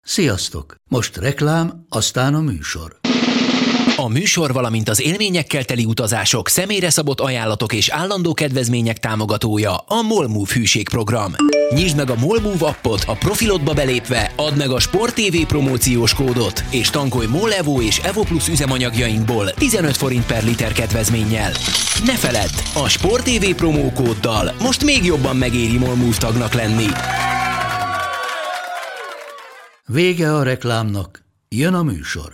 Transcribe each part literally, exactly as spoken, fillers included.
Sziasztok! Most reklám, aztán a műsor. A műsor, valamint az élményekkel teli utazások, személyre szabott ajánlatok és állandó kedvezmények támogatója a MOLMOVE hűségprogram. Nyisd meg a MOLMOVE appot, a profilodba belépve add meg a Sport té vé promóciós kódot, és tankolj MOL Evo és Evo Plus üzemanyagjainkból tizenöt forint per liter kedvezménnyel. Ne feledd, a Sport té vé promókóddal most még jobban megéri MOLMOVE tagnak lenni. Vége a reklámnak, jön a műsor.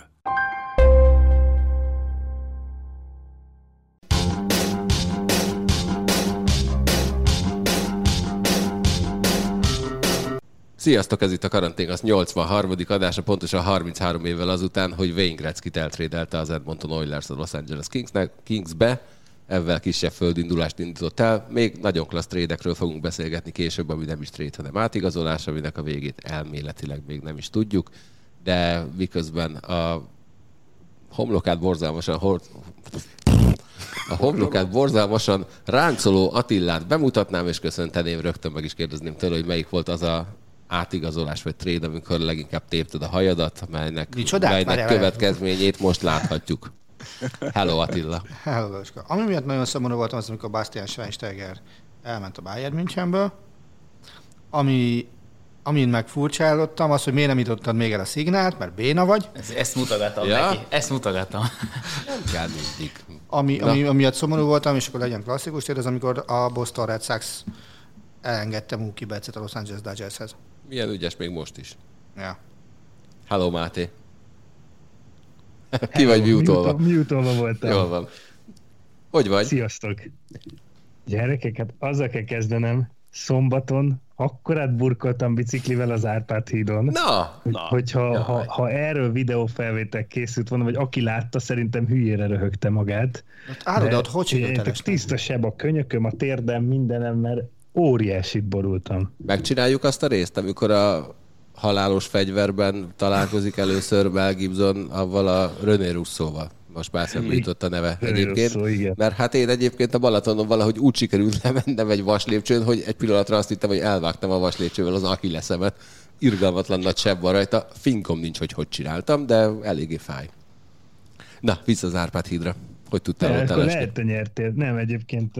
Sziasztok, ez itt a Karantén, az nyolcvanharmadik adása, pontosan harminchárom évvel azután, hogy Wayne Gretzkyt eltrédelte az Edmonton Oilers a Los Angeles Kingsnek, Kingsbe, ezzel kisebb földindulást indított el. Még nagyon klassz trédekről fogunk beszélgetni később, ami nem is tréd, hanem átigazolás, aminek a végét elméletileg még nem is tudjuk, de miközben a homlokát borzalmasan hord... A homlokát borzalmasan ráncoló Attillát bemutatnám, és köszönteném, rögtön meg is kérdezném tőle, hogy melyik volt az a átigazolás vagy trade, amikor leginkább tépted a hajadat, melynek, melynek következményét most láthatjuk. Hello, Attila! Hello, Laska. Ami miatt nagyon szomorú voltam, az, amikor Bastian Schweinsteiger elment a Bayern Münchenből. Ami, amin meg furcsálottam, az, hogy miért nem jutottad még el a szignált, mert béna vagy. Ez, ezt mutogatom ja? neki. Ezt mutogatom. Nem kell mindig. Ami, ami, ami miatt szomorú voltam, és akkor legyen klasszikus tér, az amikor a Boston Red Sox elengedte Mookie Betts-et a Los Angeles Dodgershez. Milyen ügyes még most is. Ja. Hello, Máté. Ki vagy miutolva? Miutolva voltam. Jól van. Hogy vagy? Sziasztok. Gyerekek, hát azzal kell kezdenem, szombaton akkorát burkoltam biciklivel az Árpád hídon. Na! Hogy, na. Hogyha ha, ha erről videófelvétel készült volna, vagy aki látta, szerintem hülyére röhögte magát. Árul, de ott hogy sikerült? Tiszta seb a könyököm, a térdem, mindenem, mert óriásit borultam. Megcsináljuk azt a részt, amikor a halálos fegyverben találkozik először Mel Gibson avval a René Russo-val. Most már eszembe jutott a neve René egyébként. Russo, igen. Mert hát én egyébként a Balatonon valahogy úgy sikerült lemennem egy vaslépcsőn, hogy egy pillanatra azt hittem, hogy elvágtam a vaslépcsővel az Achilleszemet. Irgalmatlan nagy seb van rajta. Finkom nincs, hogy hogy csináltam, de eléggé fáj. Na, vissza az Árpád hídra. Hogy tudtál ott elesni? Lehet, te nyertél. Nem, egyébként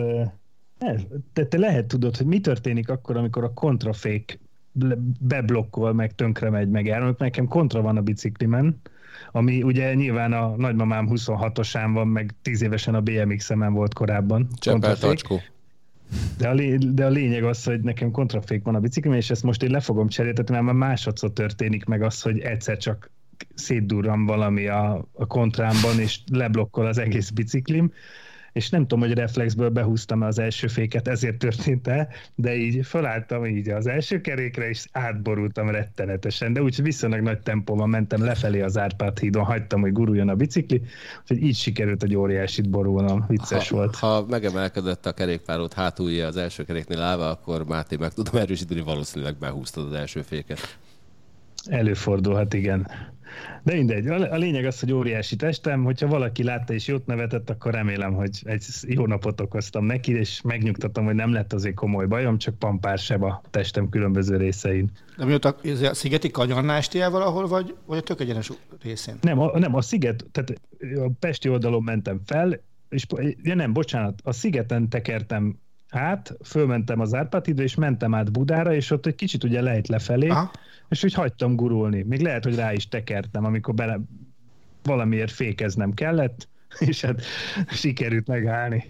te, te lehet tudod, hogy mi történik akkor, amikor a kontrafék beblokkol, meg tönkre megy, meg el. Nekem kontra van a biciklimen, ami ugye nyilván a nagymamám huszonhatosán van, meg tíz évesen a bé em iksz-emen volt korábban. Cseppel tacskó. De a, lé- de a lényeg az, hogy nekem kontrafék van a biciklimen, és ezt most én le fogom cseréltetni, mert már másodszor történik meg az, hogy egyszer csak szétdurran valami a, a kontrámban, és leblokkol az egész biciklim, és nem tudom, hogy reflexből behúztam az első féket, ezért történt el, de így felálltam így az első kerékre, és átborultam rettenetesen, de úgy viszonylag nagy tempóban mentem lefelé az Árpád hídon, hagytam, hogy guruljon a bicikli, úgyhogy így sikerült egy óriásit borulnom, vicces ha, volt. Ha megemelkedett a kerékpárod hátulja az első keréknél állva, akkor Máté, meg tudom erősíteni, valószínűleg behúztad az első féket. Előfordulhat, igen. De mindegy, a lényeg az, hogy óriási testem, hogyha valaki látta és jót nevetett, akkor remélem, hogy egy jó napot okoztam neki, és megnyugtatom, hogy nem lett azért komoly bajom, csak pampársebb a testem különböző részein. De mióta a szigeti kanyarnál estél valahol, vagy, vagy a tök egyenes részén? Nem, a, nem, a sziget, tehát a pesti oldalon mentem fel, és ja nem, bocsánat, a szigeten tekertem át, fölmentem az Árpád hídra, és mentem át Budára, és ott egy kicsit ugye lejt lefelé, aha, és úgy hagytam gurulni. Még lehet, hogy rá is tekertem, amikor bele valamiért fékeznem kellett, és hát sikerült megállni.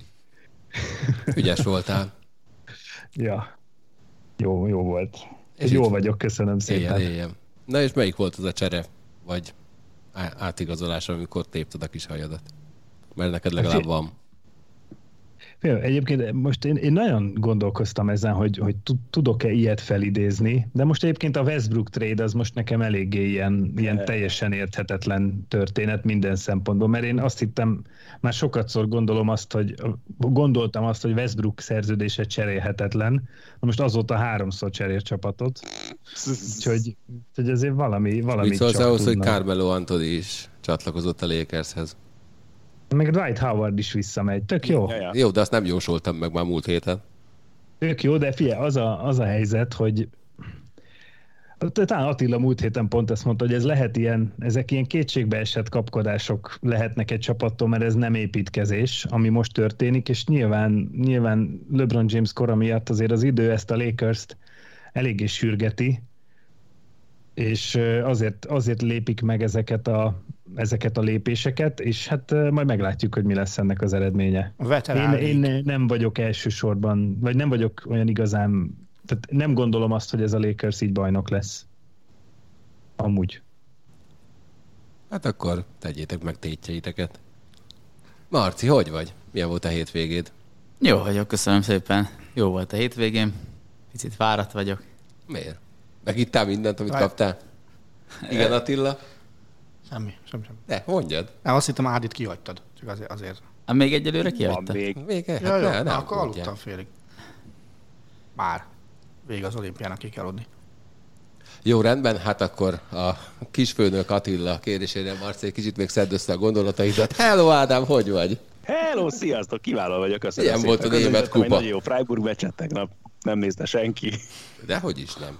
Ügyes voltál. Ja, jó, jó volt. És jó vagyok, köszönöm szépen. Éljen, éljen. Na és melyik volt az a csere, vagy átigazolás, amikor tépted a kis hajadat? Mert neked legalább van. Egyébként most én, én nagyon gondolkoztam ezen, hogy, hogy tudok-e ilyet felidézni, de most egyébként a Westbrook trade az most nekem eléggé ilyen, ilyen teljesen érthetetlen történet minden szempontból, mert én azt hittem, már sokatszor gondolom azt, hogy gondoltam azt, hogy Westbrook szerződése cserélhetetlen, na most azóta háromszor cserél csapatot, úgyhogy, úgyhogy azért valami, valamit mit szólsz ahhoz, hogy Carmelo Anthony is csatlakozott a Lakershez? Meg Dwight Howard is visszamegy. Tök jó. Ja, ja. Jó, de azt nem jósoltam meg már múlt héten. Tök jó, de figyelj, az a, az a helyzet, hogy Talán Attila múlt héten pont ezt mondta, hogy ez lehet ilyen, ezek ilyen kétségbeesett kapkodások lehetnek egy csapattól, mert ez nem építkezés, ami most történik, és nyilván, nyilván LeBron James kora miatt azért az idő ezt a Lakers-t eléggé sürgeti, és azért, azért lépik meg ezeket a, ezeket a lépéseket, és hát majd meglátjuk, hogy mi lesz ennek az eredménye. Én, én nem vagyok elsősorban, vagy nem vagyok olyan igazán, tehát nem gondolom azt, hogy ez a Lakers így bajnok lesz. Amúgy. Hát akkor tegyétek meg tétjeiteket. Marci, hogy vagy? Milyen volt a hétvégéd? Jó vagyok, köszönöm szépen. Jó volt a hétvégém. Picit fáradt vagyok. Miért? Megittál mindent, amit Vaj. kaptál? Igen, Attila? Semmi, semmi, semmi. De, mondjad. Nem, azt hittem, Ádit kihagytad. Csak azért. azért. Hát még egyelőre kihagyta? Még, még hát Ja, jó, ne, nem akkor mondják. aludtam félig. Már. Vége az olimpiának, ki kell aludni. Jó, rendben, hát akkor a kisfőnök Attila kérdésére, Marci, egy kicsit még szedd össze a gondolataidat. Hello, Ádám, hogy vagy? Hello, sziasztok, kiváló vagyok. Köszönöm Milyen szépen. volt a német Közöttem egy kupa? nagyon jó Freiburg meccset tegnap, nem nézte senki. Dehogy is nem.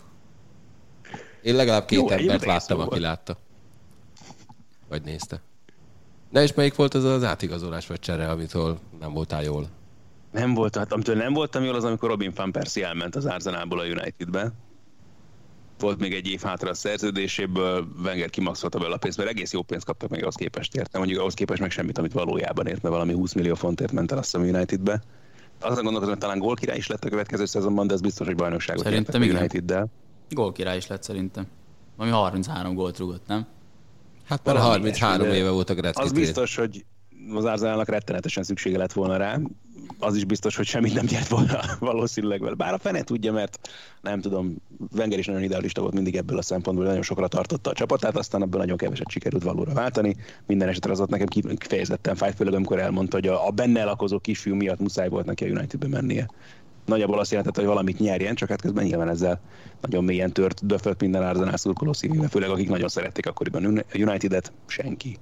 Én legalább két Jó, embert egyébként láttam, szó aki volt. látta. Vagy nézte. Na és melyik volt az az átigazolás vagy csere, amitől nem voltál jól? Nem volt, hát amitől nem voltam jól, az amikor Robin van Persie elment az Arsenalból a Unitedbe. Volt még egy év hátra a szerződéséből, Wenger kimaxolta belőle a pénzt, mert egész jó pénzt kaptak meg ahhoz képest értem. Mondjuk ahhoz képest meg semmit, amit valójában ért, mert valami húsz millió fontért ment el azt hiszem a Unitedbe. Azon gondolkozom, hogy talán gólkirály is lett a következő szezonban, de ez biztos, hogy bajnokságot Szerintem nyertek a igen. Uniteddel. Gólkirály is lett szerintem. Ami harminchárom gólt rúgott, nem? Hát már Valami harminchárom ilyesmi, de éve volt a Gretzky Az trade. biztos, hogy az Arsenalnak rettenetesen szüksége lett volna rá. Az is biztos, hogy semmit nem nyert volna valószínűleg vele. Bár a fene tudja, mert nem tudom, Wenger is nagyon idealista volt mindig ebből a szempontból, nagyon sokra tartotta a csapatát, aztán abban nagyon keveset sikerült valóra váltani. Minden esetre az ott nekem kifejezetten fájt, főleg amikor elmondta, hogy a, a benne lakozó kisfiú miatt muszáj volt neki a Unitedbe mennie. Nagyjából azt jelentette, hogy valamit nyerjen, csak hát közben nyilván ezzel nagyon mélyen tört, döfött minden Arsenal szurkoló szívébe, főleg akik nagyon szerették akkoriban a United-et, senki.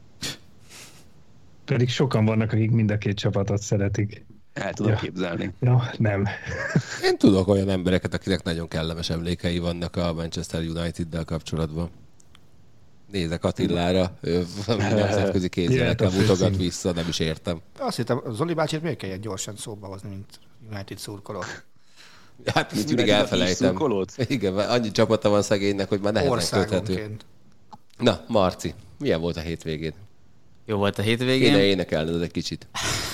Pedig sokan vannak, akik mind a két csapatot szeretik. El tudom Ja. képzelni. Ja, nem. Én tudok olyan embereket, akinek nagyon kellemes emlékei vannak a Manchester United-del kapcsolatban. Nézek Attilára, ő valami nemzetközi kézjelekkel Jöhet a mutogat főcím. vissza, nem is értem. Azt hittem, Zoli bácsit miért kell ilyen gyorsan szóba hozni, mint United szurkoló? Hát mindig United-a elfelejtem. is szurkolódsz? Igen, mert annyi csapata van szegénynek, hogy már nehezen köthető. Országonként. Na, Marci, milyen volt a hétvégéd? Jó volt a Kéne hétvégén. énekelned egy kicsit.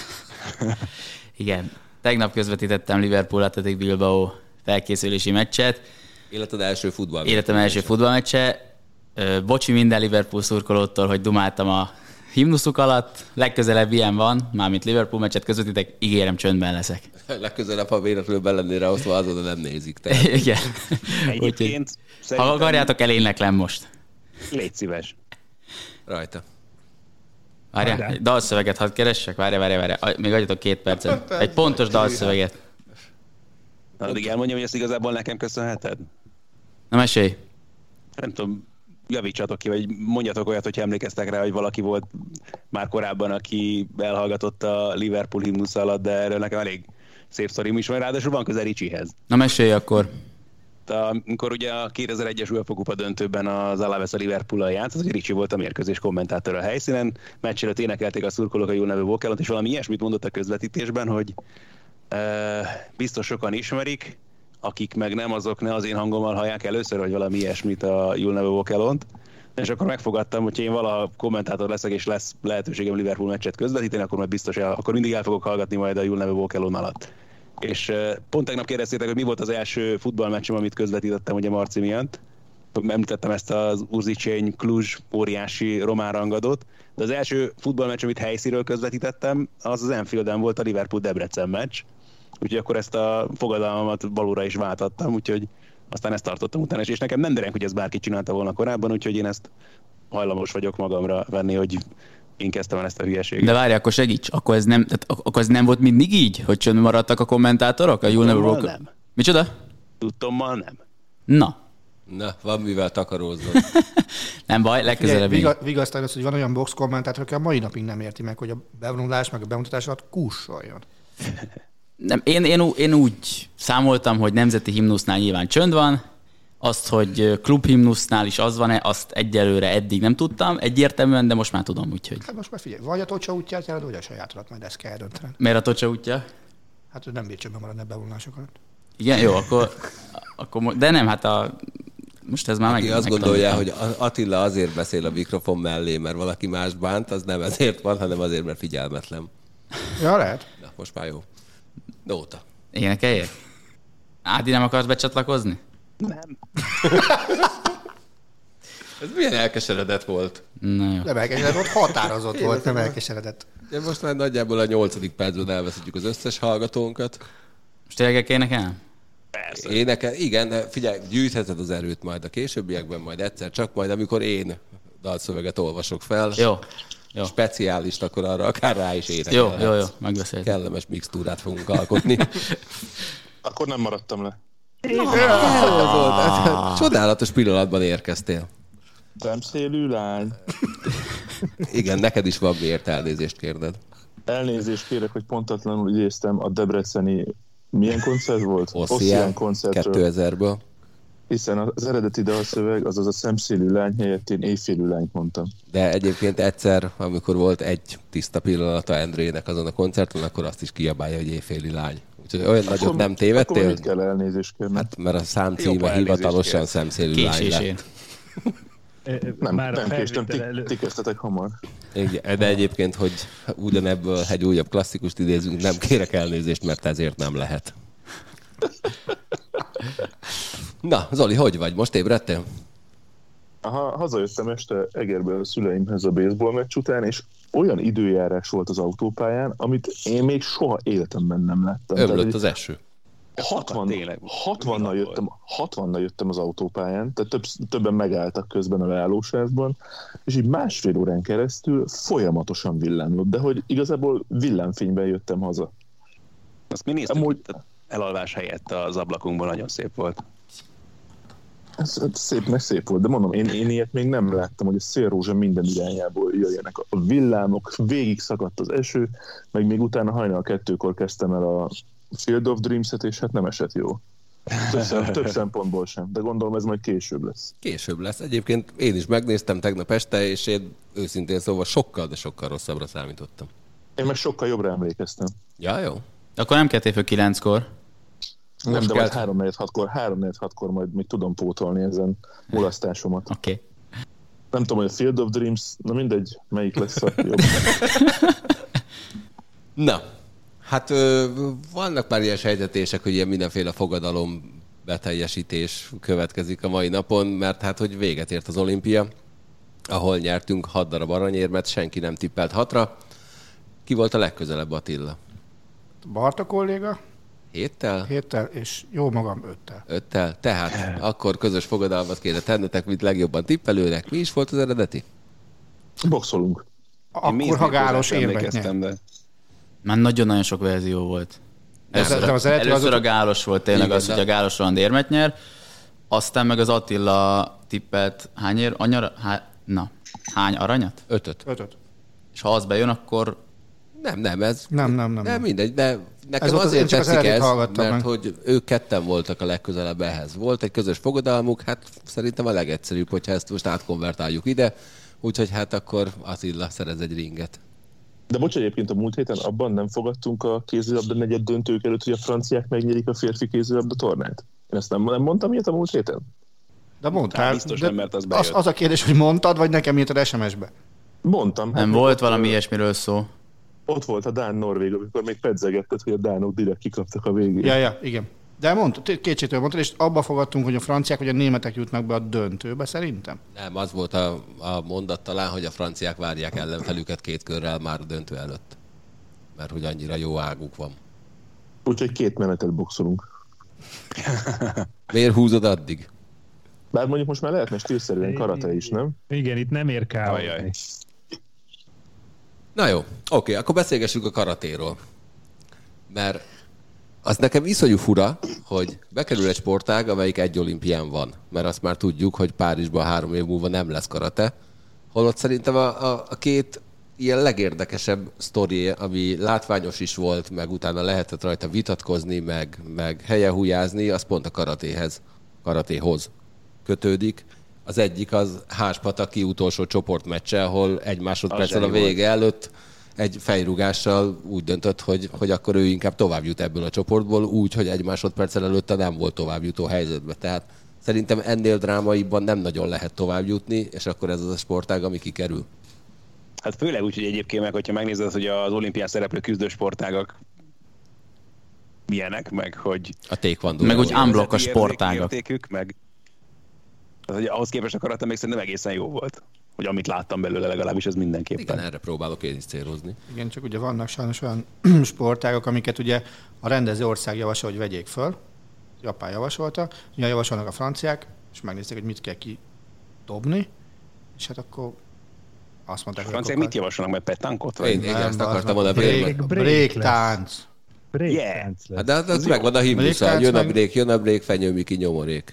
Igen. Tegnap közvetítettem Liverpool Athletic Bilbao felkészülési meccset. Életed első futball. Életem első futballmeccse. Ö, Bocsi minden Liverpool szurkolótól, hogy dumáltam a himnuszuk alatt. Legközelebb ilyen van, mármint Liverpool meccset közvetítek, ígérem, csöndben leszek. Legközelebb, ha véletlenül belennél osztva, azon nem nézik. Tehát. Igen. Egyébként Ha szerintem akarjátok, eléneklem most. légy szíves. Rajta. Várjál, Várjál. egy dalszöveget hadd keressek, várjál, várjál, várjál. Még adjatok két percet. Egy pontos dalszöveget. Addig elmondjam, hogy ezt igazából nekem köszönheted? Na mesélj. Nem tudom, javítsatok ki, vagy mondjatok olyat, hogyha emlékeztek rá, hogy valaki volt már korábban, aki elhallgatott a Liverpool himnusz alatt, de erről nekem elég szép sztorim is van, ráadásul van közel Ricsihez. Na mesélj akkor. Amikor ugye a kétezer-egyes UEFA kupa döntőben az Alaves a Liverpool-al játszott, hogy Ricsi volt a mérkőzés kommentátor a helyszínen, meccs előtt énekelték a szurkolók a jól nevű Vokelont, és valami ilyesmit mondott a közvetítésben, hogy e, biztos sokan ismerik, akik meg nem, azok ne az én hangommal hallják először, vagy valami ilyesmit a jól nevű Vokelont. És akkor megfogadtam, hogy én valaha kommentátor leszek, és lesz lehetőségem Liverpool meccset közvetíteni, akkor majd biztos el, akkor mindig el fogok hallgatni majd a jól nevű Vokelon alatt. És pont tegnap kérdeztétek, hogy mi volt az első futballmeccsem, amit közvetítettem ugye Marci miatt. Említettem ezt az Urzicsény Cluj óriási román rangadót, de az első futballmeccs, amit helyszínről közvetítettem, az az Anfielden volt, a Liverpool-Debrecen meccs. Úgyhogy akkor ezt a fogadalmamat valóra is váltattam, úgyhogy aztán ezt tartottam utána, és nekem nem dereng, hogy ezt bárki csinálta volna korábban, úgyhogy én ezt hajlamos vagyok magamra venni, hogy én kezdtem el ezt a hülyeséget. De várj, akkor segíts. Akkor ez nem, tehát, ak- akkor ez nem volt mindig így, hogy csöndben maradtak a kommentátorok? A You'll Never Tudtommal Walk... nem. Micsoda? Tudtommal nem. Na, Na, van mivel takaróznod. nem baj, legközelebb így. Viga, vigasztalja az, hogy van olyan box kommentátor, aki a mai napig nem érti meg, hogy a bevonulás meg a bemutatás alatt kússoljon. Nem, én, én, ú- én úgy számoltam, hogy nemzeti himnusznál nyilván csönd van, Azt, hogy klubhimnusznál is az van-e, azt egyelőre eddig nem tudtam, egyértelműen, de most már tudom, úgyhogy. Hát most már figyelj, vagy a Tocsa útját járod, vagy a sajátodat, majd ezt kell döntened. Miért a Tocsa útja? Hát ő nem bír csömbben maradni bevonulásokat. Igen, jó, akkor, akkor de nem, hát a... Most ez már Aki meg, azt gondolja, hogy Attila azért beszél a mikrofon mellé, mert valaki más bánt, az nem ezért van, hanem azért, mert figyelmetlen. Ja, lehet. Na, most már jó. Nóta. Énekeljek? Ádi, nem akarsz becsatlakozni? Nem. Ez milyen elkeseredett volt? Na jó. Nem elkeseredett volt, határozott volt, nem elkeseredett. Ja, most már nagyjából a nyolcadik percben elveszítjük az összes hallgatónkat. Most tényleg énekelnem? Persze. Énekel, igen, de figyelj, gyűjtheted az erőt majd a későbbiekben, majd egyszer csak, majd amikor én dalszöveget olvasok fel. Jó. Jó. Speciálist, akkor arra akár rá is énekelhetsz. Jó, jó, jó, megbeszéltük. Kellemes mixtúrát fogunk alkotni. Akkor nem maradtam le. Csodálatos pillanatban érkeztél. Szemszélű lány. Igen, neked is van miért elnézést kérned. Elnézést kérek, hogy pontatlanul idéztem a debreceni... Milyen koncert volt? Ossian koncertről. kétezrből. Hiszen az eredeti dalszöveg, azaz a szemszélű lány helyett én éjfélű lányt mondtam. De egyébként egyszer, amikor volt egy tiszta pillanata Endrének azon a koncerten, akkor azt is kiabálja, hogy éjféli lány. Úgyhogy olyan akkor, nagyot nem tévedtél? Akkor mit kell elnézést kérni? Hát, mert a számcíme hivatalosan szemszélű lány lett. Nem, Már nem késtem, ti, elő... ti kezdtetek hamar. Igen, de egyébként, hogy ugyanebből egy újabb klasszikust idézünk, nem kérek elnézést, mert ezért nem lehet. Na, Zoli, hogy vagy? Most ébredtél? Aha, hazajöttem este Egerből a szüleimhez a baseball meccs után, és olyan időjárás volt az autópályán, amit én még soha életemben nem láttam. Ömlött az eső. hatvannal jöttem, hatvannal jöttem az autópályán, tehát több, többen megálltak közben a leállósávban, és így másfél órán keresztül folyamatosan villámlott, de hogy igazából villámfényben jöttem haza. Azt mi néztük, Amúgy... elalvás helyett az ablakunkban nagyon szép volt. Ez szép, meg szép volt, de mondom, én, én ilyet még nem láttam, hogy a szélrózsa minden irányából jöjjenek a villámok, végig szakadt az eső, meg még utána hajnal kettőkor kezdtem el a Field of Dreams-et, és hát nem esett jó. Több, több szempontból sem, de gondolom ez majd később lesz. Később lesz. Egyébként én is megnéztem tegnap este, és én őszintén szóval sokkal, de sokkal rosszabbra számítottam. Én meg sokkal jobbra emlékeztem. Ja, jó. Akkor nem kettél föl kilenckor. Nem, Most de kell... majd három negyed hatkor, három negyed hatkor majd még tudom pótolni ezen mulasztásomat. Oké. Okay. Nem tudom, hogy a Field of Dreams, na mindegy, melyik lesz a jobb. Na, hát ö, vannak már ilyen sejtetések, hogy ilyen mindenféle fogadalom beteljesítés következik a mai napon, mert hát, hogy véget ért az olimpia, ahol nyertünk hat darab aranyérmet, senki nem tippelt hatra. Ki volt a legközelebb, Attila? Barta kolléga. Héttel? Héttel, és jó magam öttel. Öttel? Tehát akkor közös fogadalmat kéne tennetek, mint legjobban tippelőnek. Mi is volt az eredeti? Boxolunk. Akkor, ha gálos érvet nyer. Már nagyon-nagyon sok verzió volt. Először, de az először az a gálos volt tényleg. Igen, az, hogy a gálos Roland érmet nyer, aztán meg az Attila tippelt hány ér, anyara, há, na, hány aranyat? Ötöt. Ötöt. És ha az bejön, akkor... Nem, nem, ez... Nem, nem, nem. Nem, mindegy, de nekem ez azért az, tetszik ez, mert meg. hogy ők ketten voltak a legközelebb ehhez. Volt egy közös fogadalmuk, hát szerintem a legegyszerűbb, hogyha ezt most átkonvertáljuk ide, úgyhogy hát akkor Attila szerez egy ringet. De bocs, egyébként a múlt héten abban nem fogadtunk a kézilabda negyed döntők előtt, hogy a franciák megnyerik a férfi kézilabda tornát? Én ezt nem, nem mondtam ilyet a múlt héten? De mondtál. Biztos de nem, mert az az, az a kérdés, hogy mondtad, vagy nekem írtad es em es-be? Mondtam. Nem hát volt valami ott, ilyesmiről szó. Ott volt a Dán-Norvég, amikor még pedzegetted, hogy a dánok direkt kikaptak a végén. Ja, ja, igen. De mondtad, kétségtől mondtad, és abba fogadtunk, hogy a franciák vagy a németek jutnak be a döntőbe, szerintem? Nem, az volt a, a mondat talán, hogy a franciák várják ellenfelüket két körrel már a döntő előtt. Mert hogy annyira jó águk van. Úgyhogy két menetet boxolunk. Miért húzod addig? Bár mondjuk most már lehetne stílszerűen karate is, nem? Igen, itt nem ér ká. Na jó, oké, akkor beszélgessünk a karatéról. Mert az nekem iszonyú fura, hogy bekerül egy sportág, amelyik egy olimpián van. Mert azt már tudjuk, hogy Párizsban három év múlva nem lesz karate. Holott szerintem a, a, a két ilyen legérdekesebb sztori, ami látványos is volt, meg utána lehetett rajta vitatkozni, meg, meg helyehújázni, az pont a karatéhez, karatéhoz kötődik. Az egyik az Háspataki utolsó csoportmeccse, ahol egy másodperccel a vége előtt egy fejrúgással úgy döntött, hogy, hogy akkor ő inkább tovább jut ebből a csoportból, úgy, hogy egy másodperccel előtte nem volt továbbjutó helyzetben. Tehát szerintem ennél drámaibban nem nagyon lehet tovább jutni, és akkor ez az a sportág, ami kikerül. Hát főleg úgy, hogy egyébként meg, hogyha megnézed, hogy az olimpián szereplő küzdősportágak milyenek, meg hogy... A taekwondo. Meg úgy unblock a sportágak. Értékük, meg... Tehát, hogy ahhoz képest a karate még szerintem egészen jó volt. Hogy amit láttam belőle legalábbis, ez mindenképpen. Igen, erre próbálok én is célozni. Igen, csak ugye vannak sajnos olyan sportágok, amiket ugye a rendező ország javasol, hogy vegyék föl. Japán javasolta, ugye javasolnak a franciák, és megnézték, hogy mit kell kidobni, és hát akkor azt mondták, a franciák mit javasolnak, mert petankot? Én, én ezt akartam volna break, break tánc. Break yeah. tánc lesz. Hát de az, az megvan a himnuszal, jön a break, jön a break, fenyőmiki nyomorék.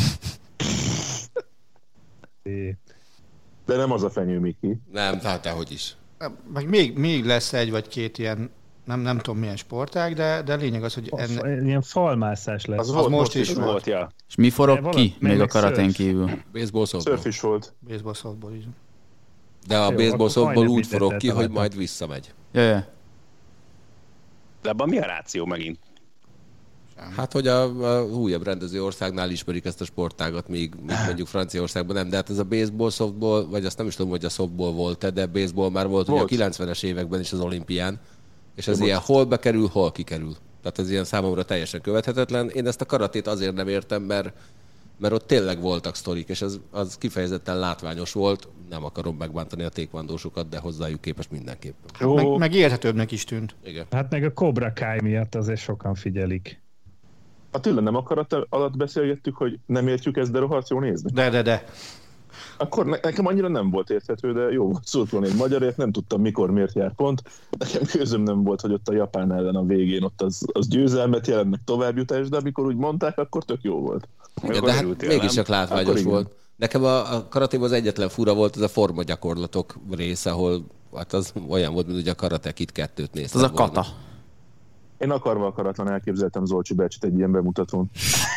De nem az a fenyő, Miki. Nem, hát dehogy is. Meg még, még lesz egy vagy két ilyen, nem, nem tudom milyen sportág, de, de lényeg az, hogy... Enne... Ilyen falmászás lesz. Az, az most, most is volt. volt. Ja. És mi forog ki még a karatén kívül? Baseball softball. Surf is volt. Baseball softball is. De a baseball softball úgy forog ki, hogy majd visszamegy. Ja, ja. De abban mi a ráció megint? Hát, hogy a, a újabb rendező országnál ismerik ezt a sportágat, míg, míg mondjuk Franciaországban nem. De hát ez a baseball, softball, vagy azt nem is tudom, hogy a softball volt, de baseball már volt, volt. Ugye a kilencvenes években is az olimpián, és ez ilyen hol bekerül, hol kikerül. Tehát ez ilyen számomra teljesen követhetetlen. Én ezt a karatét azért nem értem, mert, mert ott tényleg voltak sztorik, és az, az kifejezetten látványos volt. Nem akarom megbántani a taekwondósokat, de hozzájuk képest mindenképpen. Hát meg, meg érthetőbbnek is tűnt. Igen. Hát meg a Cobra Kai miatt azért sokan figyelik. Attila, nem akarat alatt beszélgettük, hogy nem értjük ezt, de rohadt jó nézni? De, de, de. Akkor ne, nekem annyira nem volt érthető, de jó volt szurkolni egy magyarért, nem tudtam mikor, miért jár pont. Nekem közöm nem volt, hogy ott a Japán ellen a végén ott az, az győzelmet jelent, meg továbbjutás, de amikor úgy mondták, akkor tök jó volt. Igen, de hát mégis csak látványos volt. Nekem a, a karatében az egyetlen fura volt, az a forma gyakorlatok része, ahol hát az olyan volt, mint ugye a Karate Kid kettőt néztem. Az a kata. Én akarva akaratlan elképzeltem Zolcsi bácsit egy ilyen bemutatón.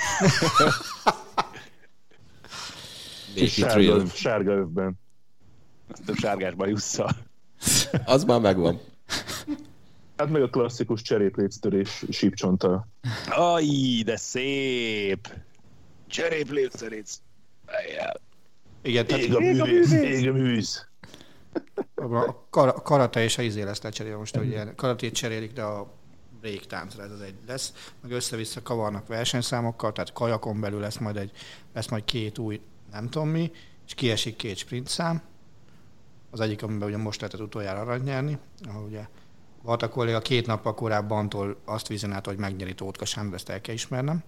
sárga, sárga övben. Több sárgás bajusszal. Az már megvan. Hát meg a klasszikus cserépléctörés sípcsonttal. Aj, de szép! Cserépléctörés. Igen, tehát ég a művész, ég a művész. A kar- karate és a izé lesz lecserélve most, hogy ilyen karatét cserélik, de a break táncra ez az egy lesz, meg össze-vissza kavarnak versenyszámokkal, tehát kajakon belül lesz majd, egy, lesz majd két új, nem tudom mi, és kiesik két sprint szám. Az egyik, amiben ugye most lehetett utoljára arany nyerni, ahol ugye volt a kolléga két nappal korábbantól azt vizionálta, hogy megnyeri Tótka Sándor, ezt el kell ismernem.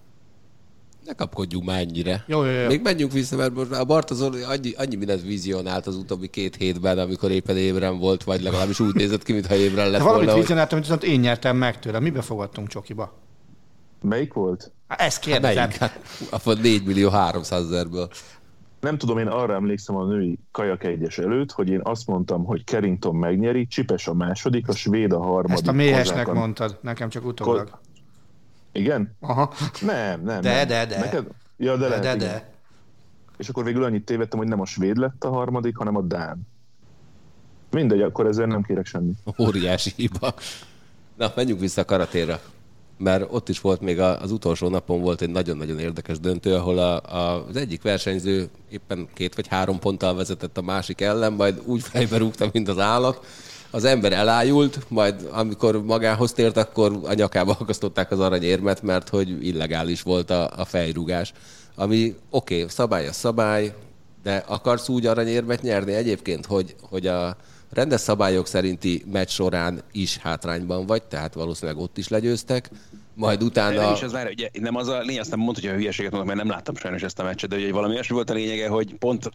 Ne kapkodjunk már ennyire. Jó, jó, jó. Még menjünk vissza, mert most a Bartozol annyi, annyi mindent vizionált az utóbbi két hétben, amikor éppen ébren volt, vagy legalábbis úgy nézett ki, mintha ébren lett volna. Valamit hogy... vizionáltam, hogy viszont én nyertem meg tőle. Mibe fogadtunk csokiba? Melyik volt? Hát ezt kérdezem. Hát, hát négy millió háromszázezerből. Nem tudom, én arra emlékszem a női kajak egyes előtt, hogy én azt mondtam, hogy Carrington megnyeri, Csipes a második, a svéd a harmadik. Ezt a méhesnek Kozák a... mondtad, nekem csak utólag. Ko... Igen? Aha. Nem, nem. De, nem. de, de. Neked... Ja, de, de, lehet, de, igen. de. És akkor végül annyit tévedtem, hogy nem a svéd lett a harmadik, hanem a dán. Mindegy, akkor ezzel nem kérek semmit. Óriási hiba. Na, menjünk vissza a karatéra. Mert ott is volt még az utolsó napon volt egy nagyon-nagyon érdekes döntő, ahol a, a, az egyik versenyző éppen két vagy három ponttal vezetett a másik ellen, majd úgy fejbe rúgta, mint az állat. Az ember elájult, majd amikor magához tért, akkor a nyakába akasztották az aranyérmet, mert hogy illegális volt a, a fejrúgás. Ami oké, okay, szabály a szabály, de akarsz úgy aranyérmet nyerni egyébként, hogy, hogy a rendes szabályok szerinti meccs során is hátrányban vagy, tehát valószínűleg ott is legyőztek, majd utána... Nem is az már, ugye nem az a lényeg, azt nem mondta, hogy a hülyeséget mondok, mert nem láttam sajnos ezt a meccset, de ugye valami olyasmi volt a lényege, hogy pont,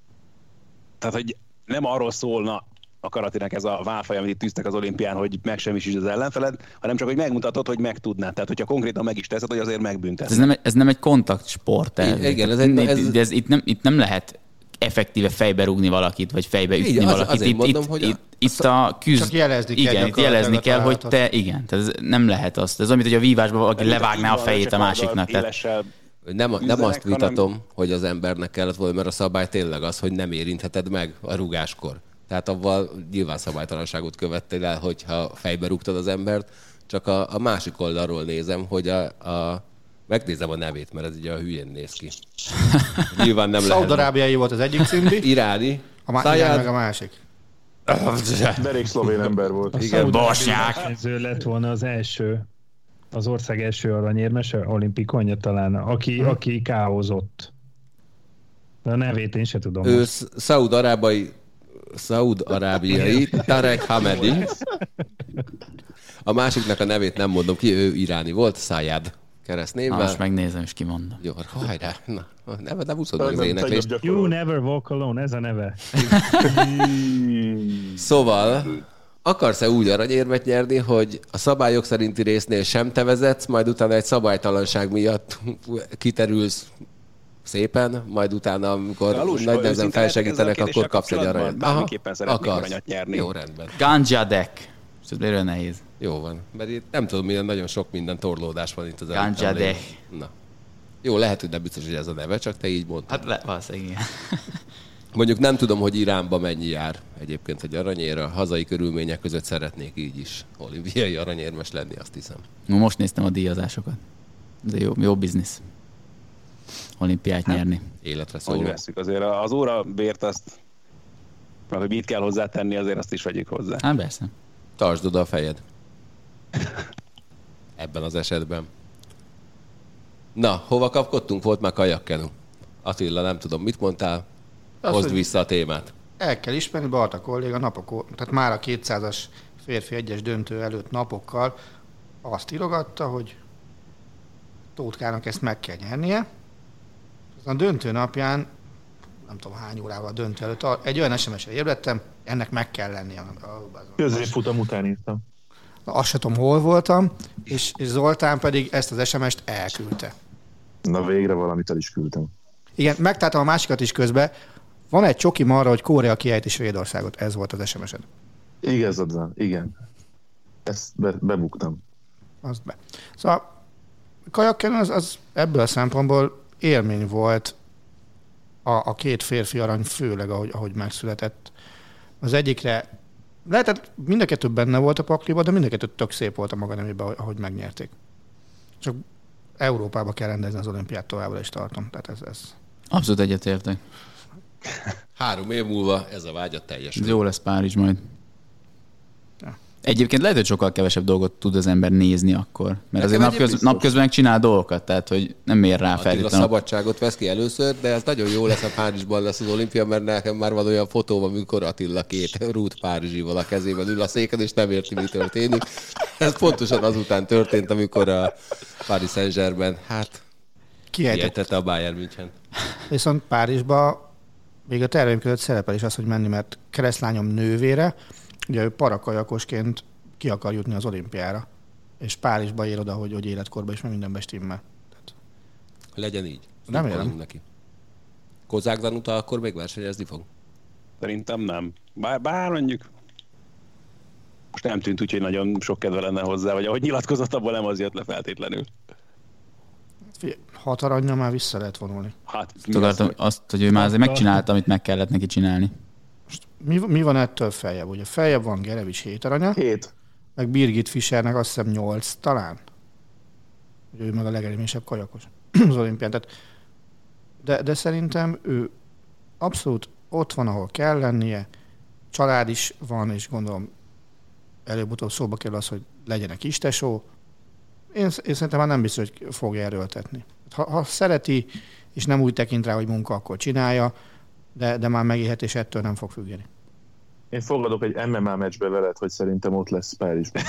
tehát hogy nem arról szólna a karatének ez a válfaj, amit itt tűztek az olimpián, hogy megsemmisítsd az ellenfeled, hanem csak, hogy megmutatod, hogy megtudnád. Tehát, hogyha konkrétan meg is teszed, hogy azért megbüntetsz. Ez nem, ez nem egy kontaktsport. I- igen, ez egy... Ez... Ez... Ez, itt, nem, itt nem lehet effektíve fejbe rúgni valakit, vagy fejbe ütni igen, az, valakit. Itt, mondom, itt, hogy itt, a... itt a küzd... Csak jelezni igen, kell. Itt jelezni kell, hogy te... Igen, tehát ez nem lehet azt. Ez olyan, mint hogy a vívásban valaki levágná a fejét a másiknak. Élessel Nem, nem azt vitatom, hanem... hogy az embernek kellett volna, mert a szabály tényleg az, hogy nem érintheted meg a rúgáskor. Tehát avval nyilván szabálytalanságot követtél el, hogyha fejbe rúgtad az embert, csak a, a másik oldalról nézem, hogy a, a megnézem a nevét, mert ez ugye a hülyén néz ki. Nyilván nem lehet. Szaúd-arábiai volt az egyik cimbi. Iráni. A má- igen, meg a másik. Derék szlovén ember volt. A Igen, bosnyák. Ez lett volna az első, az ország első aranyérmese, olimpikonja talán, aki, hmm. aki káozott. De a nevét én se tudom. Ő szaúd-arábai, szaúd-arábiai Tarek Hamedi. A másiknak a nevét nem mondom ki, ő iráni volt, Szájád keresztnévvel. Most megnézem, és kimondom. Jó, hajrá. Na, nem, nem úszod meg az éneklést. You never walk alone, ez a neve. Szóval, akarsz-e úgy aranyérmet nyerni, hogy a szabályok szerinti résznél sem te vezetsz, majd utána egy szabálytalanság miatt kiterülsz szépen, majd utána, amikor Alus, nagy nehezen felsegítenek, akkor kapsz egy aranyat. Bármiképpen szeretnék akarsz. aranyat nyerni. Jó, rendben. Ganja deck. Ez miről nehéz. Jó van, mert itt nem tudom, milyen nagyon sok minden torlódás van itt az Ganja deck. Na. Jó, lehet, hogy nem biztos, hogy ez a neve, csak te így mondtad. Hát le, valószínűleg igen. Mondjuk nem tudom, hogy Iránba mennyi jár egyébként egy aranyér. A hazai körülmények között szeretnék így is olimpiai aranyérmes lenni, azt hiszem. Most néztem a díjazásokat. De jó, jó biznisz. Olimpiát hát, nyerni. Életre szóló. Hogy veszük azért az óra bért azt, meg hogy mit kell hozzátenni, azért azt is vegyük hozzá. Hát persze. Tartsd oda a fejed. Ebben az esetben. Na, hova kapkodtunk? Volt már kajakkenu. Attila, nem tudom, mit mondtál? Az, hozd vissza a témát. El kell ismerni, Barta kolléga napok, tehát már a kétszázas férfi egyes döntő előtt napokkal azt írogatta, hogy Tótkának ezt meg kell nyernie. A döntő napján, nem tudom hány órával a döntő előtt, egy olyan es em es-re ébredtem, ennek meg kell lennie. Középfutam után írtam. Azt sem tudom, hol voltam, és, és Zoltán pedig ezt az es em est elküldte. Na végre valamit el is küldtem. Igen, megtaláltam a másikat is közben. Van egy csokim arra, hogy Korea kiejti Svédországot. Ez volt az es em es-ed. Igazad van, igen. Ezt be, bebuktam. Azt be. Szóval kajakken az, az ebből a szempontból élmény volt a, a két férfi arany, főleg ahogy, ahogy megszületett. Az egyikre lehetett, mind a kettő benne volt a pakliba, de mind a kettő tök szép volt a maga nemében, ahogy megnyerték. Csak Európába kell rendezni az olimpiát, továbbra is tartom. Tehát ez, ez... Abszolút egyetértek. Három év múlva ez a vágyat teljesül. Jó lesz Párizs majd. Ja. Egyébként lehet, hogy sokkal kevesebb dolgot tud az ember nézni akkor. Mert nekem azért napköz, napközben csinál dolgokat, tehát hogy nem ér rá feltétlenül. A szabadságot vesz ki először, de ez nagyon jó lesz, a Párizsban lesz az olimpia, mert nekem már van olyan fotóm, amikor Attila két Ruth Párizsival a kezében ül a széken, és nem érti, mi történik. Ez pontosan azután történt, amikor a Paris Saint-Germain, hát kiejtette a Bayern München. Viszont Párizsba még a terveim között szerepel is az, hogy menni, mert keresztlányom nővére, ugye ő parakajakosként ki akar jutni az olimpiára, és Párizsba ér oda, hogy, hogy életkorban is, meg mindenbe stimmel. Tehát... Legyen így. Remélem. Neki. Kozák Danuta akkor még versenyezni fog? Szerintem nem. Bár, bár mondjuk most nem tűnt úgy, hogy nagyon sok kedve lenne hozzá, vagy ahogy nyilatkozott, abból nem az jött le feltétlenül. Hat aranyra már vissza lehet vonulni. Hát, Tudod, az, azt, hogy ő már azért megcsinálta, amit meg kellett neki csinálni. Most mi, mi van ettől feljebb? Ugye feljebb van Gerevics hét aranya. Hét. Meg Birgit Fischernek azt hiszem nyolc talán. Ugye ő meg a legeredményesebb kajakos az olimpián. Tehát, de, de szerintem ő abszolút ott van, ahol kell lennie. Család is van, és gondolom előbb-utóbb szóba kerül az, hogy legyenek istesó. Én, én szerintem már nem biztos, hogy fogja erőltetni. Ha, ha szereti, és nem úgy tekint rá, hogy munka, akkor csinálja, de, de már megélhetés ettől nem fog függeni. Én fogadok egy em em á meccsbe veled, hogy szerintem ott lesz Párizsban.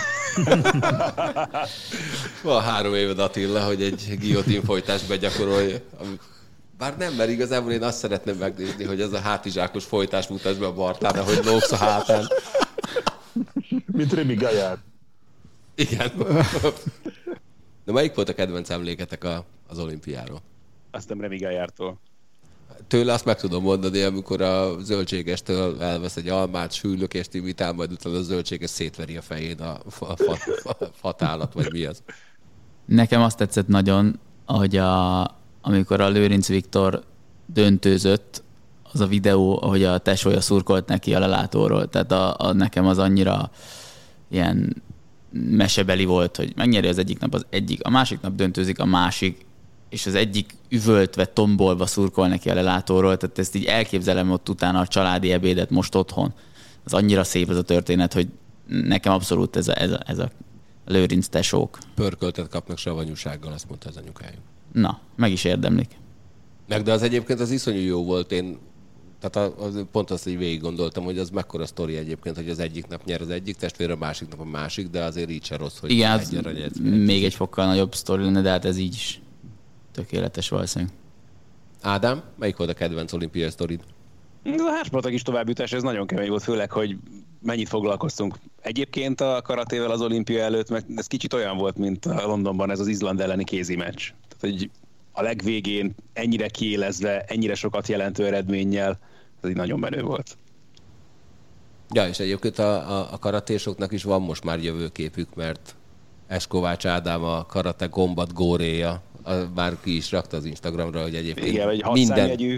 Van három éved, Attila, hogy egy guillotine folytást begyakorolj. Bár nem, mert igazából én azt szeretném megnézni, hogy ez a hátizsákos folytás mutasd be a Bartán, ahogy lógsz a hátán. Mint Rémi Gajár. Igen. De melyik volt a kedvenc emléketek a, az olimpiáról? Azt nem Rémi Gajártól. Tőle azt meg tudom mondani, amikor a zöldségestől elvesz egy almát, sűlökést imitál, majd utána a zöldséges szétveri a fején a, a, a, a fatállat, vagy mi az. Nekem azt tetszett nagyon, hogy a amikor a Lőrinc Viktor döntőzött, az a videó, ahogy a tesója szurkolt neki a lelátóról, tehát a, a nekem az annyira ilyen mesebeli volt, hogy megnyeri az egyik nap az egyik, a másik nap döntőzik a másik, és az egyik üvöltve, tombolva szurkol neki a lelátóról, tehát ezt így elképzelem ott utána a családi ebédet most otthon. Az annyira szép ez a történet, hogy nekem abszolút ez a, ez a, ez a Lőrinc tesók. Pörköltet kapnak savanyúsággal, azt mondta az anyukájuk. Na, meg is érdemlik. Meg, de az egyébként az iszonyú jó volt. Én tehát az, pont azt így végig gondoltam, hogy az mekkora sztori egyébként, hogy az egyik nap nyer az egyik testvér, a másik nap a másik, de azért így se rossz, hogy igen, egy aranyat. Még egy fokkal nagyobb sztori lenne, de hát ez így is tökéletes valószínűleg. Ádám, melyik volt a kedvenc olimpiai sztorid? Ez a hármaspatak is továbbjutás, ez nagyon kemény volt, főleg, hogy mennyit foglalkoztunk. Egyébként a karatével az olimpia előtt, mert ez kicsit olyan volt, mint a Londonban ez az Izland elleni kézi meccs. Tehát, hogy a legvégén ennyire kiélezve, ennyire sokat jelentő eredménnyel, ez így nagyon menő volt. Ja, és egyébként a, a, a karatésoknak is van most már jövőképük, mert S. Kovács Ádám a karate gombat góréja, már ki is rakta az Instagramra, hogy egyébként igen, egy minden... jegyű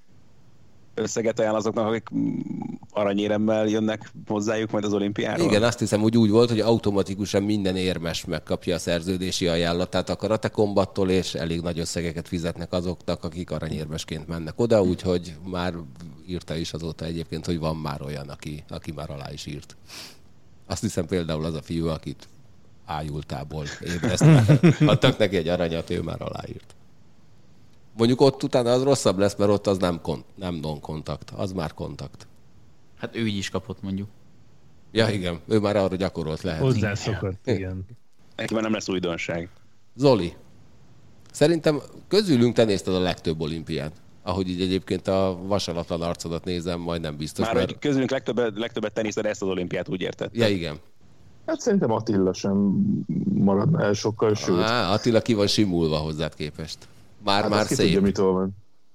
összeget ajánl azoknak, akik aranyéremmel jönnek hozzájuk majd az olimpiáról. Igen, azt hiszem, hogy úgy volt, hogy automatikusan minden érmes megkapja a szerződési ajánlatát a karate kombattól, és elég nagy összegeket fizetnek azoknak, akik aranyérmesként mennek oda, úgyhogy már írta is azóta egyébként, hogy van már olyan, aki, aki már alá is írt. Azt hiszem például az a fiú, akit ájultából ébresztve. Adtak neki egy aranyat, ő már aláírt. Mondjuk ott utána az rosszabb lesz, mert ott az nem, kont- nem non-kontakt, az már kontakt. Hát ő így is kapott mondjuk. Ja, igen, ő már arra gyakorolt lehet. Hozzászokott, igen. igen. Neki már nem lesz újdonság. Zoli, szerintem közülünk te nézted a legtöbb olimpiát. Ahogy így egyébként a vasalatlan arcodat nézem, majdnem biztos. Már mert... hogy közülünk legtöbbet, legtöbbet teniszted ezt az olimpiát, úgy érted? Ja, igen. Hát szerintem Attila sem maradna el sokkal, sőt. Á, Attila ki van simulva hozzád képest. Már, hát már szép. szép. Tudja, mitől van.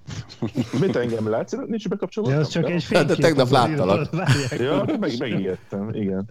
Mit engem látsz? Nincs bekapcsolva? Ja, az csak egy fénykép. De tegnap láttalak. Ja, meg, megijedtem, igen.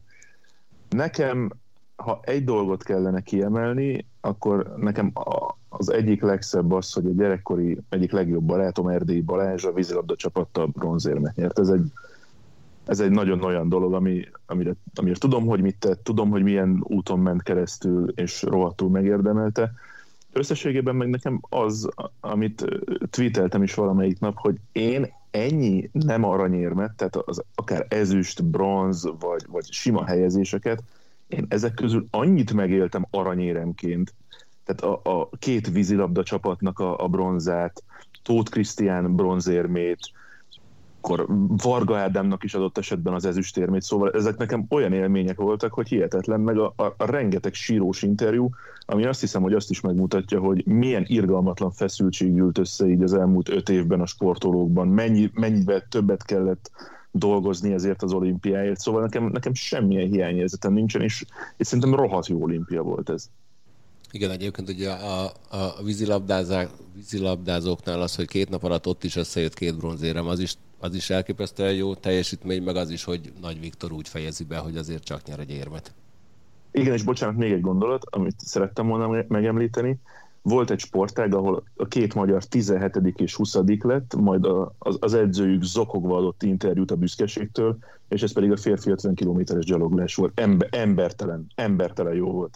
Nekem, ha egy dolgot kellene kiemelni, akkor nekem az egyik legszebb az, hogy a gyerekkori egyik legjobb barátom, Erdélyi Balázs a vízilabda csapattal bronzérmet nyert. Ez egy, ez egy nagyon olyan dolog, ami, amire, amire tudom, hogy mit tett, tudom, hogy milyen úton ment keresztül, és rohadtul megérdemelte. Összességében meg nekem az, amit tweeteltem is valamelyik nap, hogy én ennyi nem aranyérmet, tehát az akár ezüst, bronz, vagy, vagy sima helyezéseket, én ezek közül annyit megéltem aranyéremként. Tehát a, a két vízilabda csapatnak a, a bronzát, Tóth Krisztián bronzérmét, akkor Varga Ádámnak is adott esetben az ezüstérmét, szóval ezek nekem olyan élmények voltak, hogy hihetetlen, meg a, a, a rengeteg sírós interjú, ami azt hiszem, hogy azt is megmutatja, hogy milyen irgalmatlan feszültség ült össze így az elmúlt öt évben a sportolókban, mennyi, mennyivel többet kellett dolgozni ezért az olimpiáért, szóval nekem, nekem semmilyen hiányérzetem nincsen, és, és szerintem rohadt jó olimpia volt ez. Igen, egyébként ugye a, a, a vízilabdázóknál az, hogy két nap alatt ott is összejött két bronzérem, az is, az is elképesztően jó teljesítmény, meg az is, hogy Nagy Viktor úgy fejezi be, hogy azért csak nyer egy érmet. Igen, és bocsánat, még egy gondolat, amit szerettem volna megemlíteni. Volt egy sportág, ahol a két magyar tizenhetedik és huszadik lett, majd a, az, az edzőjük zokogva adott interjút a büszkeségtől, és ez pedig a férfi ötven kilométeres gyaloglás volt. Ember, embertelen, embertelen jó volt.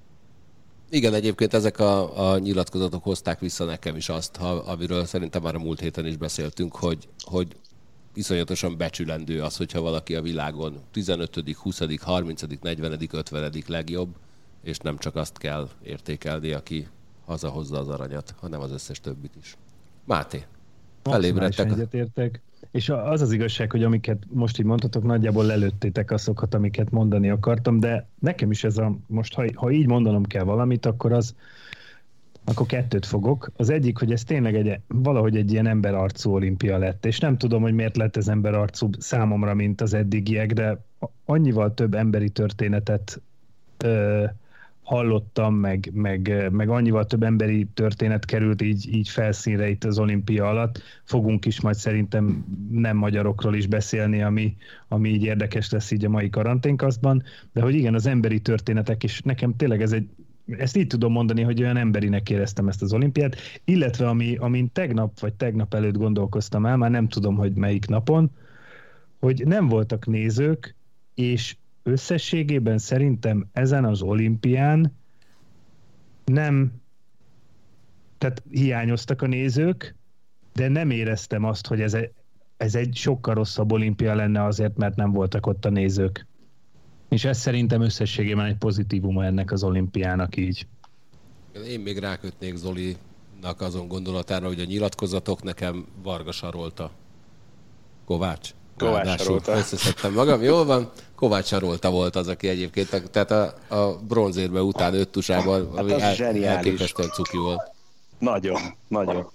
Igen, egyébként ezek a, a nyilatkozatok hozták vissza nekem is azt, ha, amiről szerintem már a múlt héten is beszéltünk, hogy, hogy iszonyatosan becsülendő az, hogyha valaki a világon tizenötödik, huszadik, harmincadik, negyvenedik, ötvenedik legjobb, és nem csak azt kell értékelni, aki hazahozza az aranyat, hanem az összes többit is. Máté, felébredtek. Egyetértek. És az az igazság, hogy amiket most így mondhatok, nagyjából lelőttétek azokat, amiket mondani akartam, de nekem is ez a, most ha, ha így mondanom kell valamit, akkor az, akkor kettőt fogok. Az egyik, hogy ez tényleg egy, valahogy egy ilyen emberarcú olimpia lett, és nem tudom, hogy miért lett ez emberarcú számomra, mint az eddigiek, de annyival több emberi történetet ö, hallottam, meg, meg, meg annyival több emberi történet került így, így felszínre itt az olimpia alatt. Fogunk is majd szerintem nem magyarokról is beszélni, ami, ami így érdekes lesz így a mai karanténkasztban, de hogy igen, az emberi történetek, és nekem tényleg ez egy ezt így tudom mondani, hogy olyan emberinek éreztem ezt az olimpiát, illetve ami, amin tegnap vagy tegnap előtt gondolkoztam el, már nem tudom, hogy melyik napon, hogy nem voltak nézők, és összességében szerintem ezen az olimpián nem, tehát hiányoztak a nézők, de nem éreztem azt, hogy ez egy, ez egy sokkal rosszabb olimpia lenne azért, mert nem voltak ott a nézők. És ez szerintem összességében egy pozitívuma ennek az olimpiának így. Én még rákötnék Zolinak azon gondolatára, hogy a nyilatkozatok nekem Varga Sarolta. Kovács? Kovács Sarolta. Összeszedtem magam, jól van. Kovács Sarolta volt az, aki egyébként, tehát a, a bronzérbe után öt tusában, hát ami el, elképesztően cuki volt. Nagyon, nagyon.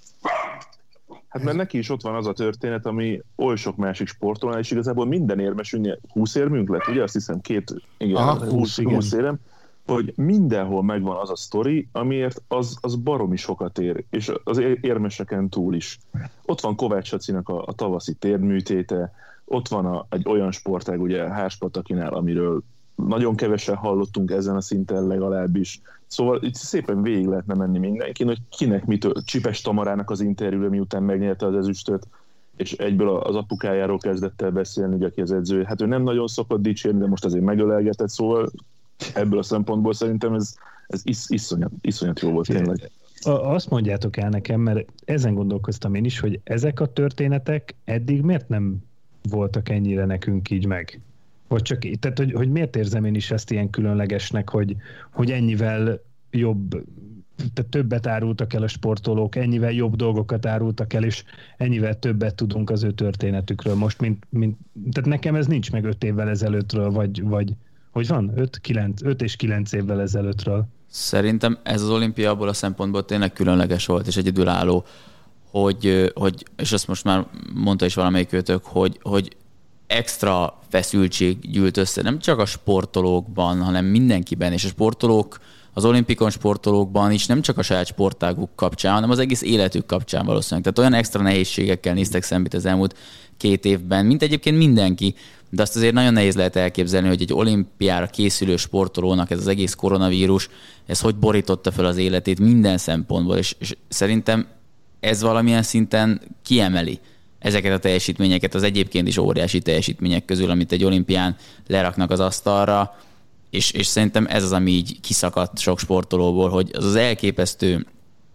Hát mert neki is ott van az a történet, ami oly sok másik sportolán, és igazából minden érmesünknél húsz érmünk lett, ugye? Azt hiszem két, igen, Aha, húsz, húsz érem, hogy mindenhol megvan az a sztori, amiért az, az baromi sokat ér, és az érmeseken túl is. Ott van Kovács Sacinak a, a tavaszi térműtéte, ott van a, egy olyan sportág, ugye Háspatakinál, amiről nagyon kevesen hallottunk ezen a szinten legalábbis. Szóval itt szépen végig lehetne menni mindenkin, hogy kinek mitől. Csipes Tamarának az interjúja, miután megnyerte az ezüstöt, és egyből az apukájáról kezdett el beszélni, ugye, aki az edző. Hát ő nem nagyon szokott dicsérni, de most azért megölelgetett, szóval ebből a szempontból szerintem ez, ez is, iszonyat, iszonyat jó volt tényleg. Azt mondjátok el nekem, mert ezen gondolkoztam én is, hogy ezek a történetek eddig miért nem voltak ennyire nekünk így meg? Vagy csak, tehát, hogy, hogy miért érzem én is ezt ilyen különlegesnek, hogy, hogy ennyivel jobb, tehát többet árultak el a sportolók, ennyivel jobb dolgokat árultak el, és ennyivel többet tudunk az ő történetükről most, mint, mint tehát nekem ez nincs meg öt évvel ezelőttről, vagy, vagy hogy van? Öt, kilenc, öt és kilenc évvel ezelőttről. Szerintem ez az olimpia abból a szempontból tényleg különleges volt, és egyedülálló, hogy, hogy és azt most már mondta is valamelyik őtök, hogy, hogy extra feszültség gyűlt össze, nem csak a sportolókban, hanem mindenkiben, és a sportolók, az olimpikon sportolókban is nem csak a saját sportáguk kapcsán, hanem az egész életük kapcsán valószínűleg. Tehát olyan extra nehézségekkel néztek szembit az elmúlt két évben, mint egyébként mindenki, de azt azért nagyon nehéz lehet elképzelni, hogy egy olimpiára készülő sportolónak ez az egész koronavírus, ez hogy borította fel az életét minden szempontból, és, és szerintem ez valamilyen szinten kiemeli ezeket a teljesítményeket az egyébként is óriási teljesítmények közül, amit egy olimpián leraknak az asztalra, és, és szerintem ez az, ami így kiszakadt sok sportolóból, hogy az az elképesztő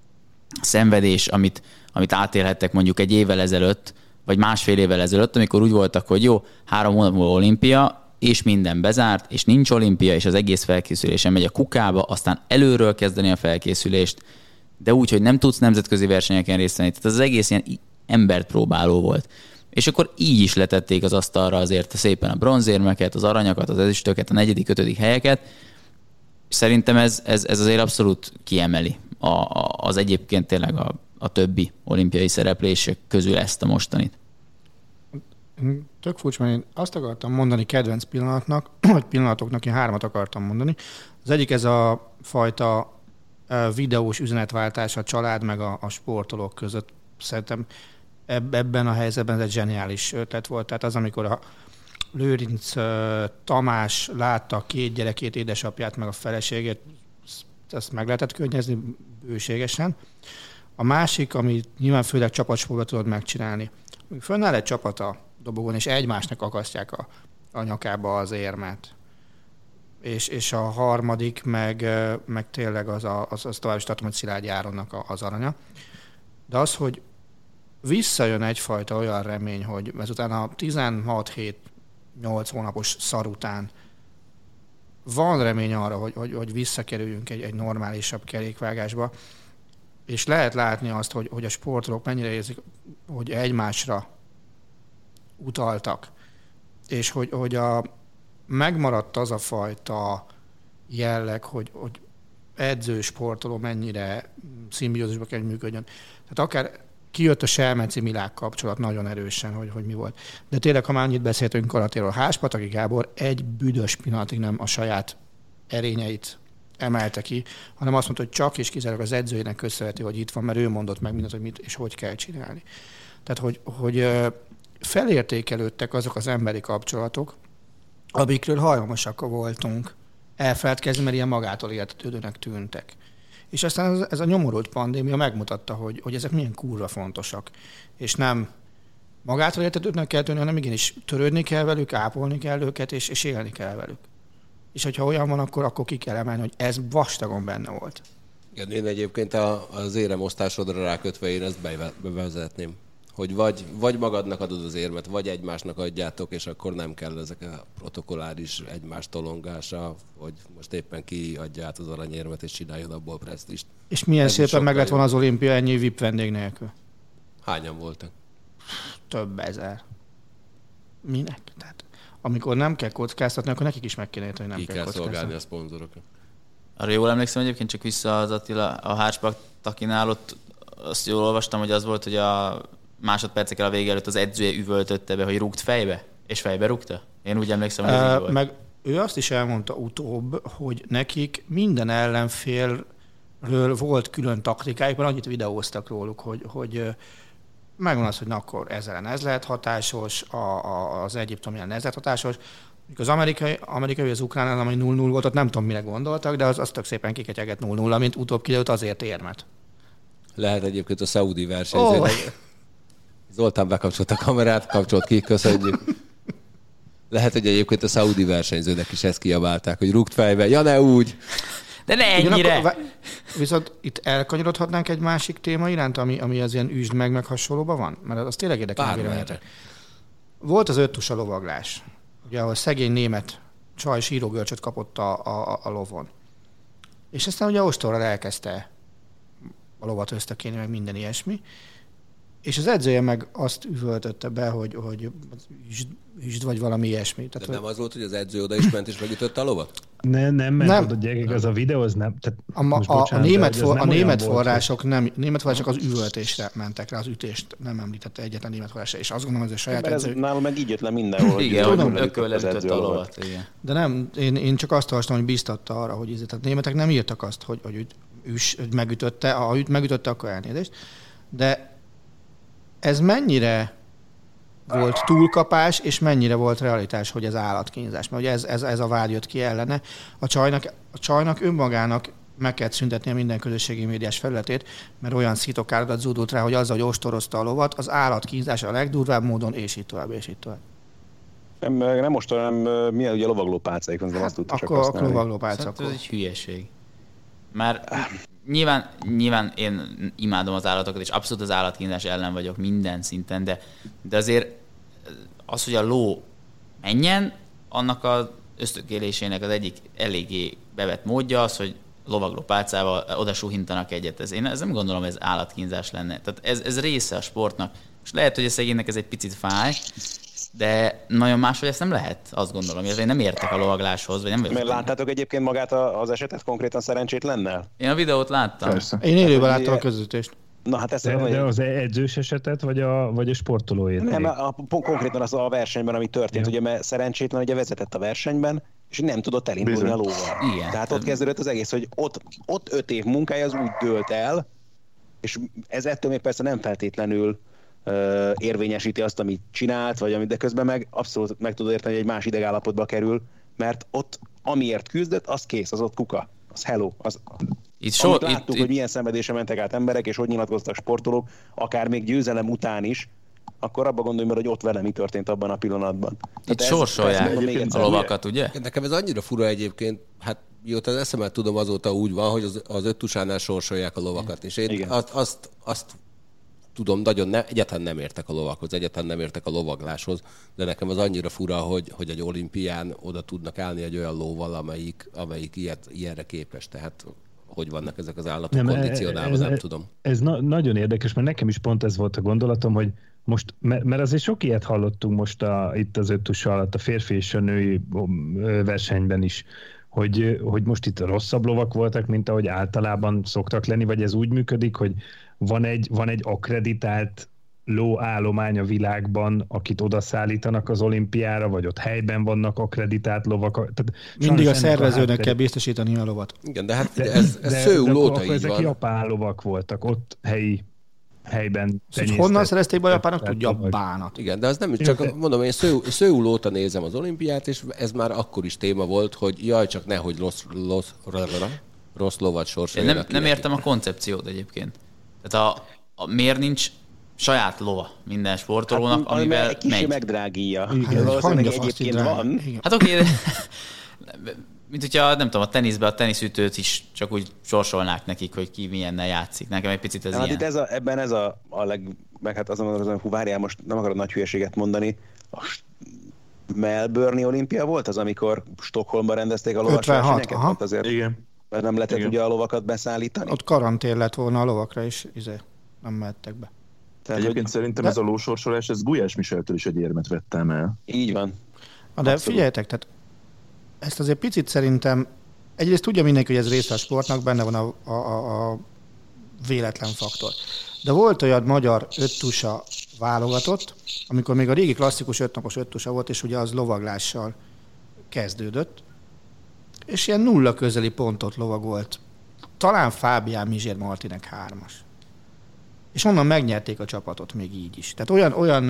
szenvedés, amit, amit átélhettek mondjuk egy évvel ezelőtt, vagy másfél évvel ezelőtt, amikor úgy voltak, hogy jó, három hónap múlva olimpia, és minden bezárt, és nincs olimpia, és az egész felkészülésen megy a kukába, aztán előről kezdeni a felkészülést, de úgy, hogy nem tudsz nemzetközi versenyeken részt venni. Tehát az egész ilyen embert próbáló volt. És akkor így is letették az asztalra azért szépen a bronzérmeket, az aranyakat, az ezüstöket, a negyedik, ötödik helyeket. Szerintem ez, ez, ez azért abszolút kiemeli a, a, az egyébként tényleg a, a többi olimpiai szereplések közül ezt a mostanit. Tök furcsa, mert én azt akartam mondani kedvenc pillanatnak, vagy pillanatoknak, én hármat akartam mondani. Az egyik ez a fajta videós üzenetváltás a család meg a, a sportolók között. Szerintem ebben a helyzetben ez egy zseniális ötlet volt. Tehát az, amikor a Lőrinc Tamás látta a két gyerekét, édesapját meg a feleségét, ezt meg lehetett könnyezni bőségesen. A másik, amit nyilván főleg csapatsportban tudod megcsinálni. Fönnáll egy csapat a dobogón, és egymásnak akasztják a, a nyakába az érmet. És, és a harmadik, meg, meg tényleg az, a, az, az tovább is tartom, hogy Szilágyi Áronnak az aranya. De az, hogy visszajön egyfajta olyan remény, hogy ezután a tizenhat hét nyolc hónapos szar után van remény arra, hogy, hogy, hogy visszakerüljünk egy, egy normálisabb kerékvágásba, és lehet látni azt, hogy, hogy a sportolók mennyire érzik, hogy egymásra utaltak, és hogy, hogy a, megmaradt az a fajta jelleg, hogy, hogy edző, sportoló mennyire szimbiózisba kell, hogy működjön. Tehát akár kijött a Selmeci Milák kapcsolat nagyon erősen, hogy, hogy mi volt. De tényleg, ha már annyit beszéltünk karatéról, Háspataki Gábor egy büdös pillanatig nem a saját erényeit emelte ki, hanem azt mondta, hogy csak és kizárólag az edzőjének köszönhető, hogy itt van, mert ő mondott meg mindent, hogy mit és hogy kell csinálni. Tehát, hogy, hogy felértékelődtek azok az emberi kapcsolatok, amikről hajlamosak voltunk elfeledkezni, mert ilyen magától értetődőnek tűntek. És aztán ez, ez a nyomorult pandémia megmutatta, hogy, hogy ezek milyen kurva fontosak. És nem magától értetődőnek kell tűnni, hanem igenis törődni kell velük, ápolni kell őket, és, és élni kell velük. És hogyha olyan van, akkor, akkor ki kell emelni, hogy ez vastagon benne volt. Igen, én egyébként a, az éremosztásodra rákötve én ezt bevezetném. Hogy vagy, vagy magadnak adod az érmet, vagy egymásnak adjátok, és akkor nem kell ezek a protokolláris egymás tolongása, hogy most éppen ki adja át az aranyérmet, és csináljon abból presztist. És milyen Ez szépen meg lett volna az jobb. olimpia ennyi vé i pé vendég nélkül? Hányan voltak? Több ezer. Minek? Tehát, amikor nem kell kockáztatni, akkor nekik is meg kéne érteni, hogy nem Ki kell kell szolgálni kockáztatni. a szponzorokat. Arra jól emlékszem egyébként, csak vissza az Attila, a Hárspaktakinál ott azt jól olvastam, hogy az volt, hogy a másodpercekkel a vége előtt az edzője üvöltötte be, hogy rúgt fejbe, és fejbe rúgta. Én úgy emlékszem, hogy ez így Uh, volt. meg ő azt is elmondta utóbb, hogy nekik minden ellenfélről volt külön taktikájuk, mert annyit videóztak róluk, hogy, hogy uh, megvan az, hogy na akkor ezzel ez lehet hatásos, a, a, az egyiptomi ez lehet hatásos. Az amerikai, amerikai az ukrán ellen, ami nulla nulla volt, ott nem tudom, mire gondoltak, de az, az tök szépen kiketyegett nulla nulla, mint utóbb kiderült azért érmet. Lehet egyébként a szaudi versenyzőnek. Oh. Zoltán bekapcsolt a kamerát, kapcsolt ki, köszönjük. Lehet, hogy egyébként a szaudi versenyzőnek is ezt kiabálták, hogy rúgt fejbe. Ja, ne úgy! De ne ennyire! Ugyanakkor, viszont itt elkanyarodhatnánk egy másik téma iránt, ami, ami az ilyen üsd meg, meg hasonlóban van? Mert az tényleg érdekel véleményetek. Volt az öttusa lovaglás, ugye, ahol szegény német csaj sírógörcsöt kapott a, a, a lovon. És aztán ugye ostorral elkezdte a lovat ösztökélni, meg minden ilyesmi. És az edzője meg azt üvöltötte be, hogy, hogy üsd, üsd vagy valami ilyesmi. Tehát, de nem hogy... az volt, hogy az edző oda is ment és megütötte a lovat? Ne, nem, mert Nem. oda gyerekek, az a videó, az nem... Tehát A, most a, bocsánat, a német, de for, ez a nem olyan német volt, források nem, német források az üvöltésre mentek rá, az ütést nem említette egyetlen német forrásra, és azt gondolom, hogy ez a saját Ez edző. nálam meg így jött le mindenhol. Igen, hogy hogy tudom, ököl az edző leütötte a lovat. lovat. Igen. De nem, én, én csak azt olvastam, hogy biztatta arra, hogy, tehát németek nem írtak azt, hogy, hogy, üt, üs, hogy megütötte, ha üt, megütötte, akkor elnézést. De ez mennyire volt túlkapás, és mennyire volt realitás, hogy ez állatkínzás? Mert ugye ez, ez, ez a vád jött ki ellene. A csajnak, a csajnak önmagának meg kellett szüntetnie minden közösségi médiás felületét, mert olyan szitokárodat zúdult rá, hogy azzal, hogy ostorozta a lovat, az állatkínzás a legdurvább módon, és így tovább, és így tovább. Nem, nem most, hanem milyen ugye lovagló pálcáik van, nem azt tudta csak Akkor, akkor használni. lovagló pálca. Szerintem Akkor. ez egy hülyeség. Már nyilván, nyilván én imádom az állatokat, és abszolút az állatkínzás ellen vagyok minden szinten, de, de azért az, hogy a ló menjen, annak az ösztökélésének az egyik eléggé bevett módja az, hogy lovagló pálcával oda suhintanak egyet. Ez, én ez nem gondolom, hogy ez állatkínzás lenne. Tehát ez, ez része a sportnak. És lehet, hogy a szegénynek ez egy picit fáj, de nagyon máshogy ezt nem lehet, azt gondolom. Én nem értek a lovagláshoz, vagy nem vagyok. Mert láttátok egyébként magát a- az esetet konkrétan szerencsétlennel? Én a videót láttam. Persze. Én élőben Hát, láttam a ugye- közvetítést. Na hát ezt De, mondom, de hogy- az edzős esetet, vagy a, vagy a sportolóét? nem, a, a, konkrétan az a versenyben, ami történt, Ja. ugye, mert szerencsétlen ugye vezetett a versenyben, és nem tudott elindulni Bizony. a lóval. Igen. Tehát ott kezdődött az egész, hogy ott, ott öt év munkája az úgy dőlt el, és ez ettől még persze nem feltétlenül uh, érvényesíti azt, amit csinált, vagy amit, de közben meg abszolút meg tudod érteni, hogy egy más idegállapotba kerül, mert ott amiért küzdött, az kész, az ott kuka, az hello, az Itt So, so, Amit láttuk, itt, hogy itt, milyen szenvedésen mentek át emberek, és hogy nyilatkoztak sportolók, akár még győzelem után is, akkor abba gondolj meg, hogy ott vele mi történt abban a pillanatban. itt ez- sorsolják persze, még a egyszer, lovakat, ugye? Nekem ez annyira fura egyébként, hát mióta az eszemet tudom, azóta úgy van, hogy az, az öttusánál sorsolják a lovakat. És én Igen. azt, azt, azt tudom, nagyon ne, egyáltalán nem értek a lovakhoz, egyáltalán nem értek a lovagláshoz, de nekem az annyira fura, hogy, hogy egy olimpián oda tudnak állni egy olyan lóval, amelyik, amelyik ilyet, ilyenre képes. Tehát hogy vannak ezek az állatok Nem, kondicionálva, ez- nem ez- tudom. Ez na- nagyon érdekes, mert nekem is pont ez volt a gondolatom, hogy most, mert mert azért sok ilyet hallottunk most a, itt az öttusa alatt, a férfi és a női ö, versenyben is, hogy, hogy most itt rosszabb lovak voltak, mint ahogy általában szoktak lenni, vagy ez úgy működik, hogy van egy, van egy akkreditált lóállomány a világban, akit odaszállítanak az olimpiára, vagy ott helyben vannak akkreditált lovak. Tehát Mindig a sajnos ennek szervezőnek háttere- kell biztosítani a lovat. Igen, de hát de, ez, ez de, szőul de óta akkor így ezek van. japán lovak voltak, ott helyi helyben Hogy honnan szerezték be a japánok, tudja a bánat. Igen, de az nem csak, mondom, én Szöul óta nézem az olimpiát, és ez már akkor is téma volt, hogy jaj, csak nehogy rossz, rossz, rossz lovat sorsoljanak. Nem, nem értem a koncepciót egyébként. Tehát a, a miért nincs saját lova minden sportolónak, hát, amivel egy kicsi megy. megdrágíja. Igen, Valószínűleg egyébként van. Igen. Hát oké, okay, mint hogyha nem tudom, a teniszben a teniszütőt is csak úgy sorsolnák nekik, hogy ki milyennel játszik. Nekem egy picit ez hát ilyen. Itt ez a, ebben ez a, a leg... Meg hát azon, azon, hú, várjál, most nem akarod nagy hülyeséget mondani. A Melbourne-i olimpia volt az, amikor Stockholmban rendezték a lovas versenyeket? Hát azért, igen. Mert nem lehetett igen. ugye a lovakat beszállítani? Ott karantén lett volna a lovakra, és izé, nem mehettek be. Tehát, Egyébként hogy... szerintem de... ez a lósorsolás, ez Gulyás Miseltől is egy érmet vettem el. Így van. Na de figyeljetek, tehát ezt azért picit szerintem, egyrészt tudja mindenki, hogy ez része a sportnak, benne van a, a, a, a véletlen faktor. De volt olyan magyar öttusa válogatott, amikor még a régi klasszikus ötnapos öttusa volt, és ugye az lovaglással kezdődött, és ilyen nulla közeli pontot lovagolt. Talán Fábián Mizsér Martinek hármas. És onnan megnyerték a csapatot még így is. Tehát olyan, olyan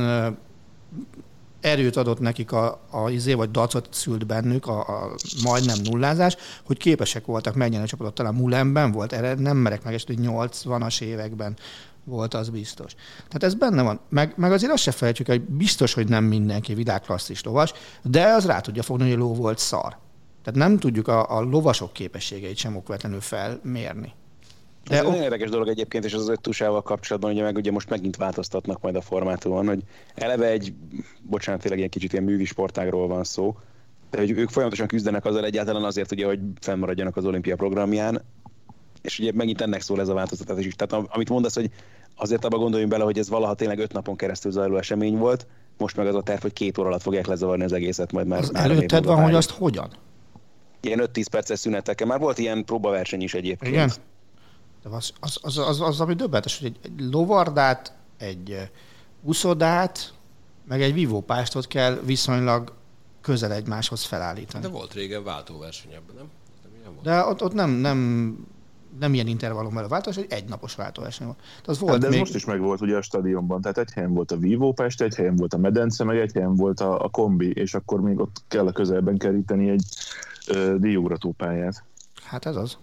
erőt adott nekik a, a izé, vagy dacot szült bennük, a, a majdnem nullázás, hogy képesek voltak megnyerni a csapatot. Talán Mulenben volt, erre nem merek megesni, hogy nyolcvanas években volt, az biztos. Tehát ez benne van. Meg, meg azért azt se felejtsük, hogy biztos, hogy nem mindenki világklasszis lovas, de az rá tudja fogni, hogy a ló volt szar. Tehát nem tudjuk a, a lovasok képességeit sem okvetlenül felmérni. De ez ok... egy érdekes dolog egyébként, és az öttusával kapcsolatban, ugye meg ugye most megint változtatnak majd a formátumon, hogy eleve egy, bocsánat, tényleg egy kicsit ilyen művi sportágról van szó, de hogy ők folyamatosan küzdenek azzal egyáltalán azért, ugye, hogy fennmaradjanak az olimpia programján, és ugye megint ennek szól ez a változtatás is. Tehát amit mondasz, hogy azért abban gondoljunk bele, hogy ez valaha tényleg öt napon keresztül zajló esemény volt, most meg az a terv, hogy két óra alatt fogják lezavarni az egészet, majd már... Az előtted van, hogy azt hogyan? Ilyen öt-tíz perces szünetekkel. Már volt ilyen próbaverseny is egyébként. Igen? De az, az, az, az, az ami döbbenetes, hogy egy, egy lovardát, egy uszodát, meg egy vívópástot kell viszonylag közel egymáshoz felállítani. De volt régen váltóverseny ebben, nem? nem De ott, ott nem, nem, nem ilyen intervallum elő változás, egy egynapos váltóverseny volt. De, az volt hát de ez még... most is megvolt ugye a stadionban, tehát egy helyen volt a vívópást, egy helyen volt a medence, meg egy helyen volt a, a kombi, és akkor még ott kell a közelben keríteni egy ö, díjugratópályát. Hát ez az.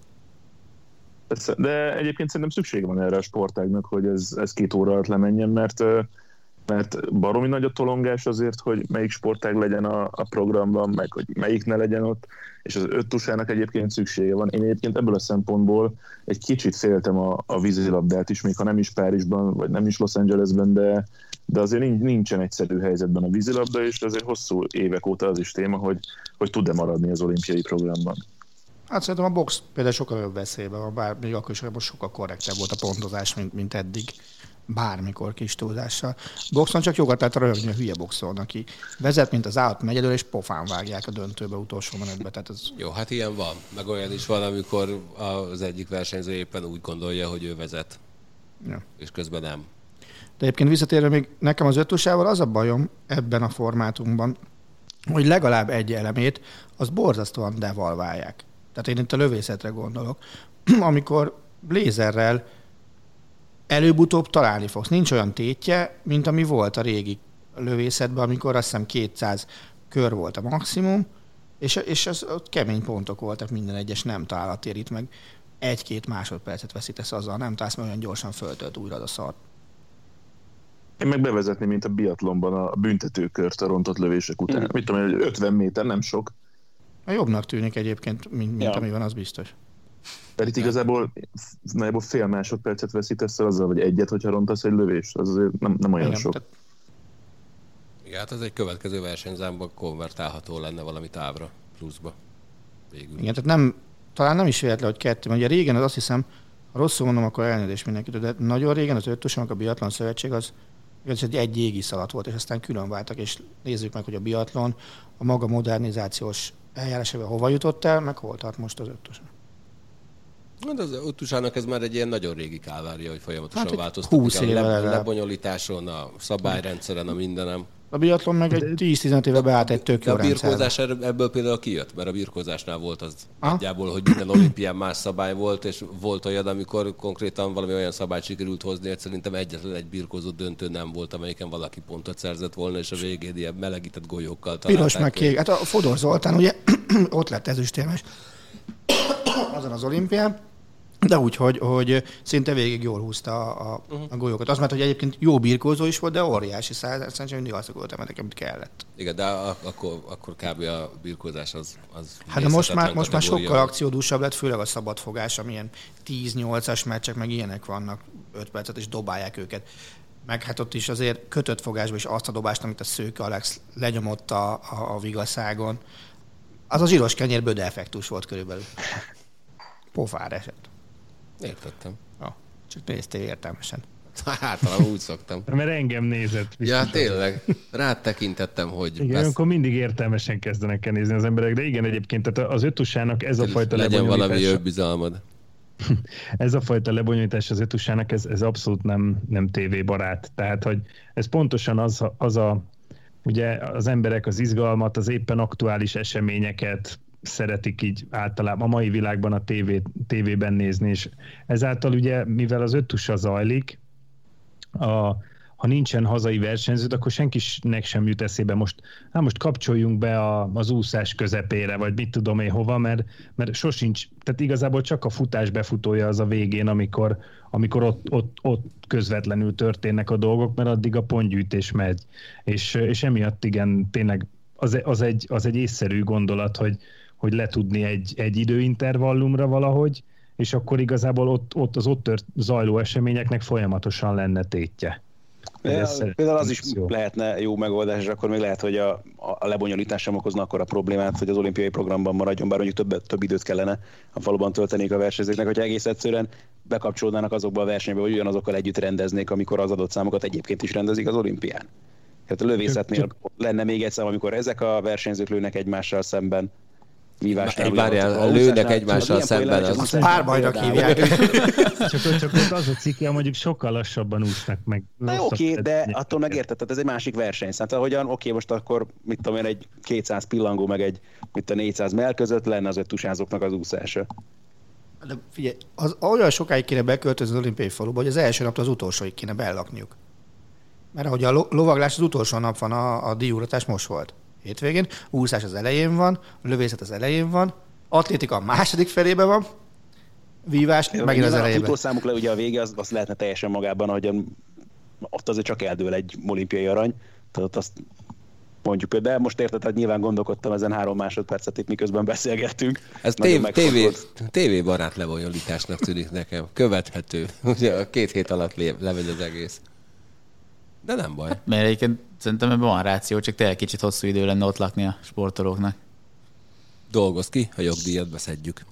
De egyébként szerintem szüksége van erre a sportágnak, hogy ez, ez két óra alatt lemenjen, mert, mert baromi nagy a tolongás azért, hogy melyik sportág legyen a, a programban, meg hogy melyik ne legyen ott, és az öttusának egyébként szüksége van. Én egyébként ebből a szempontból egy kicsit féltem a, a vízilabdát is, még ha nem is Párizsban, vagy nem is Los Angelesben, de, de azért nincsen egyszerű helyzetben a vízilabda, és azért hosszú évek óta az is téma, hogy, hogy tud-e maradni az olimpiai programban. Hát szerintem a box például sokkal jobb veszélyben van, bár még akkor is, hogy most sokkal korrektebb volt a pontozás, mint, mint eddig, bármikor kis túlzással. Boxon csak jogat lehet röhögni a hülye boxolnak, aki vezet, mint az állat megy elő, és pofán vágják a döntőbe, utolsó menetbe. Tehát ez... Jó, hát ilyen van. Meg olyan is van, amikor az egyik versenyző éppen úgy gondolja, hogy ő vezet, ja. És közben nem. De egyébként visszatérve még nekem az öttusával az a bajom ebben a formátumban, hogy legalább egy elemét az borzasztóan devalválják. Tehát én itt a lövészetre gondolok, amikor lézerrel előbb-utóbb találni fogsz. Nincs olyan tétje, mint ami volt a régi lövészetben, amikor azt hiszem kétszáz kör volt a maximum, és, és az, ott kemény pontok voltak minden egyes nem találatért, itt meg egy-két másodpercet veszítesz azzal, nem találsz, mert olyan gyorsan föltölt újra a szart. Én meg bevezetni, mint a biatlonban a büntetőkört a rontott lövések után. Mm. Mit tudom, ötven méter, nem sok. A jobbnak tűnik egyébként, mint, mint ja. ami van, az biztos. Mert itt igazából nagyjából fél másodpercet veszítesz el azzal, vagy egyet, hogyha rontasz egy lövést. Az azért nem, nem olyan igen, sok. Tehát... Igen, hát ez egy következő versenyzámban konvertálható lenne valami távra, pluszba. Végül. Igen, tehát nem, talán nem is véletlen, hogy kettő. Ugye régen az azt hiszem, ha rosszul mondom, akkor elnézést mindenkitől, de nagyon régen az öttusának a biatlon szövetség az egy egy égisz alatt volt, és aztán külön váltak, és nézzük meg, hogy a biatlon a maga modernizációs eljárásával hova jutott el, meg hol tart most az öttusa. Hát az öttusának ez már egy ilyen nagyon régi kálvária, hogy folyamatosan hát, változtatik a le- lebonyolításon, a szabályrendszeren, a mindenem. A biatlon meg egy tíz-tizenöt éve beállt egy tök jó a birkózás rendszerbe. ebből például kijött, mert a birkózásnál volt az nagyjából, hogy minden olimpián más szabály volt, és volt olyan, amikor konkrétan valami olyan szabályt sikerült hozni, hogy szerintem egyetlen egy birkózó döntő nem volt, amelyiken valaki pontot szerzett volna, és a végén ilyen melegített golyókkal találták. Piros meg kék. Hát a Fodor Zoltán ugye ott lett ezüstérmes azon az olimpián, de úgy, hogy, hogy szinte végig jól húzta a, a, a golyókat. Az mert, hogy egyébként jó birkózó is volt, de óriási száz, szerintem mindig azt akartam, mert nekem kellett. Igen, de akkor, akkor kb. A birkózás az, az hát de most már, most már sokkal akciódúsabb lett, főleg a szabadfogás, amilyen tíz-nyolcas meccsek, meg ilyenek vannak, öt percet, és dobálják őket. Meg hát ott is azért kötött fogásban is azt a dobást, amit a Szőke Alex lenyomott a, a, a vigaszágon. Az a zsíros kenyér böde effektus volt körülbelül. Pofár esett. Értettem. Ja, csak néztél értelmesen. Hát, talán úgy szoktam. Mert engem nézett. Ja, tényleg. Rád tekintettem, hogy... Igen, ezt... akkor mindig értelmesen kezdenek el nézni az emberek, de igen, egyébként tehát az ötusának ez a fajta legyen valami önbizalmad. Ez a fajta lebonyolítás az ötusának, ez, ez abszolút nem, nem tévébarát. Tehát, hogy ez pontosan az, az a... Ugye az emberek az izgalmat, az éppen aktuális eseményeket szeretik így általában a mai világban a tévé, tévében nézni, és ezáltal ugye, mivel az öttusa zajlik, a, ha nincsen hazai versenyző, akkor senkinek sem jut eszébe most, hát most kapcsoljunk be a, az úszás közepére, vagy mit tudom én hova, mert, mert sosincs, tehát igazából csak a futás befutója az a végén, amikor, amikor ott, ott, ott közvetlenül történnek a dolgok, mert addig a pontgyűjtés megy. És, és emiatt igen, tényleg az, az, egy, az egy észszerű gondolat, hogy hogy letudni egy, egy időintervallumra valahogy, és akkor igazából ott, ott az ott tört zajló eseményeknek folyamatosan lenne tétje. Például az is jó. Lehetne jó megoldás, és akkor még lehet, hogy a, a lebonyolítás sem okozna akkor a problémát, hogy az olimpiai programban maradjon, bár mondjuk több, több időt kellene a faluban töltenék a versenyzőknek, hogy egész egyszerűen bekapcsolódnának azokba a versenybe, hogy ugyanazokkal együtt rendeznék, amikor az adott számokat egyébként is rendezik az olimpián. Tehát a lövészetnél lenne még egy szám, amikor ezek a versenyzők lőnek egymással szemben, Várjál, lőnek egymással szemben. Azt párbajnak hívják. Csak, csak ott az a cikke, mondjuk sokkal lassabban úsznak meg. Na oké, okay, de attól megérted, tehát ez egy másik verseny. Szóval hogyan, oké, okay, most akkor mit tudom én, egy kétszáz pillangó, meg egy mit a négyszáz mell között lenne az öttusázóknak az úszása. De figyelj, az olyan sokáig kéne beköltözni az olimpiai faluba, hogy az első naptól az utolsóig kéne bellakniuk. Mert ahogy a lovaglás az utolsó nap van, a, a díjúratás most volt. Hétvégén, úszás az elején van, a lövészet az elején van, atlétika a második felében van, vívás ja, megint az elejében. A futószámuk le ugye a vége, az, az lehetne teljesen magában, ahogyan ott azért csak eldől egy olimpiai arany, tehát azt mondjuk, de most érted, hogy nyilván gondolkodtam ezen három másodpercet itt, miközben beszélgettünk. Ez tév, tévé, tévébarát lebonyolításnak tűnik nekem, követhető, ugye a két hét alatt lemegy az egész. De nem baj. Mert egyébként szerintem ebben van ráció, csak tényleg kicsit hosszú idő lenne ott lakni a sportolóknak. Dolgozz ki, a jogdíjat beszedjük.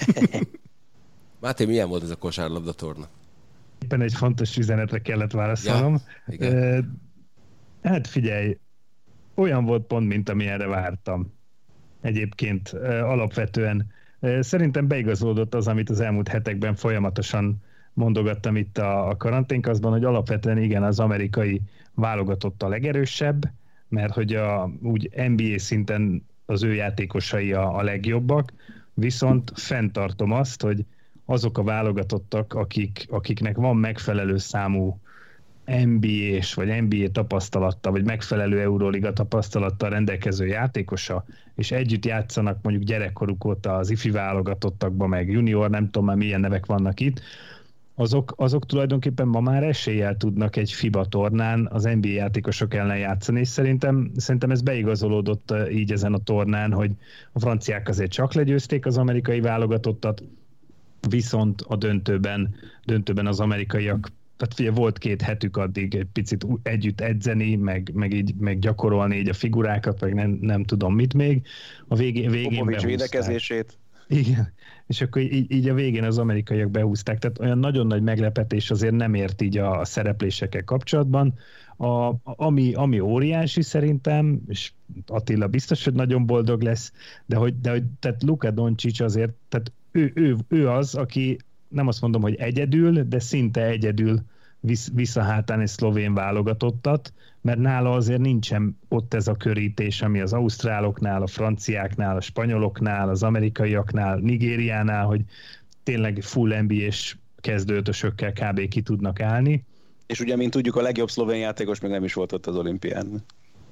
Máté, milyen volt ez a kosárlabda torna? Éppen egy fontos üzenetre kellett válaszolnom. Ja, hát figyelj, olyan volt pont, mint amilyenre vártam. Egyébként alapvetően szerintem beigazolódott az, amit az elmúlt hetekben folyamatosan mondogattam itt a, a karanténkazban, hogy alapvetően igen, az amerikai válogatott a legerősebb, mert hogy a, úgy en bé á szinten az ő játékosai a, a legjobbak, viszont fenntartom azt, hogy azok a válogatottak, akik, akiknek van megfelelő számú en bé á-s vagy en bé á tapasztalattal, vagy megfelelő Euróliga tapasztalattal rendelkező játékosa, és együtt játszanak mondjuk gyerekkoruk óta az ifi válogatottakban, meg junior, nem tudom már milyen nevek vannak itt, azok, azok tulajdonképpen ma már eséllyel tudnak egy FIBA tornán az en bé á játékosok ellen játszani, és szerintem, szerintem ez beigazolódott így ezen a tornán, hogy a franciák azért csak legyőzték az amerikai válogatottat, viszont a döntőben, döntőben az amerikaiak, tehát figyelj, volt két hetük addig egy picit együtt edzeni, meg, meg, így, meg gyakorolni így a figurákat, meg nem, nem tudom mit még. A végén, végén behúzták. Védekezését. Igen, és akkor így, így a végén az amerikaiak behúzták, tehát olyan nagyon nagy meglepetés azért nem ért így a szereplésekkel kapcsolatban. A, ami, ami óriási szerintem, és Attila biztos, hogy nagyon boldog lesz, de hogy, de hogy tehát Luka Doncic azért, tehát ő, ő, ő az, aki nem azt mondom, hogy egyedül, de szinte egyedül visz, visz a hátán egy szlovén válogatottat, mert nála azért nincsen ott ez a körítés, ami az ausztráloknál, a franciáknál, a spanyoloknál, az amerikaiaknál, Nigériánál, hogy tényleg full en bé á-s kezdőötösökkel kb. Ki tudnak állni. És ugye, mint tudjuk, a legjobb szlovén játékos még nem is volt ott az olimpián.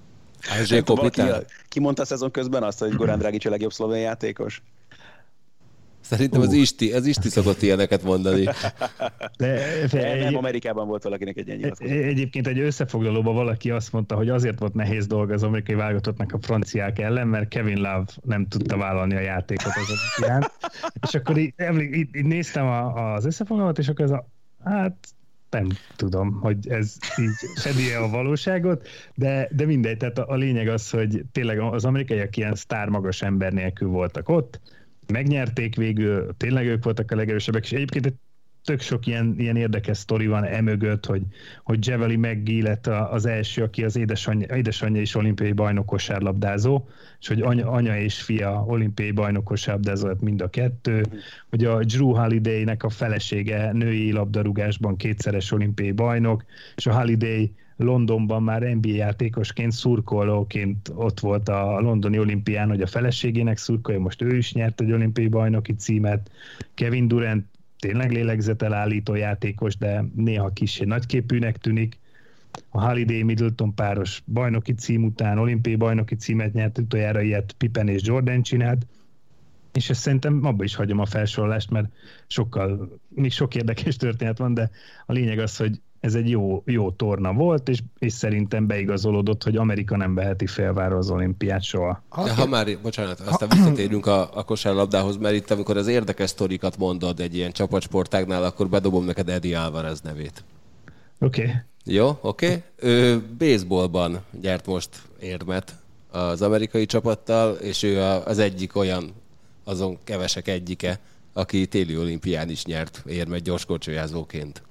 Ki, ki mondta a szezon közben azt, hogy Goran Dragic a legjobb szlovén játékos? Szerintem uh. az Isti, az Isti szokott ilyeneket mondani. De, De nem, Amerikában volt valakinek egy ennyi. Egyébként egy összefoglalóban valaki azt mondta, hogy azért volt nehéz dolga az amerikai válogatottnak a franciák ellen, mert Kevin Love nem tudta vállalni a játékot az olimpián. És akkor így, emlék, így, így néztem a, az összefoglalót, és akkor ez a, hát nem tudom, hogy ez így fedi-e a valóságot, de, de mindegy, tehát a, a lényeg az, hogy tényleg az amerikaiak ilyen sztár magas ember nélkül voltak ott, megnyerték végül, tényleg ők voltak a legerősebbek, és egyébként tök sok ilyen, ilyen érdekes sztori van emögött, hogy, hogy Javeli McGee lett az első, aki az édesanyja, édesanyja is olimpiai bajnok kosárlabdázó, és hogy anya, anya és fia olimpiai bajnok kosárlabdázó lett mind a kettő, hogy a Drew Holiday-nek a felesége női labdarúgásban kétszeres olimpiai bajnok, és a Holiday Londonban már en bé á játékosként, szurkolóként ott volt a londoni olimpián, hogy a feleségének szurkolja, most ő is nyert egy olimpiai bajnoki címet. Kevin Durant tényleg lélegzetelállító játékos, de néha kissé nagyképűnek tűnik. A Holiday Middleton páros bajnoki cím után olimpiai bajnoki címet nyert, utoljára ilyet Pippen és Jordan csinált, és ezt szerintem abba is hagyom a felsorolást, mert sokkal, még sok érdekes történet van, de a lényeg az, hogy ez egy jó, jó torna volt, és, és szerintem beigazolódott, hogy Amerika nem veheti félvára az olimpiát soha. De ha már, bocsánat, aztán visszatérünk a, a kosárlabdához, mert itt, amikor az érdekes sztorikat mondod egy ilyen csapatsportágnál, akkor bedobom neked Eddie Alvarez nevét. Oké. Okay. Jó, oké. Okay. Ő baseballban nyert most érmet az amerikai csapattal, és ő az egyik olyan, azon kevesek egyike, aki téli olimpián is nyert érmet gyorskorcsolyázóként.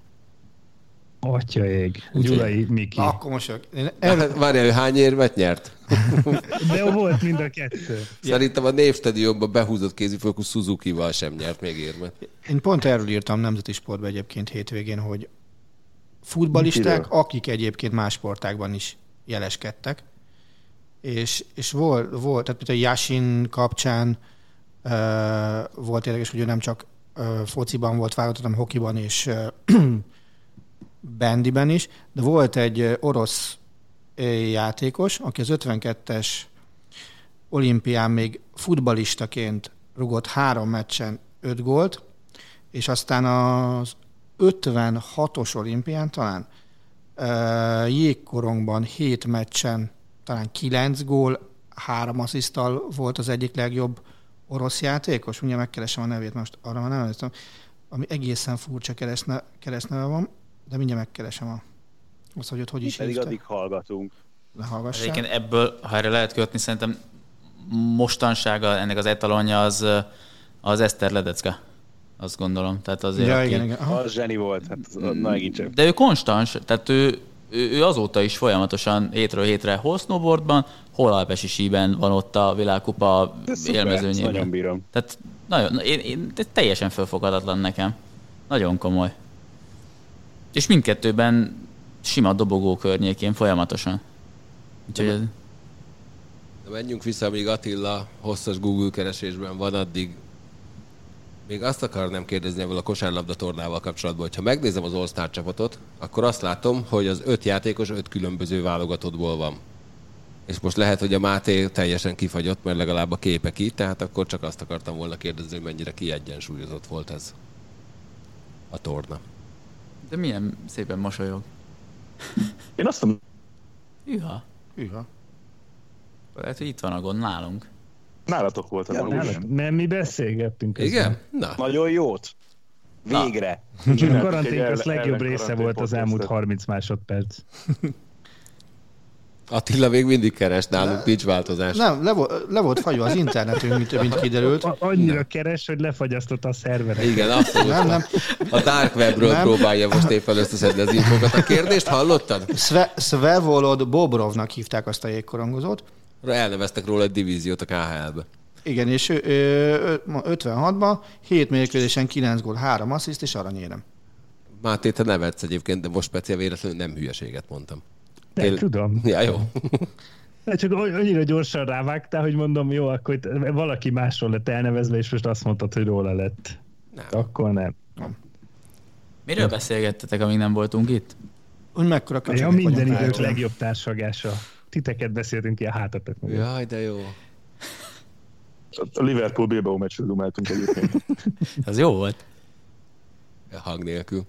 Atya ég, Gyulai Miki. Akkor most... El... Várjál, ő hány érmet nyert? De volt mind a kettő. Szerintem a Névstadionban behúzott kézifogú Suzuki-val sem nyert még érmet. Én pont erről írtam Nemzeti Sportban egyébként hétvégén, hogy futballisták, akik egyébként más sportágban is jeleskedtek, és, és volt, volt, tehát például Yasin kapcsán uh, volt érdekes, hogy ő nem csak uh, fociban volt válogatott, hanem hokiban és uh, bandiben is, de volt egy orosz játékos, aki az ötvenkettes olimpián még futballistaként rugott három meccsen öt gólt, és aztán az ötvenhatos olimpián talán uh, jégkorongban hét meccsen talán kilenc gól, három assziszttal volt az egyik legjobb orosz játékos. Ugye megkeresem a nevét, most arra már nem emlékszem, ami egészen furcsa keresztne, keresztneve van, de mindjárt megkeresem a, azt, hogy ott hogy is pedig addig hallgatunk. Egyébként ebből, ha erre lehet kötni, szerintem mostansága ennek az etalonja az, az Eszter Ledecka. Azt gondolom. Tehát azért, ja, aki... igen, igen. Az zseni volt. Hát, na, de ő konstans, tehát ő, ő, ő azóta is folyamatosan hétről hétre hol snowboardban, hol alpesi síben van ott a világkupa élmezőnyében. Nagyon bírom. Tehát nagyon, én, én, teljesen felfoghatatlan nekem. Nagyon komoly. És mindkettőben sima dobogó környékén folyamatosan. Úgyhogy ez... De menjünk vissza, amíg Attila hosszas Google keresésben van, addig még azt akarnám kérdezni ebből a kosárlabda tornával kapcsolatban, hogy ha megnézem az All-Star csapatot, akkor azt látom, hogy az öt játékos öt különböző válogatottból van. És most lehet, hogy a Máté teljesen kifagyott, mert legalább a képek így, tehát akkor csak azt akartam volna kérdezni, hogy mennyire kiegyensúlyozott volt ez a torna. De milyen szépen mosolyog. Én azt mondom... Hűha. Hűha. Lehet, hogy itt van a gond nálunk. Nálatok volt a ja, mert mi beszélgettünk. Igen? Na. Nagyon jót. Végre. Na. A karanténk az legjobb része volt az elmúlt harminc másodperc. Attila még mindig keres nálunk, nincs változás. Nem, le, le volt fagyva az internetünk, mint, mint kiderült. A, annyira nem. keres, hogy lefagyasztotta a szerveret. Igen, abszolút. Nem, nem. A Dark Webről nem. próbálja most éppen összeszedni az infokat. A kérdést hallottad? Sve, Svevolod Bobrovnak hívták azt a jégkorongozót. Elneveztek róla egy divíziót a ká há el-be. Igen, és ő, ötvenhatban hét mérkőzésen kilenc gól, három assziszt és aranyérem. Máté, te nevetsz egyébként, de most speciál véletlenül nem hülyeséget mondtam. Nem Tél... tudom. Ja, jó. Csak annyira gyorsan rávágtál, hogy mondom, jó, akkor itt valaki másról lett elnevezve, és most azt mondtad, hogy róla lett. Nem. Akkor nem. nem. Miről beszélgettetek, amíg nem voltunk itt? Úgy mekkora köcsögek vagyunk. Ja, minden idők legjobb társagása. Titeket beszéltünk ki a hátatok mögött. Jaj, de jó. A Liverpool Bilbao meccsről dumáltunk egyébként. Az jó volt. Hang nélkül.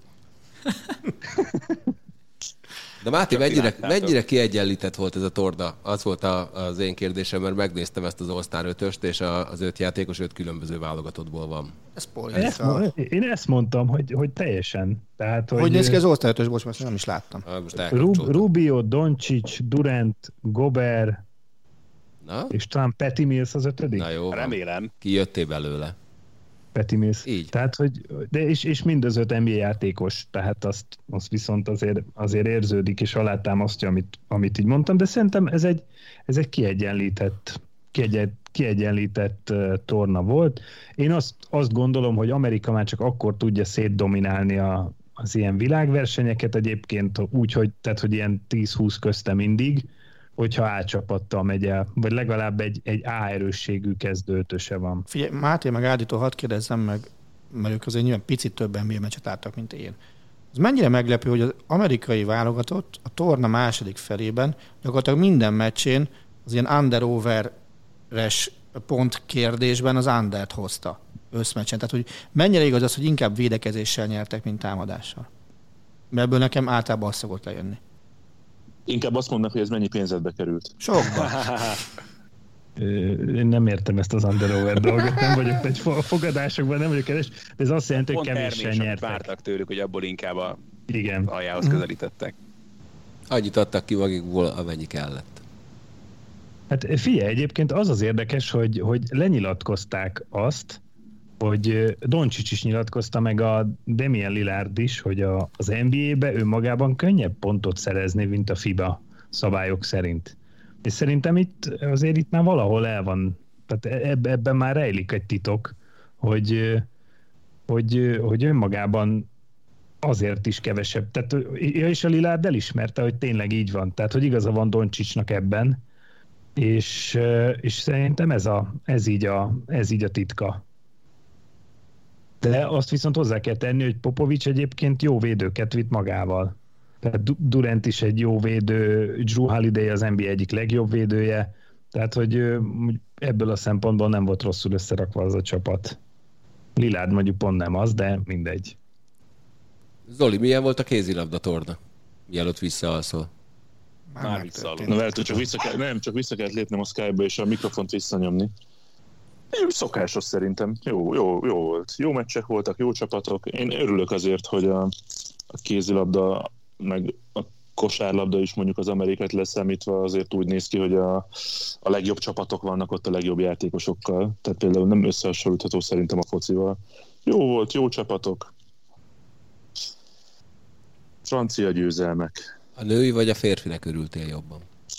De Máté, mennyire, mennyire kiegyenlített volt ez a torna? Az volt a, az én kérdésem, mert megnéztem ezt az All-Star ötöst, és a, az öt játékos öt különböző válogatottból van. Ez ezt, én ezt mondtam, hogy, hogy teljesen. Tehát, hogy, hogy néz ki az All-Star ötös? Bocs, most nem is láttam. Rub, Rubio, Doncic, Durant, Gobert, na? És talán Patty Mills az ötödik? Na jó, remélem. Ki jöttél belőle? Patty Mills. Így. Tehát, hogy, de és, és mind az öt en bé á játékos, tehát azt, azt viszont azért, azért érződik, és alátámasztja, amit, amit így mondtam, de szerintem ez egy, ez egy kiegyenlített, kiegyen, kiegyenlített uh, torna volt. Én azt, azt gondolom, hogy Amerika már csak akkor tudja szétdominálni a, az ilyen világversenyeket egyébként úgy, hogy, tehát, hogy ilyen tíz-húsz közte mindig, hogyha A csapattal megy el, vagy legalább egy, egy A erősségű kezdőtöse van. Figyelj, Máté meg Áditól hadd kérdezzem meg, mert ők azért nyilván picit több en bé á meccset láttak, mint én. Ez mennyire meglepő, hogy az amerikai válogatott a torna második felében gyakorlatilag minden meccsén az ilyen under-over-es pont kérdésben az undert hozta összmeccsen. Tehát, hogy mennyire igaz az, hogy inkább védekezéssel nyertek, mint támadással. Mert ebből nekem általában az szokott lejönni. Inkább azt mondnak, hogy ez mennyi pénzedbe került. Sokba. Én nem értem ezt az under-over dolgot, nem vagyok egy fogadásokban, nem vagyok keres, de ez azt jelenti, hogy kevéssel nyertek. Vártak tőlük, hogy abból inkább a igen. aljához közelítettek. Annyit adtak ki magukból, amennyi kellett. Hát figyelj, egyébként az az érdekes, hogy, hogy lenyilatkozták azt, hogy Doncic is nyilatkozta, meg a Damian Lillard is, hogy a, az en bé á-be ő magában könnyebb pontot szerezni, mint a FIBA szabályok szerint. És szerintem itt azért itt már valahol el van, tehát ebben már rejlik egy titok, hogy, hogy, hogy önmagában azért is kevesebb. Tehát, és a Lillard elismerte, hogy tényleg így van. Tehát, hogy igaza van Doncicnak ebben, és, és szerintem ez, a, ez, így a, ez így a titka. De azt viszont hozzá kell tenni, hogy Popovics egyébként jó védőket vitt magával. Tehát Durant is egy jó védő, Jrue Holiday az en bé á egyik legjobb védője, tehát hogy ebből a szempontból nem volt rosszul összerakva az a csapat. Lillard mondjuk pont nem az, de mindegy. Zoli, milyen volt a kézilabda torna? Mielőtt visszaalszol. Már, Már visszaalszol. Na, mert csak vissza kell, nem, csak vissza kellett lépnem a Skype-ba és a mikrofont visszanyomni. Szokásos szerintem. Jó, jó, jó volt. Jó meccsek voltak, jó csapatok. Én örülök azért, hogy a, a kézilabda, meg a kosárlabda is mondjuk az Amerikát leszámítva azért úgy néz ki, hogy a, a legjobb csapatok vannak ott a legjobb játékosokkal. Tehát például nem összehasonlítható szerintem a focival. Jó volt, jó csapatok. Francia győzelmek. A női vagy a férfinek örültél jobban?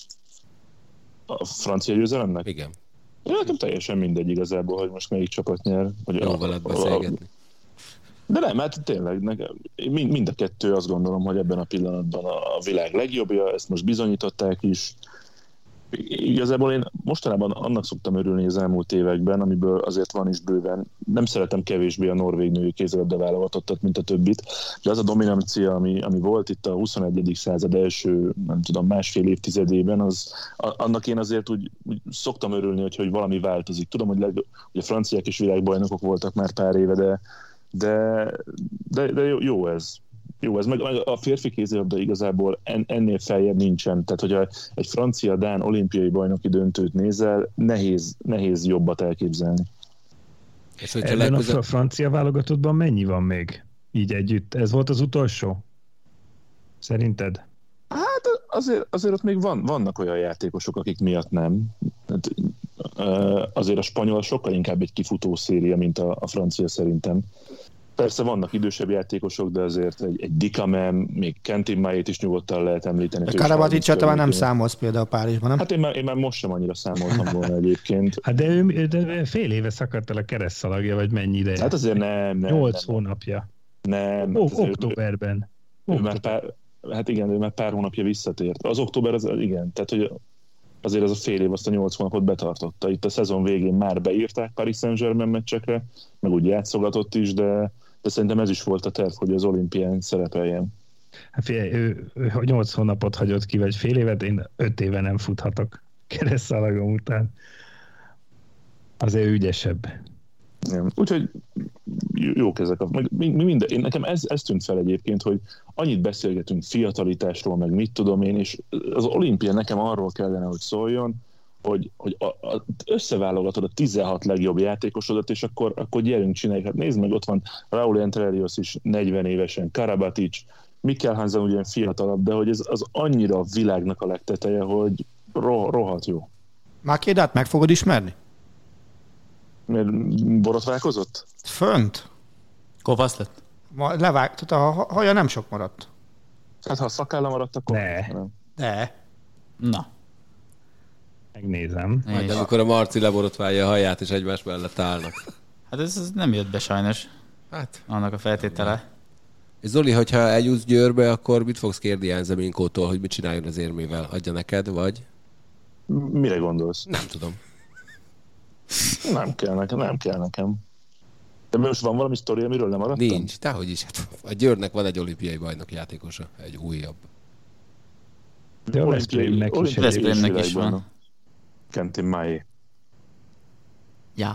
A francia győzelemnek? Igen. Ja, nekem teljesen mindegy igazából, hogy most melyik csapat nyer. Hogy jó veled beszélgetni. De nem, hát tényleg nekem, mind, mind a kettő azt gondolom, hogy ebben a pillanatban a világ legjobbja, ezt most bizonyították is. Igazából én mostanában annak szoktam örülni az elmúlt években, amiből azért van is bőven. Nem szeretem kevésbé a norvég női kézilabda válogatottat, mint a többit, de az a dominancia, ami, ami volt itt a huszonegyedik század első, nem tudom, másfél évtizedében, az, annak én azért úgy, úgy szoktam örülni, hogy, hogy valami változik. Tudom, hogy, leg, hogy a franciák is világbajnokok voltak már pár éve, de, de, de, de jó, jó ez. Jó, ez meg a férfi kézilabda igazából en, ennél feljebb nincsen. Tehát, hogyha egy francia-dán olimpiai bajnoki döntőt nézel, nehéz, nehéz jobbat elképzelni. És ebben legközel... a francia válogatottban mennyi van még így együtt? Ez volt az utolsó? Szerinted? Hát azért, azért ott még van, vannak olyan játékosok, akik miatt nem. Hát, azért a spanyol sokkal inkább egy kifutó széria, mint a, a francia szerintem. Persze vannak idősebb játékosok, de azért egy, egy Dicamem, még Kentin Mayét is nyugodtan lehet említeni. De Karabatic talán nem számolsz például Párizsban, nem? Hát én már, én már most sem annyira számoltam volna egyébként. Hát de ő de fél éve szakadt el a keresztszalagja, vagy mennyi ideje? Hát azért nem, nem. Nyolc hónapja. Nem. Ó, októberben. Ő, ő, már pár, hát igen, de már pár hónapja visszatért. Az október az, igen, tehát hogy azért az a fél év azt a nyolc hónapot betartotta. Itt a szezon végén már beírták Paris Saint-Germain meccsekre, meg úgy játszogatott is, de, de szerintem ez is volt a terv, hogy az olimpián szerepeljen. Hát figyelj, ő, ő nyolc hónapot hagyott ki, vagy fél évet, én öt éve nem futhatok keresztszalagom után. Azért ügyesebb. Igen. Úgyhogy jók ezek a... Meg, mi, mi minden, én, nekem ez, ez tűnt fel egyébként, hogy annyit beszélgetünk fiatalitásról, meg mit tudom én, és az olimpia nekem arról kellene, hogy szóljon, hogy, hogy a, a, összeválogatod a tizenhat legjobb játékosodat, és akkor, akkor gyerünk, csináljuk. Hát nézd meg, ott van Raúl Entrerrios is negyven évesen, Karabatic, Mikkel Hansen ugyan fiatalabb, de hogy ez az annyira a világnak a legteteje, hogy roh, rohadt jó. Mákédát meg fogod ismerni? Mert borotválkozott? Fönt. Kovasz lett? Ma levág, tehát a haja nem sok maradt. Hát ha a szakálla maradt, akkor ne. nem. De. Na. Megnézem. Majd amikor a Marci leborotválja a haját, és egymás mellett állnak. Hát ez, ez nem jött be sajnos. Hát. Annak a feltétele. És Zoli, hogyha eljutsz Győrbe, akkor mit fogsz kérni Ján Zeminkótól, hogy mit csináljon az érmével? Adja neked, vagy? Mire gondolsz? Nem tudom. Nem kell nekem, nem kell nekem. De most van valami sztori, amiről nem maradtam? Nincs, dehogy is. Hát a Győrnek van egy olimpiai bajnok játékosa, egy újabb. De a Veszprémnek is. Veszprémnek is van. Kentin Mai. Ja.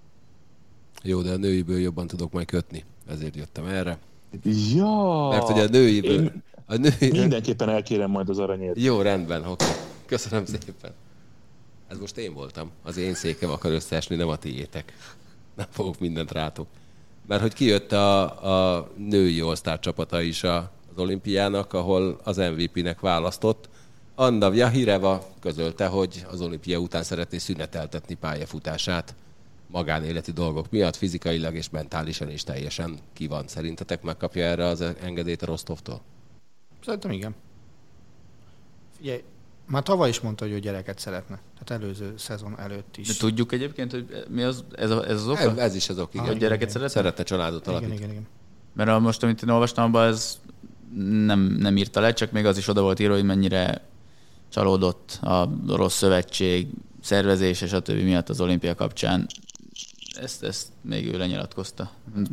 Jó, de a nőiből jobban tudok majd kötni. Ezért jöttem erre. Ja! Mert ugye a nőiből... Én a női... mindenképpen elkérem majd az aranyért. Jó, rendben, oké. Köszönöm szépen. Ez most én voltam. Az én székem akar összeesni, nem a tiétek. Nem fogok mindent rátok. Mert hogy kijött a, a női All-Star csapata is a, az olimpiának, ahol az em vé pé-nek választott. Anna Vjahireva közölte, hogy az olimpia után szeretné szüneteltetni pályafutását magánéleti dolgok miatt, fizikailag és mentálisan is teljesen ki van. Szerintetek megkapja erre az engedélyt a Rostovtól? Szerintem igen. Figyelj, már tavaly is mondta, hogy ő gyereket szeretne. Tehát előző szezon előtt is. De tudjuk egyébként, hogy mi az, ez, a, ez az oka? Ez, ez is az ok, igen. Hogy gyereket szeretne? Szeretne családot Igen, alapítani. igen, igen. Mert a, most, amit én olvastam, abban ez nem, nem írta le, csak még az is oda volt írva, hogy mennyire csalódott a rossz szövetség, szervezés és a többi miatt az olimpia kapcsán. Ezt, ezt még ő lenyilatkozta.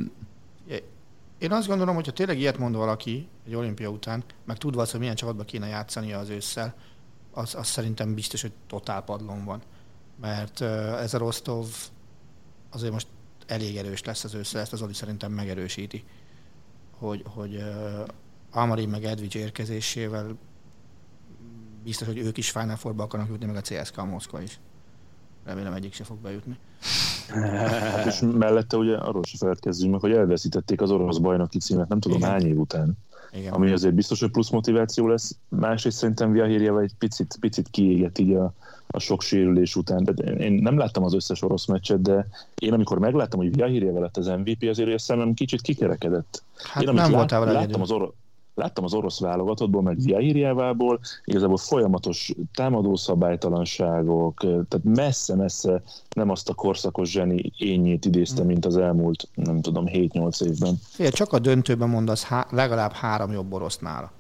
Én azt gondolom, hogy ha tényleg ilyet mond valaki egy olimpia után, meg tudva azt, hogy milyen csapatba kéne játszania az ősszel, az, az szerintem biztos, hogy totál padlón van. Mert ez a Rostov azért most elég erős lesz az ősszel, ezt az Oli szerintem megerősíti, hogy, hogy uh, Amarin meg Edvics érkezésével biztos, hogy ők is Final Fourba akarnak jutni, meg a cé es ká, a Moszkva is. Remélem egyik se fog bejutni. Hát és mellette ugye arról se feledkezzünk meg, hogy elveszítették az orosz bajnoki címet, nem tudom, hány év után. Igen. Ami azért biztos, hogy plusz motiváció lesz. Másrészt szerintem Vjahirjeva egy picit, picit kiégett így a, a sok sérülés után. Tehát én nem láttam az összes orosz meccset, de én amikor megláttam, hogy Vjahirjeva lett az em vé pé, azért a szemem kicsit kikerekedett. Hát én nem lát, voltál vele láttam az orosz Láttam az orosz válogatottból, meg Vjahirjevából, igazából folyamatos támadó szabálytalanságok, tehát messze-messze nem azt a korszakos zseni énnyét idézte, mint az elmúlt, nem tudom, hét-nyolc évben. Fél, csak a döntőben mondasz há- legalább három jobb orosz nála.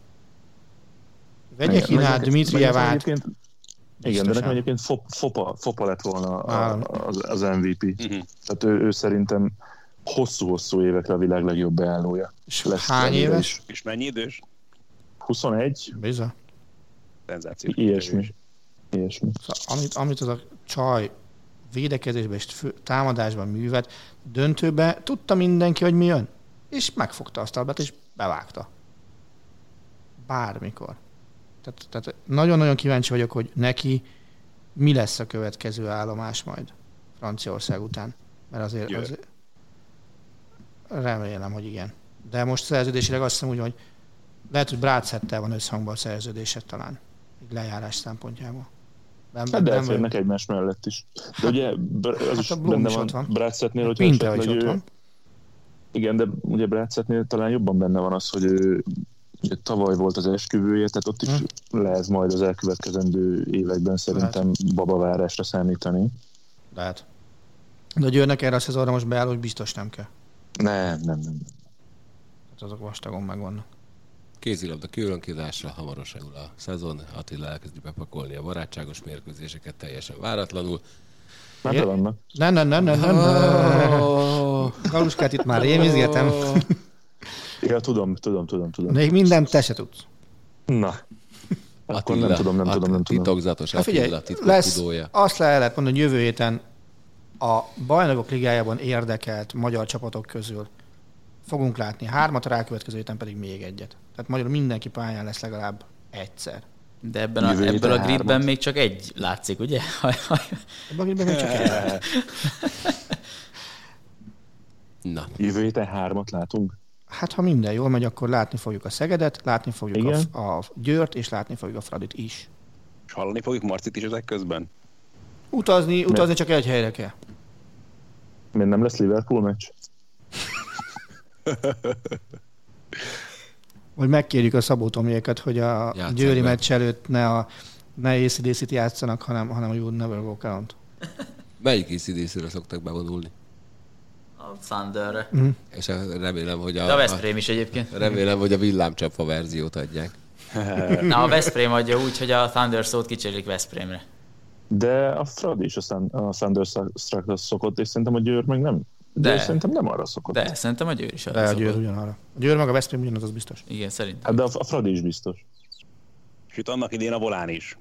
Vegye Kínát, Dmitrijevát. Igen, de nekem egyébként Fopa, Fopa, Fopa lett volna az, az em vé pé. Uh-huh. Tehát ő, ő szerintem hosszú-hosszú évekre a világ legjobb beállója. És lesz hány éves? És mennyi idős? huszonegy. Bizony. Szenzáció. Ilyesmi. Ilyesmi. Szóval, amit, amit az a csaj védekezésben és fő, támadásban művet, döntőben tudta mindenki, hogy mi jön. És megfogta azt a labdát, és bevágta. Bármikor. Tehát, tehát nagyon-nagyon kíváncsi vagyok, hogy neki mi lesz a következő állomás majd Franciaország után. Mert azért, azért remélem, hogy igen. De most szerződésileg azt hiszem úgy, hogy lehet, hogy Brácettel van összhangban a szerződéset talán. Egy lejárás szempontjából. Nem, hát de elférnek egymás mellett is. De hát, ugye az hát is benne van, van. Brácetnél, hogy Pinte, hogy ott van. Igen, de ugye Brácetnél talán jobban benne van az, hogy ő ugye, tavaly volt az esküvője, tehát ott is hm. lehet majd az elkövetkezendő években szerintem lehet babavárásra számítani. Lehet. De a Győrnek erre a szezonra most beáll, hogy biztos nem kell. Nem, nem, nem. Hát azok vastagon megvannak. Kézilabda különkiadással hamarosan a szezon. Attila elkezdi bepakolni a barátságos mérkőzéseket teljesen váratlanul. Már be vannak. Nem, nem, nem, nem, nem. Galuskát itt már én izgéltem. Ja, tudom, tudom, tudom, tudom. Még mindent te se tudsz. Na. Akkor Attila, nem tudom, nem Attila, tudom, nem tudom. Titokzatos Hát figyelj, Attila, titkos lesz, tudója. azt le lehet mondani, hogy jövő héten a bajnokok ligájában érdekelt magyar csapatok közül fogunk látni hármat, a rákövetkező héten pedig még egyet. Tehát magyarul mindenki pályán lesz legalább egyszer. De ebben a, Jövő ebből héten a gridben hármat. még csak egy látszik, ugye? Ebben a gridben még csak egy. Na, Jövő héten hármat látunk. Hát ha minden jól megy, akkor látni fogjuk a Szegedet, látni fogjuk Igen. a, a Győrt, és látni fogjuk a Fradit is. És hallani fogjuk Marcit is ezek közben? Utazni, utazni csak egy helyre kell. Miért nem lesz Liverpool meccs? Vagy megkérjük a Szabó Tomiékat, hogy a Játsszák Győri be. meccs előtt ne a ne á cé dé cét játszanak, hanem, hanem a You Never Walk Alone-t. melyik á cé dé cére szoktak bevonulni? A Thunderre. És remélem, hogy a, De a Veszprém is egyébként. remélem, hogy a villámcsapfa verziót adják. Na, a Veszprém adja úgy, hogy a Thunder szót kicserélik Veszprémre. De a Fradi is a, Sun- a Thunderstruck szokott, és szerintem a Győr meg nem. De, De. szerintem nem arra szokott. De szerintem a Győr is arra De a szokott. Győr ugyanarra. A Győr meg a Veszprém ugyanaz, az biztos. Igen, szerintem. Hát de a, a Fradi is biztos. Sőt, annak idén a Volán is.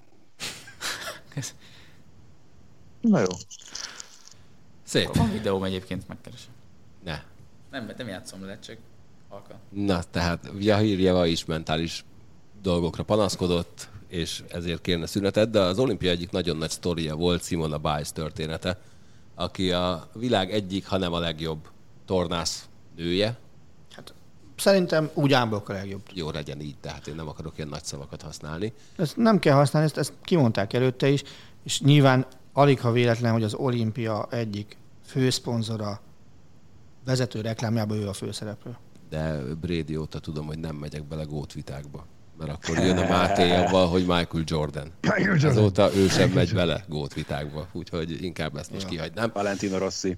Na jó. Szép. Van videóm egyébként, megkeresem. Ne. Nem, nem játszom le, csak halkan. Na, tehát Jahirjeva is mentális dolgokra panaszkodott, és ezért kérne szünetet, de az olimpia egyik nagyon nagy sztoria volt Simona Biles története, aki a világ egyik, hanem a legjobb tornász nője. Szerintem úgy ámblok a legjobb. Jó, legyen így, tehát én nem akarok ilyen nagy szavakat használni. Ezt nem kell használni, ezt, ezt kimondták előtte is, és nyilván alig ha véletlen, hogy az olimpia egyik főszponzora vezető reklámjában ő a főszereplő. De Brady óta tudom, hogy nem megyek bele gótvitákba. Mert akkor jön a Máté avval, hogy Michael Jordan. Azóta ő sem megy bele gótvitákba, úgyhogy inkább ezt most kihagynám. Valentino Rossi.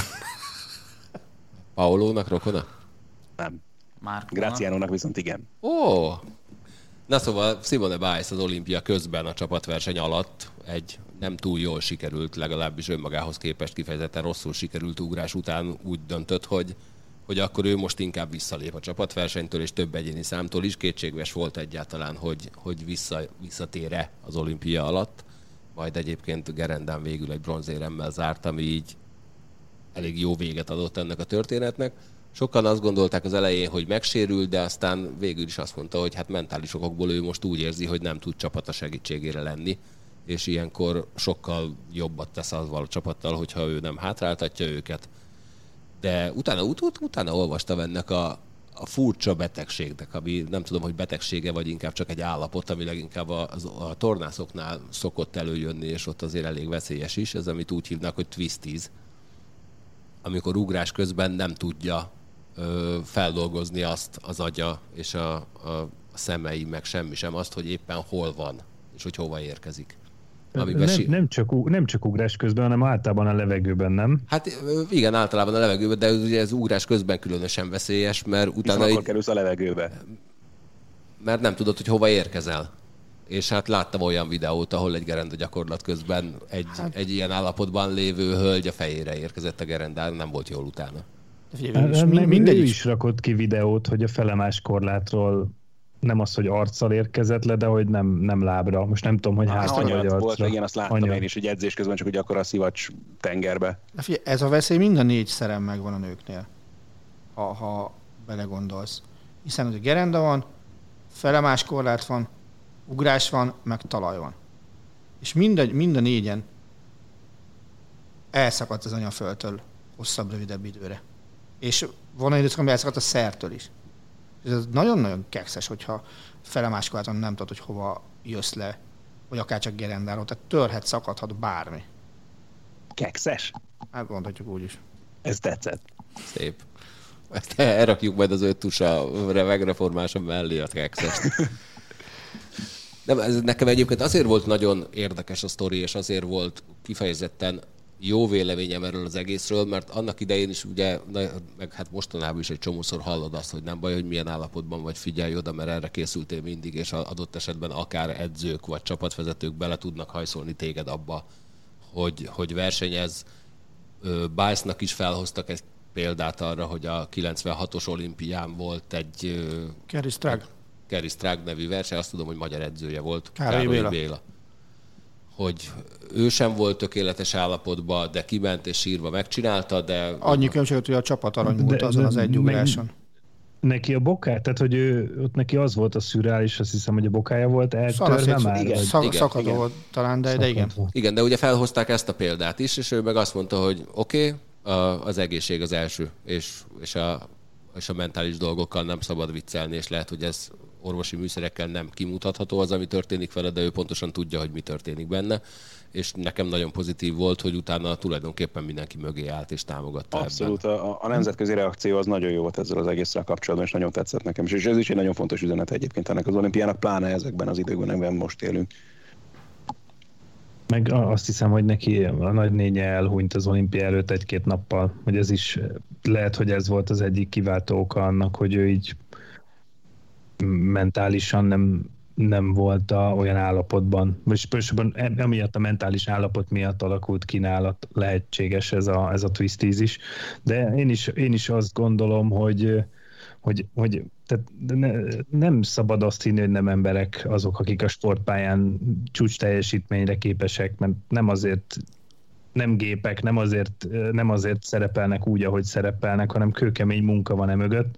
Paolónak rokona? Nem. Márkónak. Grazianónak viszont igen. Ó! Na szóval Simone Biles az olimpia közben a csapatverseny alatt egy nem túl jól sikerült, legalábbis önmagához képest kifejezetten rosszul sikerült ugrás után úgy döntött, hogy, hogy akkor ő most inkább visszalép a csapatversenytől, és több egyéni számtól is. Kétségves volt egyáltalán, hogy, hogy vissza, visszatér-e az olimpia alatt. Majd egyébként Gerendán végül egy bronzéremmel zárt, ami így elég jó véget adott ennek a történetnek. Sokan azt gondolták az elején, hogy megsérül, de aztán végül is azt mondta, hogy hát mentális okokból ő most úgy érzi, hogy nem tud csapata segítségére lenni, és ilyenkor sokkal jobbat tesz azzal a csapattal, hogyha ő nem hátráltatja őket. De utána, ut- ut- utána olvastam ennek a, a furcsa betegségnek, ami nem tudom, hogy betegsége, vagy inkább csak egy állapot, ami leginkább a, a tornászoknál szokott előjönni, és ott azért elég veszélyes is, ez amit úgy hívnak, hogy twisties, amikor ugrás közben nem tudja ö, feldolgozni azt az agya és a, a szemei, meg semmi sem azt, hogy éppen hol van, és hogy hova érkezik. Nem, si- nem, csak, u- nem csak ugrás közben, hanem általában a levegőben, nem? Hát ö, igen, általában a levegőben, de ugye ez ugrás közben különösen veszélyes, mert Hiszen utána akkor így, kerülsz a levegőbe. mert nem tudod, hogy hova érkezel. És hát láttam olyan videót, ahol egy gerenda gyakorlat közben egy, hát... egy ilyen állapotban lévő hölgy a fejére érkezett a gerendán, nem volt jól utána. De figyelj, végül is, Hát, mi- meg mindegy ő is. is rakott ki videót, hogy a felemás korlátról nem az, hogy arccal érkezett le, de hogy nem, nem lábra. Most nem tudom, hogy hátra vagy Hanyat arcra. volt, igen, azt láttam Hanyat. én is, hogy edzés közben csak, hogy akkor a szivacs tengerbe. De figyelj, ez a veszély mind a négy szerem megvan a nőknél, ha, ha belegondolsz. Hiszen ugye gerenda van, felemás korlát van, ugrás van, meg talaj van. És mind a, mind a négyen elszakadt az anyaföldtől hosszabb, rövidebb időre. És van egy időszak, ami elszakadt a szertől is. És ez nagyon-nagyon kekszes, hogyha felemás korláton nem tudod, hogy hova jössz le, vagy akár csak gerendáról. Tehát törhet, szakadhat bármi. Kekszes? Hát mondhatjuk úgy is. Ez tetszett. Szép. Ezt elrakjuk majd az öt tusa megreformásom mellé a kekszest. Nem, ez nekem egyébként azért volt nagyon érdekes a sztori, és azért volt kifejezetten jó véleményem erről az egészről, mert annak idején is ugye, meg hát mostanában is egy csomószor hallod azt, hogy nem baj, hogy milyen állapotban vagy, figyelj oda, mert erre készültél mindig, és adott esetben akár edzők vagy csapatvezetők bele tudnak hajszolni téged abba, hogy, hogy versenyez. Biles-nak is felhoztak egy példát arra, hogy a kilencvenhatos olimpián volt egy Kerry Strug. Kerry Strug nevű verseny, azt tudom, hogy magyar edzője volt, Károly Béla. Béla. Hogy ő sem volt tökéletes állapotban, de kiment és sírva megcsinálta, de... Annyi különbséget, hogy a csapat arany volt azon az egy ugráson. Neki a bokája, tehát hogy ő, ott neki az volt a szürális, azt hiszem, hogy a bokája volt eltörve már. Igen, vagy... szak, igen, szakadó igen. volt talán, de, de igen. Igen, de ugye felhozták ezt a példát is, és ő meg azt mondta, hogy oké, okay, az egészség az első, és, és, a, és a mentális dolgokkal nem szabad viccelni, és lehet, hogy ez orvosi műszerekkel nem kimutatható az, ami történik vele, de ő pontosan tudja, hogy mi történik benne, és nekem nagyon pozitív volt, hogy utána tulajdonképpen mindenki mögé állt és támogatta. Abszolút, a, a nemzetközi reakció az nagyon jó volt ezzel az egészre kapcsolatban, és nagyon tetszett nekem, és ez is egy nagyon fontos üzenet egyébként ennek az olimpiának, pláne ezekben az időkben, amiben most élünk. Meg azt hiszem, hogy neki a nagynénye elhunyt az olimpia előtt egy-két nappal, hogy ez is lehet, hogy ez volt az egyik kiváltó oka annak, hogy ő így mentálisan nem, nem volt a, olyan állapotban, vagy pontosabban emiatt a mentális állapot miatt alakult ki nála lehetséges ez a, ez a twisties is. De én is, én is azt gondolom, hogy, hogy, hogy tehát ne, nem szabad azt hinni, hogy nem emberek azok, akik a sportpályán csúcs teljesítményre képesek, mert nem azért nem gépek, nem azért, nem azért szerepelnek úgy, ahogy szerepelnek, hanem kőkemény munka van e mögött,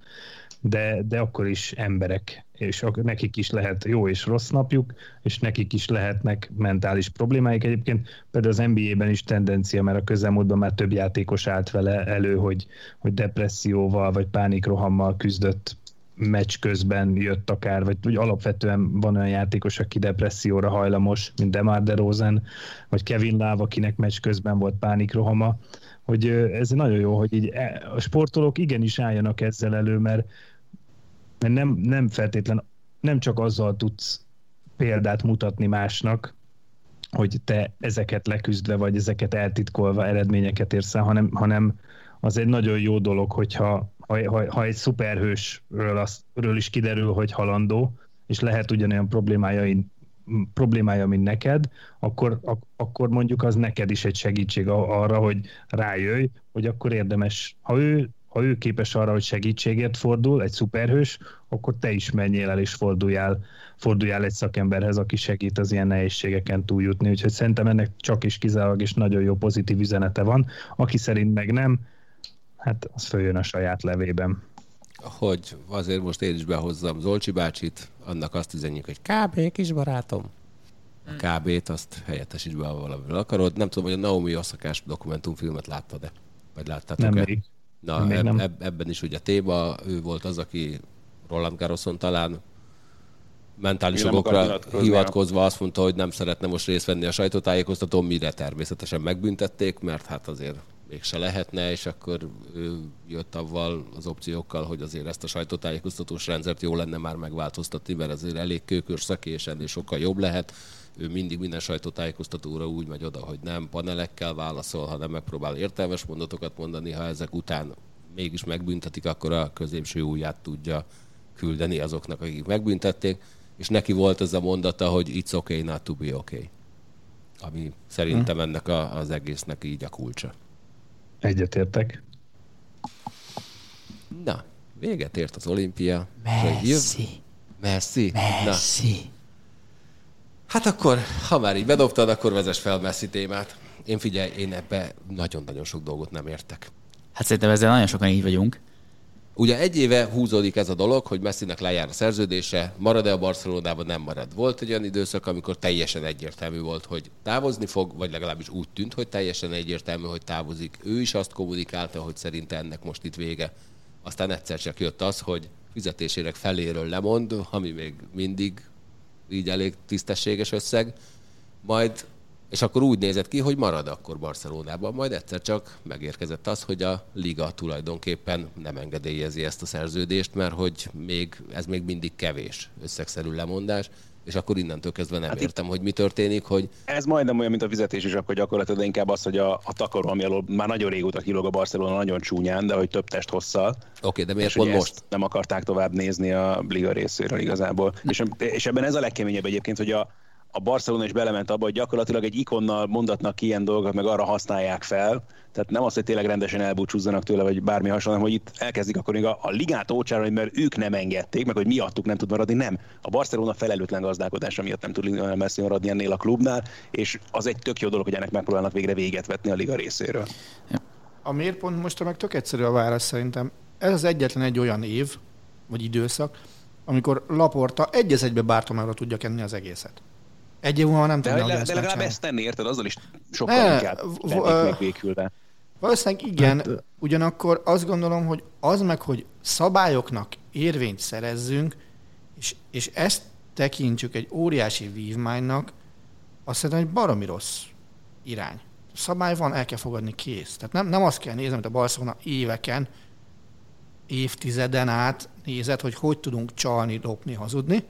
de, de akkor is emberek, és nekik is lehet jó és rossz napjuk, és nekik is lehetnek mentális problémáik. Egyébként például az en bé á-ben is tendencia, mert a közelmúltban már több játékos állt vele elő, hogy, hogy depresszióval vagy pánikrohammal küzdött meccs közben jött akár, vagy úgy alapvetően van olyan játékos, aki depresszióra hajlamos, mint DeMar DeRozan, vagy Kevin Love, akinek meccs közben volt pánikrohama, hogy ez nagyon jó, hogy így a sportolók igenis álljanak ezzel elő, mert, mert nem, nem feltétlen, nem csak azzal tudsz példát mutatni másnak, hogy te ezeket leküzdve, vagy ezeket eltitkolva eredményeket érsz el, hanem, hanem az egy nagyon jó dolog, hogyha ha, ha, ha egy szuperhősről az, is kiderül, hogy halandó, és lehet ugyanolyan problémája, problémája, mint neked, akkor, ak, akkor mondjuk az neked is egy segítség arra, hogy rájöjj, hogy akkor érdemes, ha ő, ha ő képes arra, hogy segítségért fordul, egy szuperhős, akkor te is menjél el és forduljál, forduljál egy szakemberhez, aki segít az ilyen nehézségeken túljutni. Úgyhogy szerintem ennek csak is kizárólag és nagyon jó pozitív üzenete van. Aki szerint meg nem, hát az följön a saját levében. Hogy azért most én is behozzam Zolcsi bácsit, annak azt üzenjük, hogy kb. Kisbarátom. A ká bé-t azt helyettesíts be, ha valamivel akarod. Nem tudom, hogy a Naomi Oszakás dokumentumfilmet láttad-e? Vagy láttátok-e? Nem még. Na, nem, eb- nem. Eb- ebben is ugye téma, ő volt az, aki Roland Garroson talán mentális jogokra hivatkozva azt mondta, hogy nem szeretne most részt venni a sajtótájékoztatón, mire természetesen megbüntették, mert hát azért mégse lehetne, és akkor ő jött avval az opciókkal, hogy azért ezt a sajtótájékoztatós rendszert jó lenne már megváltoztatni, mert azért elég kőkorszaki, és ennél sokkal jobb lehet. Ő mindig minden sajtótájékoztatóra úgy megy oda, hogy nem panelekkel válaszol, hanem megpróbál értelmes mondatokat mondani, ha ezek után mégis megbüntetik, akkor a középső ujját tudja küldeni azoknak, akik megbüntették, és neki volt ez a mondata, hogy it's okay not to be okay. Ami szerintem ennek a, az egésznek így a kulcsa. Egyetértek. Na, véget ért az olimpia. Messi. Messi. Messi. Na. Hát akkor, ha már így bedobtad, akkor vezess fel Messi témát. Én figyelj, én ebbe nagyon-nagyon sok dolgot nem értek. Hát szerintem ezzel nagyon sokan így vagyunk. Ugye egy éve húzódik ez a dolog, hogy Messinek lejár a szerződése, marad-e a Barcelonában, nem marad. Volt egy olyan időszak, amikor teljesen egyértelmű volt, hogy távozni fog, vagy legalábbis úgy tűnt, hogy teljesen egyértelmű, hogy távozik. Ő is azt kommunikálta, hogy szerinte ennek most itt vége. Aztán egyszer csak jött az, hogy fizetésérek feléről lemond, ami még mindig így elég tisztességes összeg, majd, és akkor úgy nézett ki, hogy marad akkor Barcelonában, majd egyszer csak megérkezett az, hogy a liga tulajdonképpen nem engedélyezi ezt a szerződést, mert hogy még, ez még mindig kevés összegszerű lemondás, és akkor innentől kezdve nem hát értem, hogy mi történik, hogy... Ez majdnem olyan, mint a fizetési zsák, hogy gyakorlatilag, de inkább az, hogy a, a takaró, ami alól már nagyon régóta kilóg a Barcelona, nagyon csúnyán, de hogy több test hosszal. Oké, okay, de miért pont pont most? Nem akarták tovább nézni a liga részéről igazából. És, és ebben ez a legkeményebb egyébként, hogy a, a Barcelona is belement abba, hogy gyakorlatilag egy ikonnal mondatnak ki ilyen dolgokat, meg arra használják fel. Tehát nem az, hogy tényleg rendesen elbúcsúzzanak tőle, vagy bármi hasonló, hogy itt elkezdik akkor még a, a ligát ócsárolni, mert ők nem engedték, meg hogy miattuk nem tud maradni, nem. A Barcelona felelőtlen gazdálkodása miatt nem tud Lionel Messi maradni ennél a klubnál, és az egy tök jó dolog, hogy ennek megpróbálnak végre véget vetni a liga részéről. A miért pont most meg tök egyszerű a válasz szerintem. Ez az egyetlen egy olyan év, vagy időszak, amikor Laporta egy az egybe Bartomeuról tudja kenni az egészet. Egy év múlva nem tudja, de, hogy de legalább ezt tenni, érted? Azzal is sokkal ne, inkább lennék még végülve. Valószínűleg igen, hát, ugyanakkor azt gondolom, hogy az meg, hogy szabályoknak érvényt szerezzünk, és, és ezt tekintjük egy óriási vívmánynak, azt szerintem egy baromi rossz irány. A szabály van, el kell fogadni, kész. Tehát nem, nem azt kell nézni, amit a Barcelona éveken, évtizeden át nézett, hogy hogy tudunk csalni, lopni, hazudni,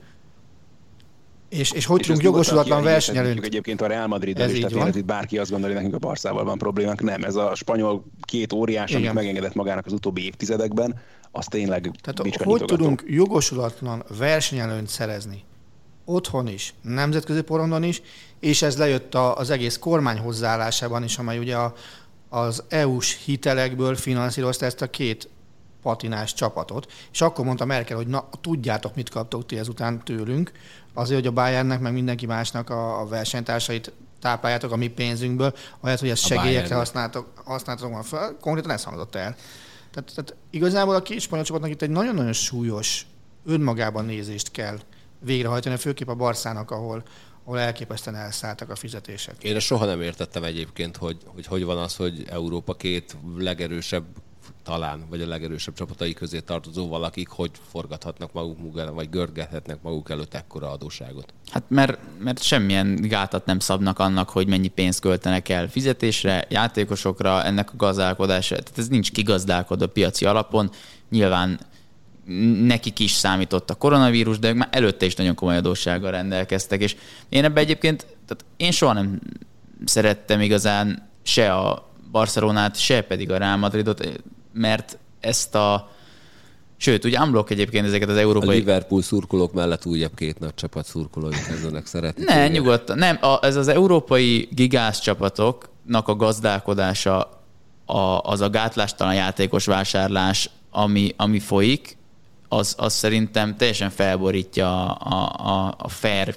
és, és hogy és tudunk jogosulatlan versenyelőnyt. Egyébként a Real Madrid-del is, tehát itt bárki azt gondolja, hogy nekünk a Barszával van problémánk. Nem, ez a spanyol két óriás, amit megengedett magának az utóbbi évtizedekben, az tényleg tehát hogy tudunk jogosulatlan versenyelőnyt szerezni otthon is, nemzetközi porondon is, és ez lejött az egész kormány hozzáállásában is, amely ugye a, az é u-s hitelekből finanszírozta ezt a két patinás csapatot, és akkor mondta Merkel, hogy na, tudjátok, mit kaptok ti ezután tőlünk, azért, hogy a Bayernnek, meg mindenki másnak a, a versenytársait tápláljátok a mi pénzünkből, ahelyett, hogy ezt segélyekre használtok, használtok volna fel, konkrétan ezt hangzott el. Tehát, tehát igazából a két spanyol csapatnak itt egy nagyon-nagyon súlyos önmagában nézést kell végrehajtani, főképp a Barszának, ahol, ahol elképesztően elszálltak a fizetések. Én soha nem értettem egyébként, hogy, hogy hogy van az, hogy Európa két legerősebb talán, vagy a legerősebb csapatai közé tartozó valakik, hogy forgathatnak maguk ellen, vagy görgethetnek maguk előtt ekkora adósságot. Hát mert, mert semmilyen gátat nem szabnak annak, hogy mennyi pénzt költenek el fizetésre, játékosokra, ennek a gazdálkodásra. Tehát ez nincs kigazdálkodva piaci alapon. Nyilván nekik is számított a koronavírus, de már előtte is nagyon komoly adóssággal rendelkeztek. És én ebben egyébként, tehát én soha nem szerettem igazán se a Barcelonát, se pedig a Real Madridot, mert ezt a... Sőt, ugye unblock egyébként ezeket az európai... A Liverpool szurkolók mellett újabb két nagy csapat szurkolói kezdenek szeretni. Ne, nyugodtan. Nem, a, ez az európai gigász csapatoknak a gazdálkodása, a, az a gátlástalan játékos vásárlás, ami, ami folyik, az, az szerintem teljesen felborítja a, a, a fair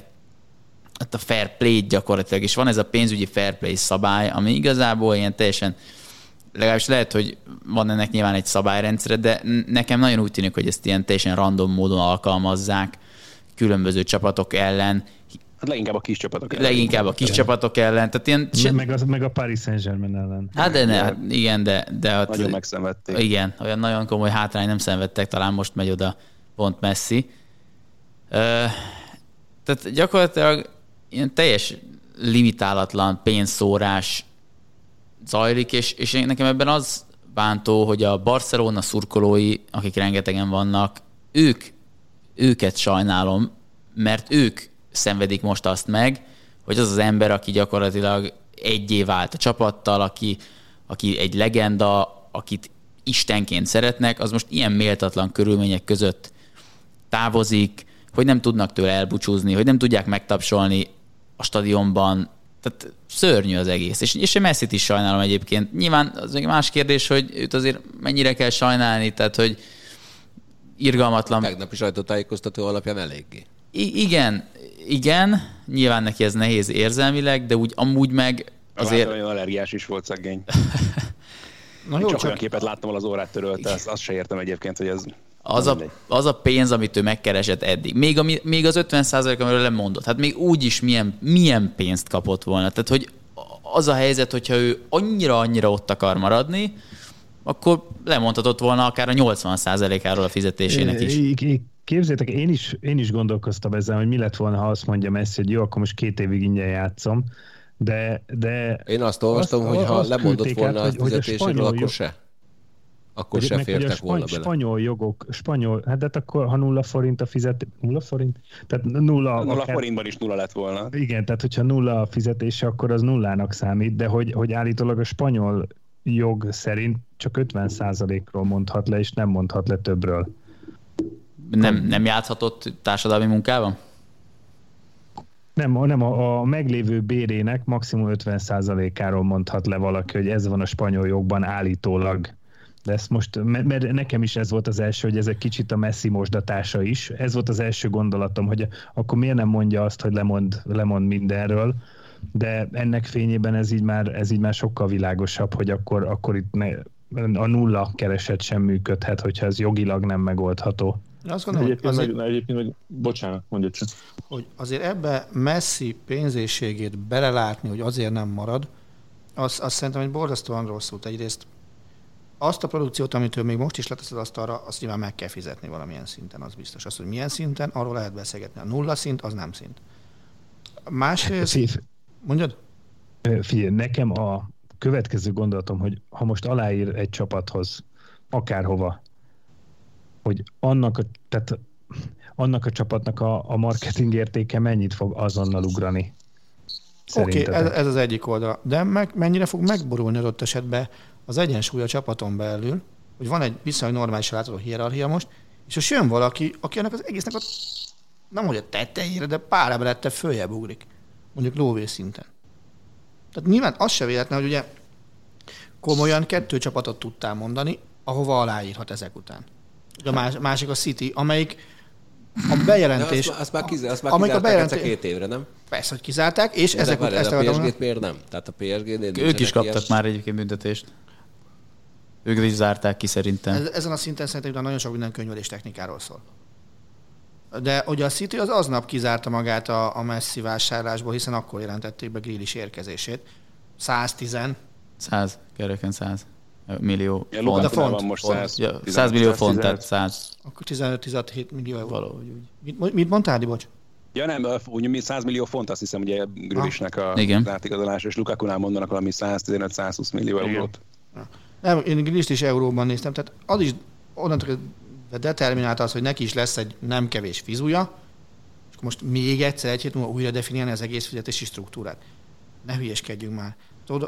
a fair play gyakorlatilag, és van ez a pénzügyi fair play szabály, ami igazából ilyen teljesen, legalábbis lehet, hogy van ennek nyilván egy szabályrendszere, de nekem nagyon úgy tűnik, hogy ezt ilyen teljesen random módon alkalmazzák különböző csapatok ellen. Hát leginkább a kis csapatok ellen. Leginkább a kis csapatok ellen. Tehát ilyen... meg, az, meg a Paris Saint-Germain ellen. Hát de ne, hát igen, de... de ott, nagyon megszenvedték. Igen, olyan nagyon komoly hátrány nem szenvedtek, talán most megy oda pont Messi. Ö, tehát gyakorlatilag ilyen teljes limitálatlan pénzszórás zajlik, és, és nekem ebben az bántó, hogy a Barcelona szurkolói, akik rengetegen vannak, ők, őket sajnálom, mert ők szenvedik most azt meg, hogy az az ember, aki gyakorlatilag egyé vált a csapattal, aki, aki egy legenda, akit istenként szeretnek, az most ilyen méltatlan körülmények között távozik, hogy nem tudnak tőle elbúcsúzni, hogy nem tudják megtapsolni a stadionban. Tehát szörnyű az egész. És, és én Messit is sajnálom egyébként. Nyilván az egy más kérdés, hogy őt azért mennyire kell sajnálni, tehát hogy irgalmatlan. A tegnapi sajtótájékoztató alapján eléggé. I- igen, igen, nyilván neki ez nehéz érzelmileg, de úgy amúgy meg azért... Olyan allergiás is volt szegény. Na jó, csak, csak olyan képet láttam, ahol az órát törölte, azt, azt se értem egyébként, hogy ez... Az a, az a pénz, amit ő megkeresett eddig. Még, ami, még az ötven százalék, amiről lemondott. Hát még úgy is milyen, milyen pénzt kapott volna. Tehát, hogy az a helyzet, hogyha ő annyira-annyira ott akar maradni, akkor lemondhatott volna akár a nyolcvan százalékáról a fizetésének is. Képzeljétek, én is, én is gondolkoztam ezzel, hogy mi lett volna, ha azt mondja Messi, hogy jó, akkor most két évig ingyen játszom. De, de én azt olvastam, azt, hogy ha azt lemondott volna át, a fizetéséről, akkor se. akkor hogy se meg, fértek hogy a volna spany- bele. spanyol jogok, spanyol, hát de akkor ha nulla forint a fizet, nulla forint? Tehát nulla, Nulla akár, forintban is nulla lett volna. igen, tehát hogyha nulla a fizetése, akkor az nullának számít, de hogy, hogy állítólag a spanyol jog szerint csak ötven százalékról mondhat le, és nem mondhat le többről. Nem, nem játszhatott társadalmi munkában? Nem, nem a, a meglévő bérének maximum ötven százalékáról mondhat le valaki, hogy ez van a spanyol jogban állítólag. De ezt most, mert nekem is ez volt az első, hogy ez egy kicsit a Messi mosdatása is. Ez volt az első gondolatom, hogy akkor miért nem mondja azt, hogy lemond, lemond mindenről, de ennek fényében ez így már, ez így már sokkal világosabb, hogy akkor, akkor itt ne, a nulla kereset sem működhet, hogyha ez jogilag nem megoldható. Azt gondolom, Egyébként, hogy azért, meg, egyébként meg, bocsánat, mondja csak. hogy azért ebbe Messi pénzéségét belelátni, hogy azért nem marad, azt, azt szerintem egy borzasztóan rosszul. Egyrészt azt a produkciót, amit ő még most is letesz az asztalra, azt nyilván meg kell fizetni valamilyen szinten, az biztos. Azt, hogy milyen szinten, arról lehet beszélgetni. A nulla szint, az nem szint. Másrészt... Mondjad? Figyelj, nekem a következő gondolatom, hogy ha most aláír egy csapathoz, akárhova, hogy annak a, tehát annak a csapatnak a, a marketing értéke mennyit fog azonnal ugrani? Oké, okay, ez, ez az egyik oldal. De meg, mennyire fog megborulni adott esetben az egyensúly a csapaton belül, hogy van egy viszonylag normális látható hierarchia most, és most jön valaki, aki annak az egésznek a, nem hogy a tetejére, de pár emelettel följebb ugrik. Mondjuk lóvé szinten. Tehát nyilván az se véletlen, hogy ugye komolyan kettő csapatot tudtál mondani, ahova aláírhat ezek után. A más, másik a City, amelyik a bejelentés... Azt, azt már, kiz, azt már kizárták a bejelentés... két évre, nem? Persze, hogy kizárták, és de ezek után... ezt a pé es gét miért nem? Tehát a pé es gé-nél ők is kaptak ilyen... már egyébként büntetést. Ők is zárták ki szerintem. Ezen a szinten szerintem nagyon sok minden könyvelés technikáról szól. De ugye a City az aznap kizárta magát a, a Messi vásárlásból, hiszen akkor jelentették be Grealish érkezését. száztíz száz, kereken száz millió ja, font. font. Van most száz, ja, száz millió font, tehát száz. Akkor tizenöt-tizenhét millió euró. Valahogy úgy. Mit, mit mondtál, Di, bocs? Ja nem, úgy száz millió font, azt hiszem, ugye Grealishnek a átigazolás, és Lukakunál mondanak valami száztizenöt-százhúsz millió eurót. Nem, én Grealisht is euróban néztem, tehát az is onnantól determinálta az, hogy neki is lesz egy nem kevés fizuja, és most még egyszer egy hét múlva újra definiálni az egész fizetési struktúrát. Ne hülyeskedjünk már. Tudod,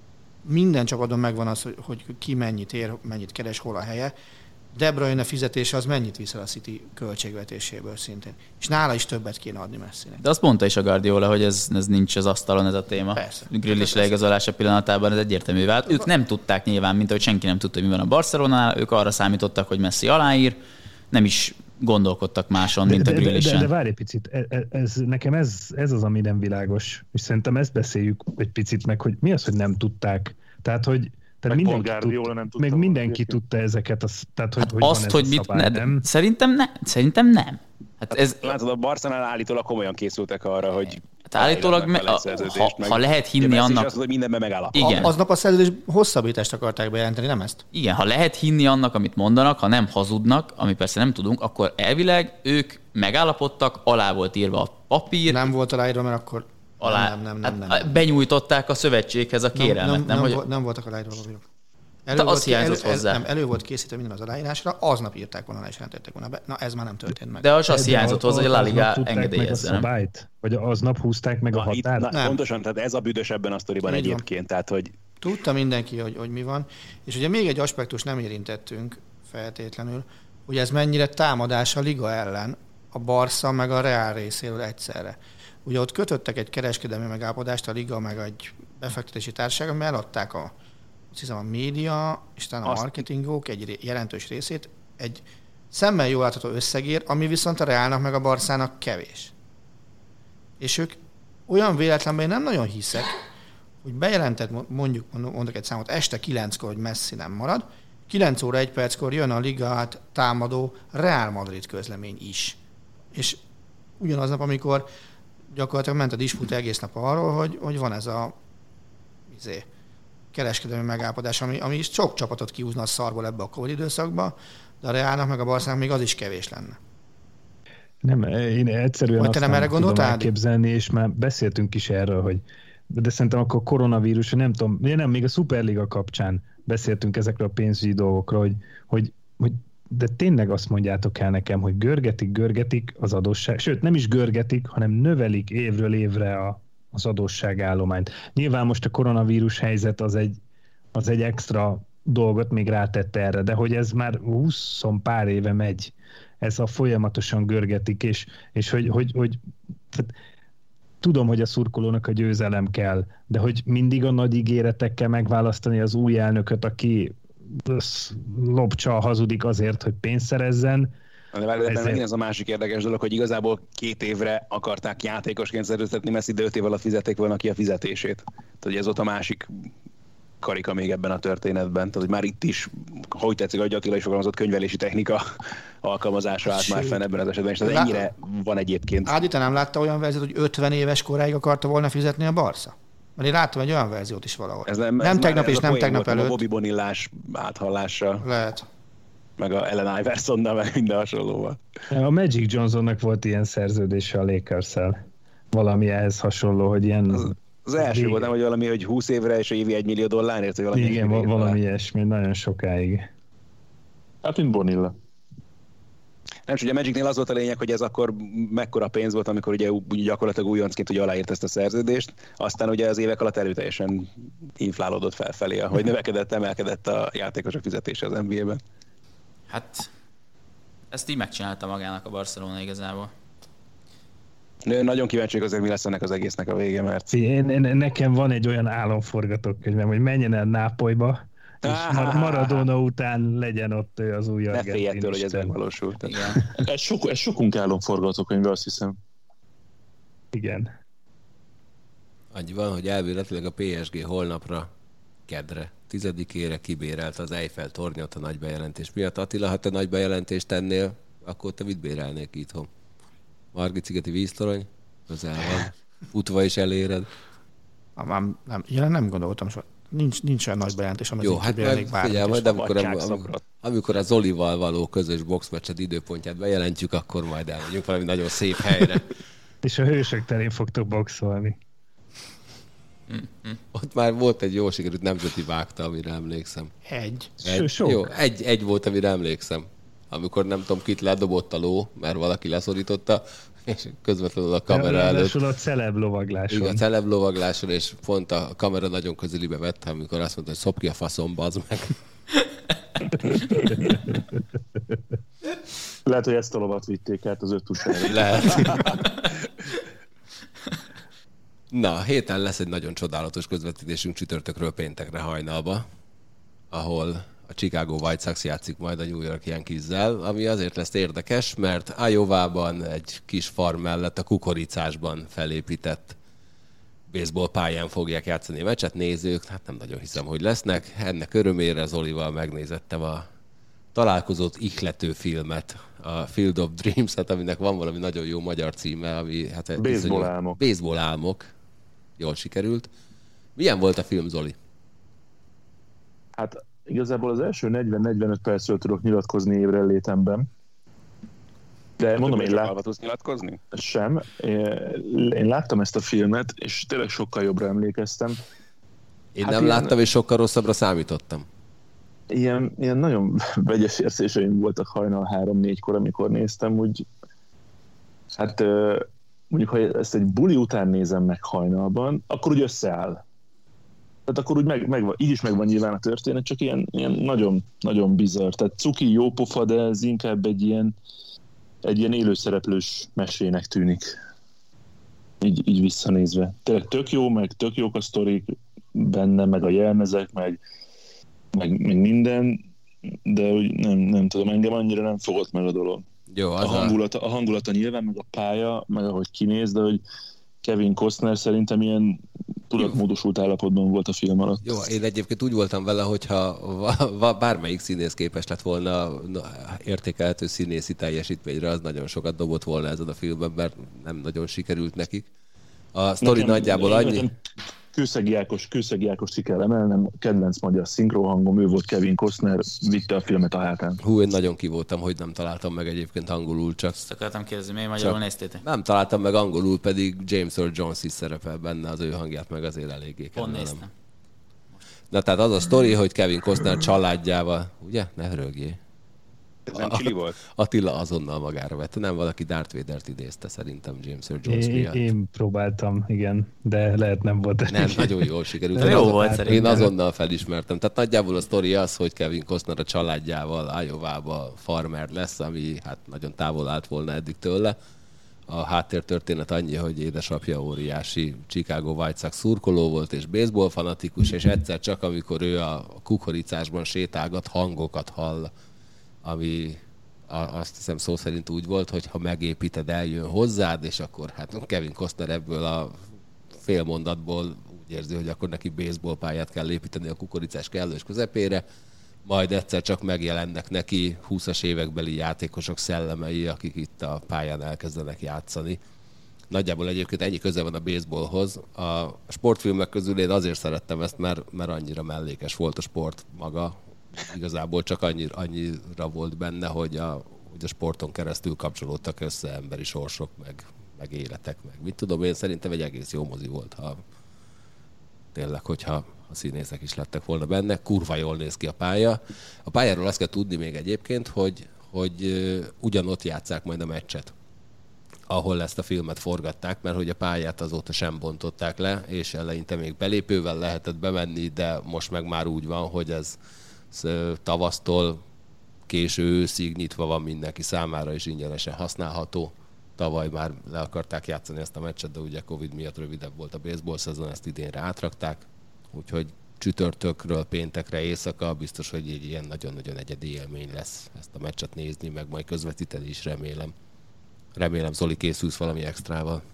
minden csapatban megvan az, hogy, hogy ki mennyit ér, mennyit keres, hol a helye. De Bruyne fizetése az mennyit viszel a City költségvetéséből szintén. És nála is többet kéne adni Messinek. De azt mondta is a Guardiola, hogy ez, ez nincs az asztalon, ez a téma. Persze. Grealish leigazolása pillanatában ez egyértelmű vált. Ők nem tudták nyilván, mint ahogy senki nem tudta, hogy mi van a Barcelonánál, ők arra számítottak, hogy Messi aláír, nem is gondolkodtak máson, mint de, a Grealishen. De, de, de várj egy picit, ez, ez, nekem ez, ez az, ami nem világos. És szerintem ezt beszéljük egy picit meg, hogy mi az, hogy nem tudták. Tehát, hogy tehát mindenki tud, nem meg mindenki tudta ezeket, az, tehát hogy, hát hogy azt, van ez hogy a mit, szabály, ne, nem? Szerintem, ne, szerintem nem. Hát ez, látod, a Barcelonál állítólag komolyan készültek arra, hogy hát állítólag, me, a, ha, ha lehet hinni annak... Azt mondod, hogy mindenben megállapodott. Igen. Aznap a szerződés hosszabbítást akarták bejelenteni, nem ezt? Igen, ha lehet hinni annak, amit mondanak, ha nem hazudnak, ami persze nem tudunk, akkor elvileg ők megállapodtak, alá volt írva a papír. Nem volt aláírva, mert akkor alá, nem, nem, nem, nem, hát nem. Benyújtották a szövetséghez a kérelmet. Nem, Nem, nem, hogy... nem, nem voltak aláírva a papírok. Elő az volt, hiányzott elő, hozzá. Nem, elő volt készítve minden az aláírásra, aznap írták volna, és jelentettek volna be. Na, ez már nem történt meg. De az azt hiányzott hozzá, hogy a La Liga aznap engedélyezze, meg a szabályt? Vagy aznap húzták meg na, a határt? Itt, na, pontosan, tehát ez a büdös ebben a sztoriban Így egyébként. Van. Tehát, hogy... Tudta mindenki, hogy, hogy mi van. És ugye még egy aspektus nem érintettünk feltétlenül, hogy ez mennyire támadás a Liga ellen, a Barca meg a Real részéről egyszerre. Ugye ott kötöttek egy kereskedelmi megállapodást a Liga meg egy befektetési társaság, amivel eladták a, azt hiszem a média és talán a marketingok egy jelentős részét egy szemmel jól látható összegért, ami viszont a Realnak meg a Barszának kevés. És ők olyan véletlenben nem nagyon hiszek, hogy bejelentett, mondjuk mondok egy számot, este kilenckor, hogy Messi nem marad, kilenc óra egy perckor jön a Ligát támadó Real Madrid közlemény is. És ugyanaznap, amikor gyakorlatilag ment a disput egész nap arról, hogy, hogy van ez a izé, kereskedelmi megállapodás, ami, ami is sok csapatot kiúzna a szarból ebbe a Covid időszakba, de a Realnak meg a Barszának még az is kevés lenne. Nem, én egyszerűen Vagy azt nem, nem erre tudom gondoltál? elképzelni, és már beszéltünk is erről, hogy de szerintem akkor koronavírus, nem tudom, nem, még a Superliga kapcsán beszéltünk ezekről a pénzügyi dolgokról, hogy, hogy, hogy de tényleg azt mondjátok el nekem, hogy görgetik, görgetik az adósság, sőt nem is görgetik, hanem növelik évről évre a, az adósságállományt. Nyilván most a koronavírus helyzet az egy, az egy extra dolgot még rátette erre, de hogy ez már húsz pár éve megy, ez a folyamatosan görgetik, és, és hogy, hogy, hogy tudom, hogy a szurkolónak a győzelem kell, de hogy mindig a nagy ígéretekkel megválasztani az új elnököt, aki lopcsal hazudik azért, hogy pénzt szerezzen. De ezért... megint ez a másik érdekes dolog, hogy igazából két évre akarták játékosként szerződtetni Messi, de öt év alatt fizették volna ki a fizetését. Tehát hogy ez ott a másik karika még ebben a történetben. Tehát, hogy már itt is, hogy tetszik, hogy Attila is fogalmazott, könyvelési technika alkalmazása állt már fenn ebben az esetben, és ez ennyire van egyébként. Ádi, te nem látta olyan verziót, hogy ötven éves koráig akarta volna fizetni a Barca? Mert én láttam egy olyan verziót is valahol. Ez nem, nem ez tegnap és nem tegnap előtt. A Bobby Bonillás áthallással. Lehet. Meg a Allen Iversonnal, meg minden hasonlóval. A Magic Johnsonnak volt ilyen szerződése a Lakers-szel. Valami ehhez hasonló, hogy ilyen... Az, az első igen. volt, nem, hogy valami, hogy húsz évre és évi egy millió dollárért, vagy valami... Igen, valami dollár. Ilyesmi, nagyon sokáig. Hát, mint Bonilla. Nem, és ugye a Magicnél az volt a lényeg, hogy ez akkor mekkora pénz volt, amikor ugye gyakorlatilag újoncként ugye aláírt ezt a szerződést, aztán ugye az évek alatt erőteljesen inflálódott felfelé, vagy növekedett, emelkedett a játékosok fizetése az en bé á-ben. Hát ezt így megcsinálta magának a Barcelona igazából. Nő, nagyon kíváncsi azért, mi lesz ennek az egésznek a vége, mert... Én, én, nekem van egy olyan álomforgatókönyvem, hogy menjen el Nápolyba, és Maradona után legyen ott az új argentin. Ne félj ettől, hogy ez megvalósult. Igen. ez, sok, ez sokunk álomforgatókönyve, azt hiszem. Igen. Annyi van, hogy elméletileg a pé es gé holnapra, kedre, tizedikére kibérelt az Eiffel tornyot a nagy bejelentés miatt. Attila, ha te nagy bejelentést tennél, akkor te mit bérelnék itthon? Margit-szigeti víztorony? Közel van. Futva is eléred. Nem, nem, nem, nem gondoltam soha. Nincs, nincs olyan nagy bejelentés, amit jó, hát meg figyelj, majd amikor, amikor, amikor a Zolival való közös boxmeccsed időpontját bejelentjük, akkor majd elmegyünk valami nagyon szép helyre. És a Hősök terén fogtok boxolni. Ott már volt egy jó sikerült nemzeti vágta, amire emlékszem. Egy. egy Sok. Jó, egy, egy volt, amire emlékszem. Amikor nem tudom, kit ledobott a ló, mert valaki leszorította, és közvetlenül a kamera előtt. Ráadásul a celeb lovagláson. Igen, a celeb lovagláson, és pont a kamera nagyon közelibe vette, amikor azt mondta, hogy szop ki a faszom, bazd meg. Lehet, hogy ezt a lovat vitték át az öt utára. Lehet. Na, héten lesz egy nagyon csodálatos közvetítésünk csütörtökről péntekre hajnalba, ahol a Chicago White Sox játszik majd a New York Yankees-zel, ami azért lesz érdekes, mert Iowában egy kis farm mellett a kukoricásban felépített baseball pályán fogják játszani a meccset. Nézők, hát nem nagyon hiszem, hogy lesznek. Ennek örömére Zolival megnézettem a találkozót ihlető filmet, a Field of Dreams-et, aminek van valami nagyon jó magyar címe, ami hát... Baseball álmok. Baseball álmok. Jól sikerült. Milyen volt a film, Zoli? Hát igazából az első negyven-negyvenöt percről tudok nyilatkozni évre létemben. De mondom, én láttam... nyilatkozni? Sem. Én láttam ezt a filmet, és tényleg sokkal jobbra emlékeztem. Én hát nem ilyen... láttam, és sokkal rosszabbra számítottam. Ilyen, ilyen nagyon vegyes érzéseim voltak hajnal három-négykor, amikor néztem, úgy... Hát mondjuk, ha ezt egy buli után nézem meg hajnalban, akkor úgy összeáll. Tehát akkor úgy meg, meg, így is megvan nyilván a történet, csak ilyen, ilyen nagyon, nagyon bizarr. Tehát cuki, jó pofa, de ez inkább egy ilyen, egy ilyen élőszereplős mesének tűnik. Így, így visszanézve. Tényleg tök jó, meg tök jók a sztorik benne, meg a jelmezek, meg, meg, meg minden, de úgy nem, nem tudom, engem annyira nem fogott meg a dolog. Jó, a, hangulata, a hangulata nyilván, meg a pálya, meg ahogy kinéz, de hogy Kevin Costner szerintem ilyen tudatmódosult állapotban volt a film alatt. Jó, én egyébként úgy voltam vele, hogyha bármelyik színész képes lett volna értékelhető színészi teljesítményre, az nagyon sokat dobott volna ezen a filmben, mert nem nagyon sikerült nekik. A sztori nekem, nagyjából annyi... Nekem Kőszegi Ákos, Kőszegi Ákost ki kell emelnem, kedvenc magyar szinkronhangom, ő volt Kevin Costner, vitte a filmet a hátán. Hú, én nagyon kivoltam, hogy nem találtam meg egyébként angolul, csak... Ezt akartam kérdezni, miért magyarul néztétek? Nem találtam meg angolul, pedig James Earl Jones is szerepel benne, az ő hangját meg azért eléggé Pont néztem. Na tehát az a sztori, hogy Kevin Costner családjával, ugye? Ne rögjél. Ez nem Chili volt? Attila azonnal magára vette. Nem, valaki Darth Vadert idézte szerintem James Earl Jones én, miatt. Én próbáltam, igen, de lehet nem volt. Nem, nagyon jól sikerült. Jó azon, volt én azonnal felismertem. Tehát nagyjából a sztori az, hogy Kevin Costner a családjával Iowa-ba farmer lesz, ami hát nagyon távol állt volna eddig tőle. A háttértörténet annyi, hogy édesapja óriási Chicago White Sox szurkoló volt és baseball fanatikus, és egyszer csak, amikor ő a kukoricásban sétálgat, hangokat hall, ami azt hiszem szó szerint úgy volt, hogy ha megépíted, eljön hozzád, és akkor hát Kevin Costner ebből a fél mondatból úgy érzi, hogy akkor neki baseball pályát kell építeni a kukoricás kellős közepére, majd egyszer csak megjelennek neki húszas évekbeli játékosok szellemei, akik itt a pályán elkezdenek játszani. Nagyjából egyébként ennyi köze van a baseballhoz. A sportfilmek közül én azért szerettem ezt, mert, mert annyira mellékes volt a sport maga. Igazából csak annyira, annyira volt benne, hogy a, hogy a sporton keresztül kapcsolódtak össze emberi sorsok, meg, meg életek, meg mit tudom én, szerintem egy egész jó mozi volt, ha tényleg, hogyha a színészek is lettek volna benne. Kurva jól néz ki a pálya. A pályáról azt kell tudni még egyébként, hogy, hogy ugyanott játsszák majd a meccset, ahol ezt a filmet forgatták, mert hogy a pályát azóta sem bontották le, és eleinte még belépővel lehetett bemenni, de most meg már úgy van, hogy ez tavasztól késő őszig nyitva van mindenki számára, és ingyenesen használható. Tavaly már le akarták játszani ezt a meccset, de ugye Covid miatt rövidebb volt a baseball szezon, ezt idénre átrakták. Úgyhogy csütörtökről péntekre éjszaka biztos, hogy egy ilyen nagyon-nagyon egyedi élmény lesz ezt a meccset nézni, meg majd közvetíteni is remélem. Remélem, Zoli, készülsz valami extrával.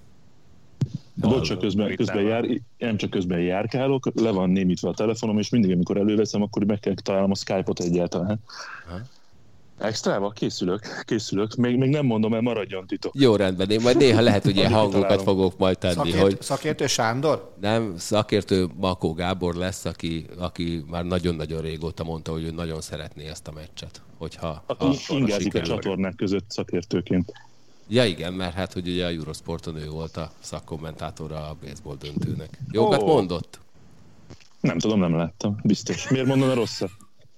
Bocs, csak közben, közben jár, nem csak közben járkálok, le van némítva a telefonom, és mindig, amikor előveszem, akkor meg kell találnom a Skype-ot egyáltalán. Ha? Extrával? Készülök, készülök. Még, még nem mondom el, maradjon titok. Jó, rendben. Én majd néha lehet, hogy ilyen hangokat fogok majd tenni. Szakért, hogy... Szakértő Sándor? Nem, szakértő Makó Gábor lesz, aki, aki már nagyon-nagyon régóta mondta, hogy ő nagyon szeretné ezt a meccset. Hogyha, aki ingázik a csatornák között szakértőként. Ja igen, mert hát, hogy ugye a Eurosporton ő volt a szakkommentátora a baseball döntőnek. Jókat oh. mondott? Nem tudom, nem láttam. Biztos. Miért mondom a rosszat?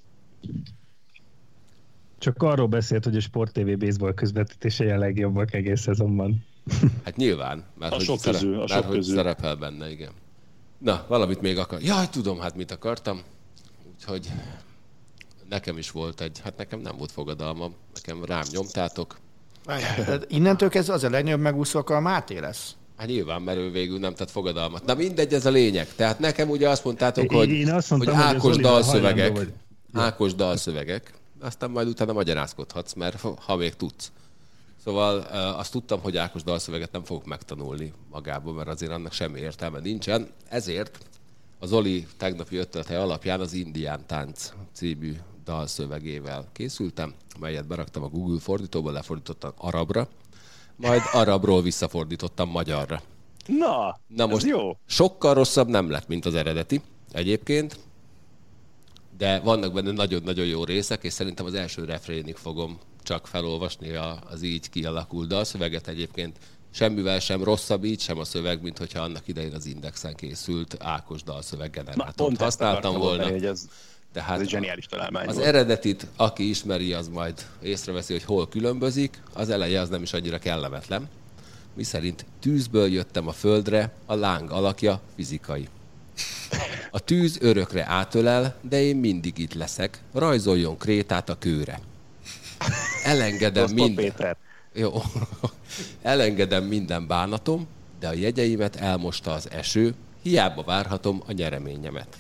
Csak arról beszélt, hogy a Sport té vé baseball közvetítései a legjobbak egész szezonban. Hát nyilván, mert, a hogy, sok szerep, közül, a mert sok hogy közül. szerepel benne, igen. Na, valamit még akar. Jaj, tudom, hát mit akartam. Úgyhogy nekem is volt egy, hát nekem nem volt fogadalmam, nekem rám nyomtátok. Innentől kezdve az a legnagyobb megúszó, akkor a Máté lesz. Hát nyilván, mert ő végül nem tett fogadalmat. Na mindegy, ez a lényeg. Tehát nekem ugye azt mondtátok, hogy, én azt mondtam, hogy hogy Ákos dalszövegek. vagy... Ákos dalszövegek. Aztán majd utána magyarázkodhatsz, mert ha még tudsz. Szóval azt tudtam, hogy Ákos dalszöveget nem fogok megtanulni magából, mert azért annak semmi értelme nincsen. Ezért az Oli tegnapi ötlete alapján az Indián Tánc című dalszövegével készültem, melyet beraktam a Google fordítóba, lefordítottam arabra, majd arabról visszafordítottam magyarra. Na, Na most jó. Sokkal rosszabb nem lett, mint az eredeti egyébként, de vannak benne nagyon-nagyon jó részek, és szerintem az első refrénig fogom csak felolvasni az így kialakult dalszöveget. Egyébként semmivel sem rosszabb így, sem a szöveg, mint hogyha annak idején az Indexen készült Ákos dalszöveg generátort használtam volna. Mondani, ez, Tehát ez egy zseniális találmány az volt. eredetit, aki ismeri, az majd észreveszi, hogy hol különbözik. Az eleje az nem is annyira kellemetlen. Miszerint tűzből jöttem a földre, a láng alakja fizikai. A tűz örökre átölel, de én mindig itt leszek. Rajzoljon krétát a kőre. Elengedem minden... Jó. Elengedem minden bánatom, de a jegyeimet elmosta az eső, hiába várhatom a nyereményemet.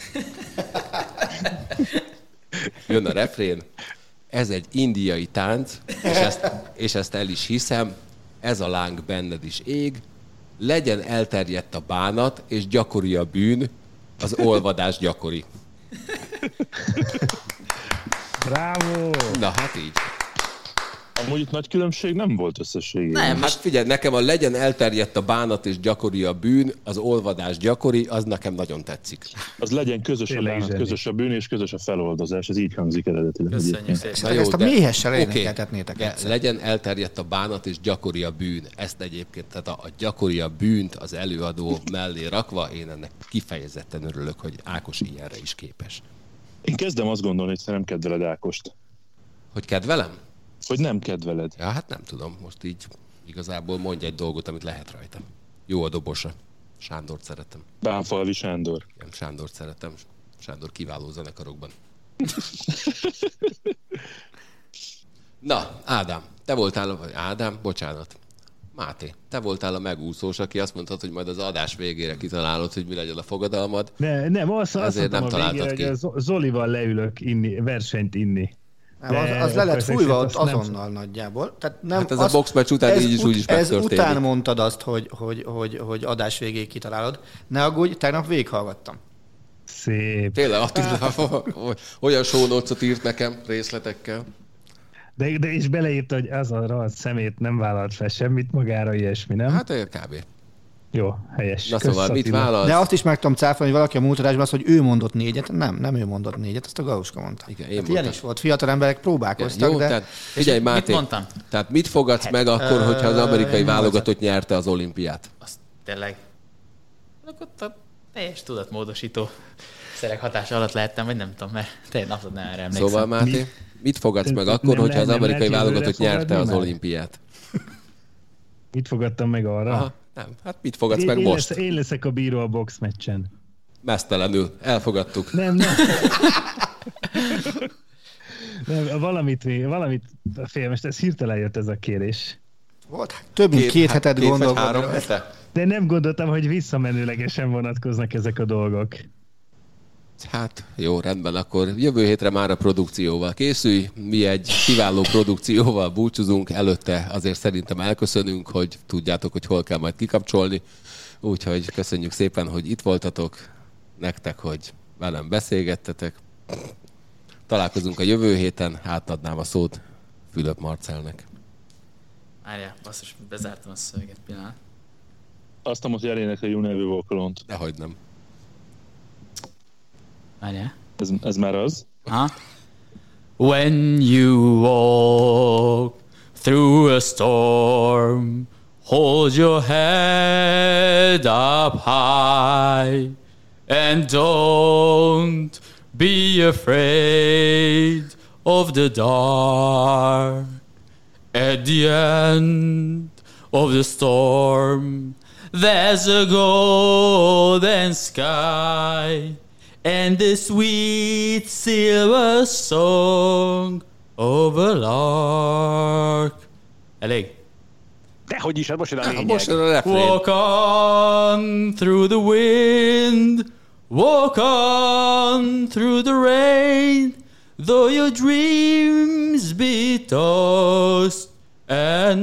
Jön a refrén. Ez egy indiai tánc, és ezt, és ezt el is hiszem, ez a láng benned is ég, legyen elterjedt a bánat, és gyakori a bűn, az olvadás gyakori. Bravo! Na hát így. Amúgy itt nagy különbség nem volt összességében. Nem, hát figyelj, nekem a legyen elterjedt a bánat és gyakori a bűn, az olvadás gyakori, az nekem nagyon tetszik. Az legyen közös a bánat, közös a bűn és közös a feloldozás, ez így hangzik eredetileg. Köszönjük szépen. Ezt a méhessel oké, énekeltetnétek de egyszer. legyen elterjedt a bánat és gyakori a bűn. Ezt egyébként, tehát a, a gyakori a bűnt az előadó mellé rakva, én ennek kifejezetten örülök, hogy Ákos ilyenre is képes. Én kezdem azt gondolni, hogy te nem kedveled Ákost. Hogy kedvelem? Hogy nem kedveled. Ja, hát nem tudom, most így igazából mondj egy dolgot, amit lehet rajta. Jó a dobosa. Sándort szeretem. Bánfalvi Sándor. Igen, Sándort szeretem. Sándor kiváló zenekarokban. Na, Ádám, te voltál a... Ádám, bocsánat. Máté, te voltál a megúszós, aki azt mondtad, hogy majd az adás végére kitalálod, hogy mi legyen a fogadalmad. Ne, nem, azt, azt Ezért nem mondtam a végére, találtad ki. hogy a Zolival leülök inni, versenyt inni. Nem, az, az le lett fújva ott azonnal nem... nagyjából. Tehát nem, hát ez az, a boxmeccs után ez így is ut- úgy is Ez megtörténik. után mondtad azt, hogy, hogy, hogy, hogy adás végéig kitalálod. Ne aggódj, tegnap végighallgattam. Szép. Tényleg, Attila, olyan show notes-ot írt nekem részletekkel. De, de és beleírta, hogy az a rohadt szemét nem vállalt fel semmit magára, ilyesmi, nem? Hát kb. Jó, helyes. Na Kösz, szóval mit Attila. válasz? De azt is meg tudom cáfolni, hogy valaki a múltadásban az, hogy ő mondott négyet. Nem, nem ő mondott négyet, azt a Galuska mondta. Igen, én hát mondtam. ilyen is volt. Fiatal emberek próbálkoztak, Jó, de... tehát figyelj, mit Máté, mondtam? tehát mit fogadsz meg akkor, hogyha az amerikai Ö, válogatott nyerte az olimpiát? Azt tényleg... Akkor a teljes tudatmódosító szerek hatása alatt lehettem, vagy nem tudom, mert tényleg abszolút nem erre emlékszem. Szóval, Máté, mit fogadsz meg akkor, Nem hogyha lehet- az nem amerikai lehet jövőre válogatott nyerte fogadni az már? olimpiát? Mit fogadtam meg arra? Aha, nem. Hát mit fogadsz Én, meg én, most? lesz, én leszek a bíró a boxmeccsen. Mesztelenül. Elfogadtuk. Nem, nem. nem valamit, még- valamit fél, most ez hirtelen jött ez a kérés. Volt több mint két, hetet két vagy gondolkodni. három rajta. hete? De nem gondoltam, hogy visszamenőlegesen vonatkoznak ezek a dolgok. Hát jó, rendben, akkor jövő hétre már a produkcióval készülj. Mi egy kiváló produkcióval búcsúzunk, előtte azért szerintem elköszönünk, hogy tudjátok, hogy hol kell majd kikapcsolni. Úgyhogy köszönjük szépen, hogy itt voltatok, nektek, hogy velem beszélgettetek. Találkozunk a jövő héten, átadnám a szót Fülöp Marcelnek. Várjál, basszus, bezártam a szöveget, pillanat. Azt mondta, hogy elénekel Jó nevű Vocalont. Dehogy nem. Várjál. Ez, ez már az? Huh? When you walk through a storm, hold your head up high and don't be afraid of the dark. At the end of the storm, there's a golden sky and the sweet silver song of a lark. Elég? Dehogy is, hát most jön a lényeg. Most jön a refrén. Walk on through the wind, walk on through the rain, though your dreams be tossed and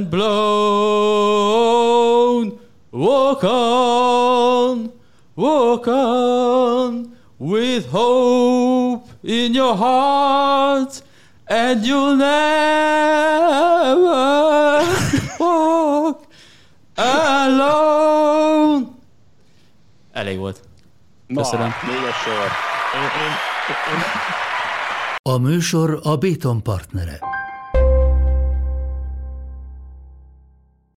blown. Walk on, walk on, with hope in your heart, and you'll never walk alone. Elég volt. Na, Köszönöm. még egy sor. Én, én, én, A műsor a Béton partnere.